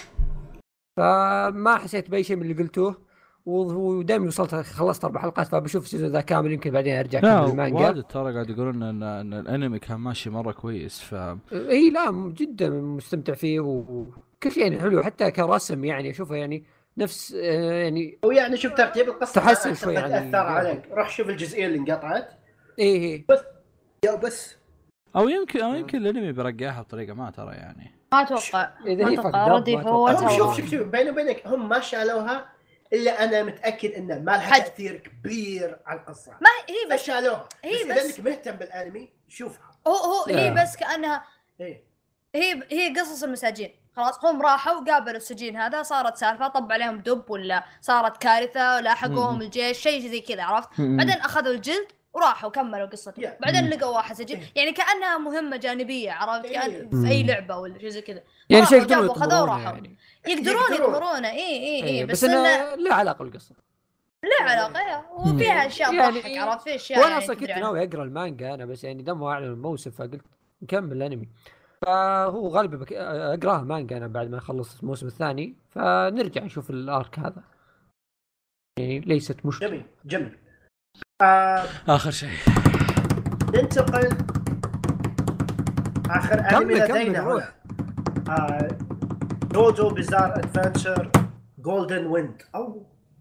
S1: فما حسيت باي شيء من اللي قلتوه ودائما وصلت خلصت اربع حلقات فبشوف السيزون ذا كامل يمكن بعدين ارجع اكمل المانجا.
S2: واجد ترى قاعد يقولون ان ان الانمي كان ماشي مره كويس. ف
S1: اي لا جدا مستمتع فيه وكل شيء يعني حلو حتى كرسم يعني اشوفه يعني نفس يعني
S4: ويعني شوف ترتيب القصه
S1: تحسن شوي
S4: يعني اثر عليك. روح شوف الجزئيه اللي انقطعت.
S1: ايه ايه
S4: بس يا بس
S2: او يمكن او يمكن الانمي برجعها بطريقه ما ترى يعني
S3: ما اتوقع
S1: اذا هي
S3: ردي فوتها.
S4: شوف شوف شوف بيني وبينك هم ما شالوها الا انا متاكد انه ما لها تاثير كبير على القصه.
S3: ما هي بس
S4: شالوها
S3: هي
S4: بس, بس اذا انك مهتم بالانمي شوفها.
S3: هو هو هي بس كانها
S4: ايه
S3: هي هي قصص المساجين خلاص هم راحوا قابلوا السجين هذا صارت سالفه طب عليهم دب ولا صارت كارثه ولاحقوهم الجيش شيء زي كذا عرفت. بعدين اخذوا الجلد وراحوا كملوا قصتهم. بعدين لقوا واحد سجين يعني كانها مهمه جانبيه عرفت كان في اي لعبه ولا شيء زي كذا
S1: يعني شيء يقدرون
S3: خذوا وراحوا يعني. يقدرون يطورونه اي اي اي
S1: بس, بس انه لا علاقه بالقصه
S3: لا علاقه وفيها اشياء
S1: يعني
S3: تضحك عرفت في اشياء
S1: وانا اصلا كنت ناوي اقرا المانجا انا بس يعني دموا اعلن الموسم فقلت نكمل الانمي فهو غالبا بك... اقراها مانجا انا بعد ما اخلص الموسم الثاني فنرجع نشوف الارك هذا يعني ليست مشكله.
S4: جميل جميل. آه...
S2: اخر شيء
S4: ننتقل اخر انمي لدينا هنا آه... جوجو بيزار ادفنتشر جولدن ويند او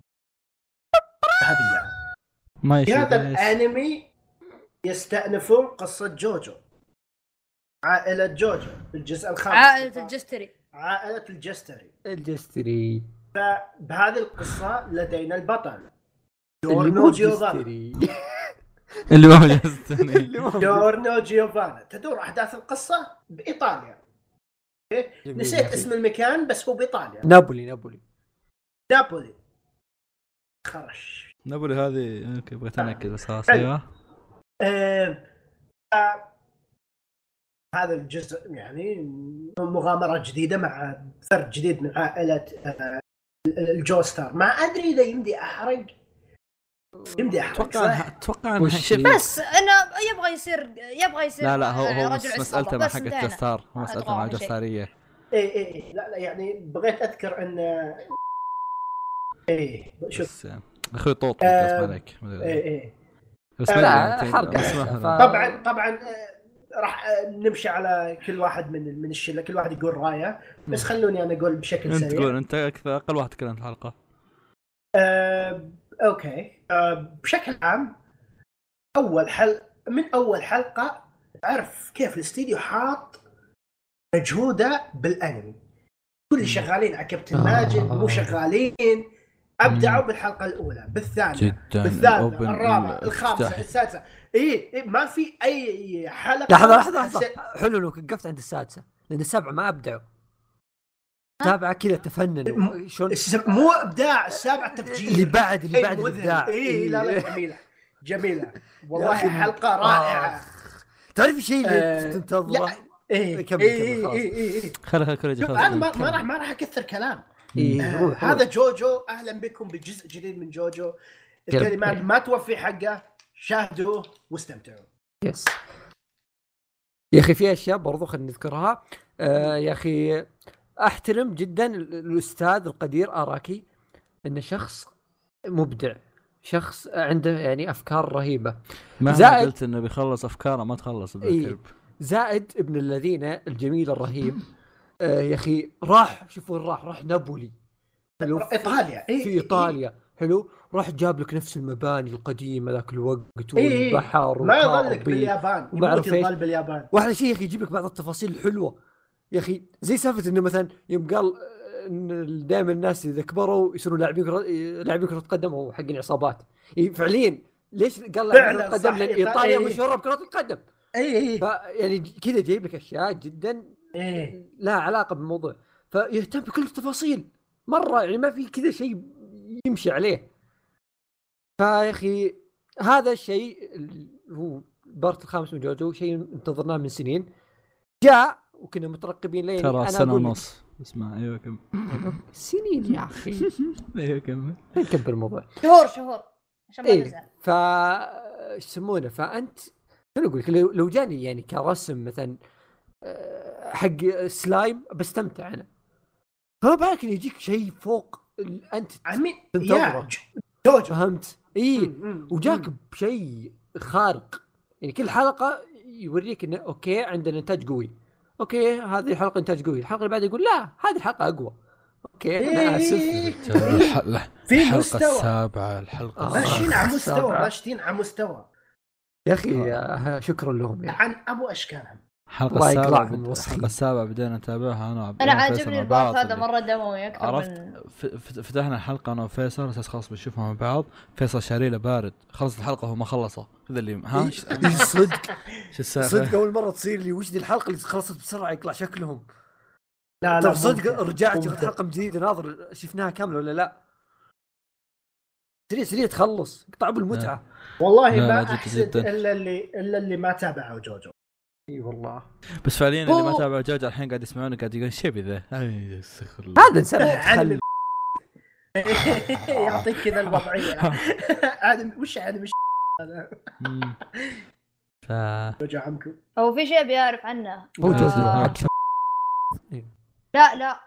S4: هذه
S2: ما
S4: هذا الانمي يستأنفون قصة جوجو عائلة جوجو في الجزء الخامس.
S3: عائلة الجستري
S4: عائلة الجستري
S1: الجستري
S4: فبهذه القصة لدينا البطل دورنو جيوفانا
S2: اللي هو جستري
S4: دورنو جيوفانا. تدور أحداث القصة بإيطاليا. نسيت اسم المكان بس هو بإيطاليا.
S1: نابولي نابولي
S4: نابولي خرش
S2: نابولي هذه اوكي بغيت انكد بس خلاص. ايوه
S4: هذا الجزء يعني مغامرة جديدة مع فرد جديد من عائلة الجوستر. ما أدري إذا يمدي أحرق يمدي أحرق
S2: أتوقع أتوقع
S3: بس أنا يبغى يصير يبغى يصير
S2: لا لا هو هو مسألته مع حق الجستار مسألته مع الجستارية.
S4: إيه إيه لا لا يعني بغيت أذكر إن إيه شوف
S2: أخوي طوط اسمع عليك
S4: إيه إيه طبعا طبعا راح نمشي على كل واحد من من الشله كل واحد يقول رايه بس خلوني انا اقول بشكل سريع.
S2: انت تقول انت اكثر اقل واحد تكلم في الحلقه.
S4: أه، اوكي أه، بشكل عام اول حل من اول حلقه تعرف كيف الاستديو حاط مجهوده بالانمي. كل اللي شغالين على كابتن ماجد مو شغالين ابدعوا بالحلقه الاولى بالثانيه بالثالثه الرابعه الخامسه السادسه. إيه, إيه ما في اي حلقه.
S1: لحظه لحظه لحظه حلو لو وقفت عند السادسه لان السابعه ما ابدعوا. السابعه كذا تفننوا
S4: شلون مو ابداع السابعه تفجير
S1: اللي بعد اللي بعد الابداع.
S4: اي لا لا جميله جميله والله حلقه رائعه.
S1: تعرف الشيء اللي تنتظره
S4: ايه كمل كمل خلاص ايه
S2: خلها كل
S4: خلاص. انا ما راح ما راح اكثر كلام.
S1: إيه
S4: آه هذا جوجو. اهلا بكم بجزء جديد من جوجو. الكلمات ما توفي حقه. شاهدوه واستمتعوا.
S1: يس يا اخي في اشياء برضو خلينا نذكرها. آه يا اخي احترم جدا الاستاذ القدير اراكي، انه شخص مبدع، شخص عنده يعني افكار رهيبه.
S5: ما قلت انه بيخلص افكاره ما تخلص
S1: إيه زائد ابن الذين الجميل الرهيب آه يا اخي راح شوفوا راح راح نابولي حلو
S4: ايطاليا
S1: إيه في ايطاليا إيه حلو، راح جاب لك نفس المباني القديمه ذاك الوقت والبحر
S4: ما يظلك باليابان يموت يظل باليابان.
S1: واحلى شيء يا اخي يجيب لك بعض التفاصيل الحلوه يا اخي، زي سالفه انه مثلا يوم قال ان دائما الناس اذا كبروا يصيروا لاعبين لاعبين كره قدم او حقين عصابات. يعني فعليا ليش قال لاعبين كره قدم؟ لان ايطاليا مشهوره بكره القدم.
S4: اي اي
S1: يعني كذا جايب لك اشياء جدا
S4: إيه؟
S1: لا علاقه بالموضوع، فيهتم بكل التفاصيل مره، يعني ما في كذا شيء يمشي عليه. فيا اخي هذا الشيء هو بارت الخامس من جوجو، شيء انتظرناه من سنين، جاء وكنا مترقبين لين
S5: ترى سنه ونص. اسمع ايوه كم
S1: سنين يا اخي
S5: ايوه كم
S1: نكبر الموضوع
S3: شهور شهور عشان ما
S1: إيه.
S3: نزعل.
S1: ف ايش يسمونه، فانت شنو اقول لك، لو جاني يعني كرسم مثلا حق سلايم بستمتع انا، فما بالك ان يجيك شيء فوق انت
S4: عمي يا جوجو
S1: فهمت اي، وجاك بشيء خارق. يعني كل حلقه يوريك انه اوكي عندنا انتاج قوي، اوكي هذه الحلقه انتاج قوي، الحلقه اللي بعدها يقول لا هذه الحلقه اقوى، اوكي انا اسف
S4: في مستوى
S5: السابعه الحلقه
S4: ماشيين على مستوى ماشيين على مستوى
S1: يا اخي شكرا لهم يعني
S4: عن ابو اشكالهم.
S5: الحلقه السابعه الحلقه السابعه بدينا نتابعها انا
S3: انا عاجبني البارت هذا مره دموي اكثر
S5: عرفت
S3: من
S5: فتحنا الحلقه انا وفيصل اساس خلاص بنشوفها مع بعض. فيصل شاريله بارد خلص الحلقه وهو ما خلصه هذا اللي ها
S1: صدق
S5: شو السالفه
S1: صدق اول مره تصير لي وش دي الحلقه اللي خلصت بسرعه يطلع شكلهم.
S4: لا لا
S1: صدق رجعت شفت حلقه جديده ناظر شفناها كامله ولا لا، سريع سريع تخلص قطع بالمتعه.
S4: والله ما احسد الا اللي الا اللي ما تابعوا جوجو.
S1: اي والله
S5: بس فعليا اللي ما تابعوا جوجو الحين قاعد يسمعونه قاعد يقول شيء ذا
S1: هذا انسان
S4: يعطيك كذا الوضعيه عاد وش عاد مش هذا
S5: ف
S4: جوجو عمكم
S3: هو في شيء بيعرف عنه
S1: هو جوجو
S3: لا لا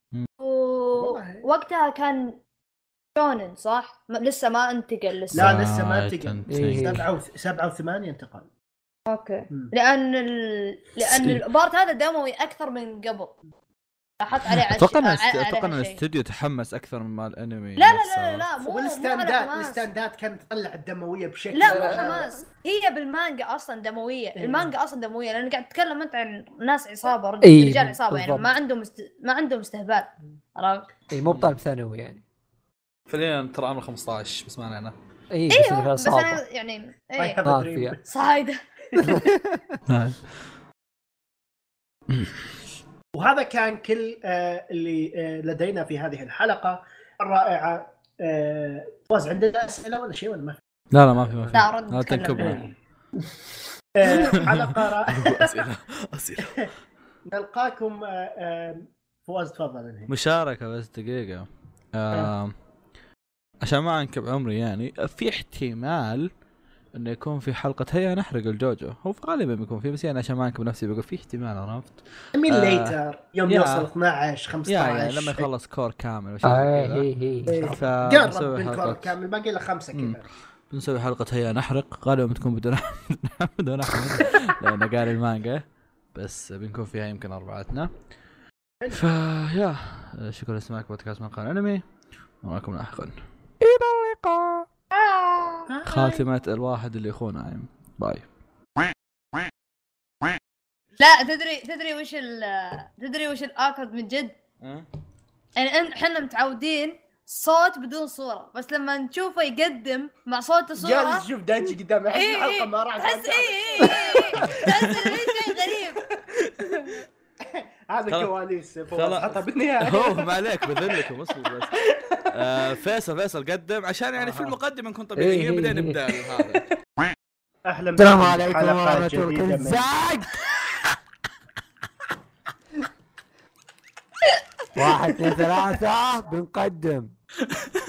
S3: وقتها كان شونن صح؟ لسه ما انتقل لسه.
S4: لا لسه ما انتقل. إيه. سبعة سبعة وثمانية انتقل.
S3: اوكي. مم. لان ال... لان البارت هذا دموي اكثر من قبل. لاحظت عليه عش...
S5: اتوقع اتوقع ان الاستوديو تحمس اكثر من الانمي.
S3: لا لا لا لا مو
S4: والستاندات الستاندات كانت تطلع الدمويه بشكل
S3: لا مو حماس، هي بالمانجا اصلا دمويه. إيه. المانجا اصلا دمويه لان قاعد تتكلم انت عن ناس عصابه رجال, إيه. رجال عصابه يعني ما عندهم است... ما عندهم استهبال عرفت؟
S1: اي مو بطالب ثانوي يعني.
S2: فعليا ترى عمره خمسة عشر بس ما علينا.
S1: اي
S3: ايوه بس انا يعني اي صايده
S4: وهذا كان كل آه اللي آه لدينا في هذه الحلقه الرائعه. آه فواز عندنا اسئله ولا شيء ولا ما في؟
S5: لا لا ما في ما في
S3: لا رد
S5: لا تنكبها.
S4: آه حلقه رائعه
S2: اسئله اسئله
S4: نلقاكم. آه آه فواز تفضل انهي
S5: مشاركه بس دقيقه آه عشان ما انكب عمري يعني في احتمال انه يكون في حلقه هيا نحرق الجوجو. هو غالبا بيكون في بس يعني عشان ما انكب نفسي بقول في احتمال عرفت
S4: من آه ليتر يوم يوصل اثنا عشر خمسة عشر
S5: يعني لما يخلص كور كامل
S1: وشيء آه كذا
S4: فنسوي حلقه كامل باقي له خمسه كذا
S5: بنسوي حلقه هيا نحرق غالبا بتكون بدون بدون احمد لانه قال المانجا بس بنكون فيها يمكن اربعتنا. فيا شكرا لسماعك بودكاست مقال انمي وراكم لاحقا
S1: الى اللقاء.
S5: خاتمة الواحد اللي يخون نايم باي.
S3: لا تدري تدري وش ال تدري وش الاكرد من جد يعني احنا متعودين صوت بدون صورة بس لما نشوفه يقدم مع صوت صورة
S4: جالس تشوف داجي قدام احس الحلقة ما راح
S3: تحس اي تحس شيء غريب.
S4: هذا كواليس حطها بالنهاية
S2: هو ما عليك بذلكم اصبر بس. آه فيصل فيصل قدم عشان يعني في المقدمة نكون طبيعيين بدأ نبدأ هذا.
S4: أهلا
S1: السلام عليكم ورحمة الله ازيك. واحد اثنين ثلاثة بنقدم.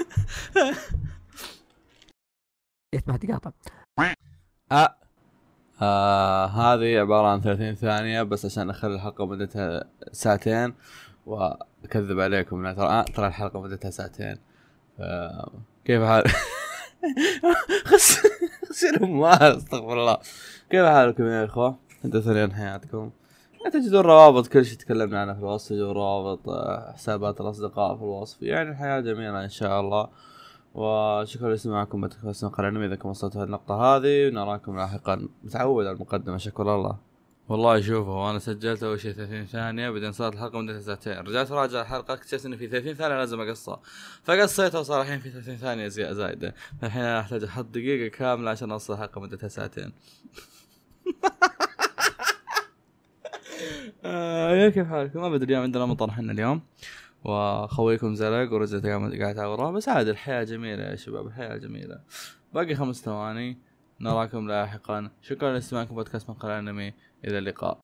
S1: اسمع تقاطع.
S5: أه آه هذه عبارة عن ثلاثين ثانية بس عشان أخلي الحلقة مدتها ساعتين وأكذب عليكم ترى ترى الحلقة مدتها ساعتين. كيف حال خس خسرهم ما استغفر الله. كيف حالكم يا إخوة؟ أنتوا ثانيين حياتكم. تجدون روابط كل شيء تكلمنا عنه في الوصف، تجدون روابط حسابات الأصدقاء في الوصف. يعني الحياة جميلة إن شاء الله. وشكرا لسماعكم بودكاست مقالنمي إذا كنتم وصلتوا النقطة هذه، ونراكم لاحقا. متعود على المقدمة شكرا الله. والله شوفوا أنا سجلت أول شيء ثلاثين ثانية بعدين صارت الحلقة مدتها ساعتين، رجعت راجع الحلقة اكتشفت إنه في ثلاثين ثانية لازم أقصها فقصيتها وصار الحين في ثلاثين ثانية زي زايدة. الحين أنا أحتاج أحط دقيقة كاملة عشان أوصل الحلقة مدتها ساعتين. آه كيف حالكم؟ أبد اليوم عندنا مطر حنا اليوم وخويكم زلق ورجعت قاعد تعورها بس عاد الحياة جميلة يا شباب، الحياة جميلة. باقي خمس ثواني نراكم لاحقا. شكرا لاستماعكم بودكاست مقال أنمي، إلى اللقاء.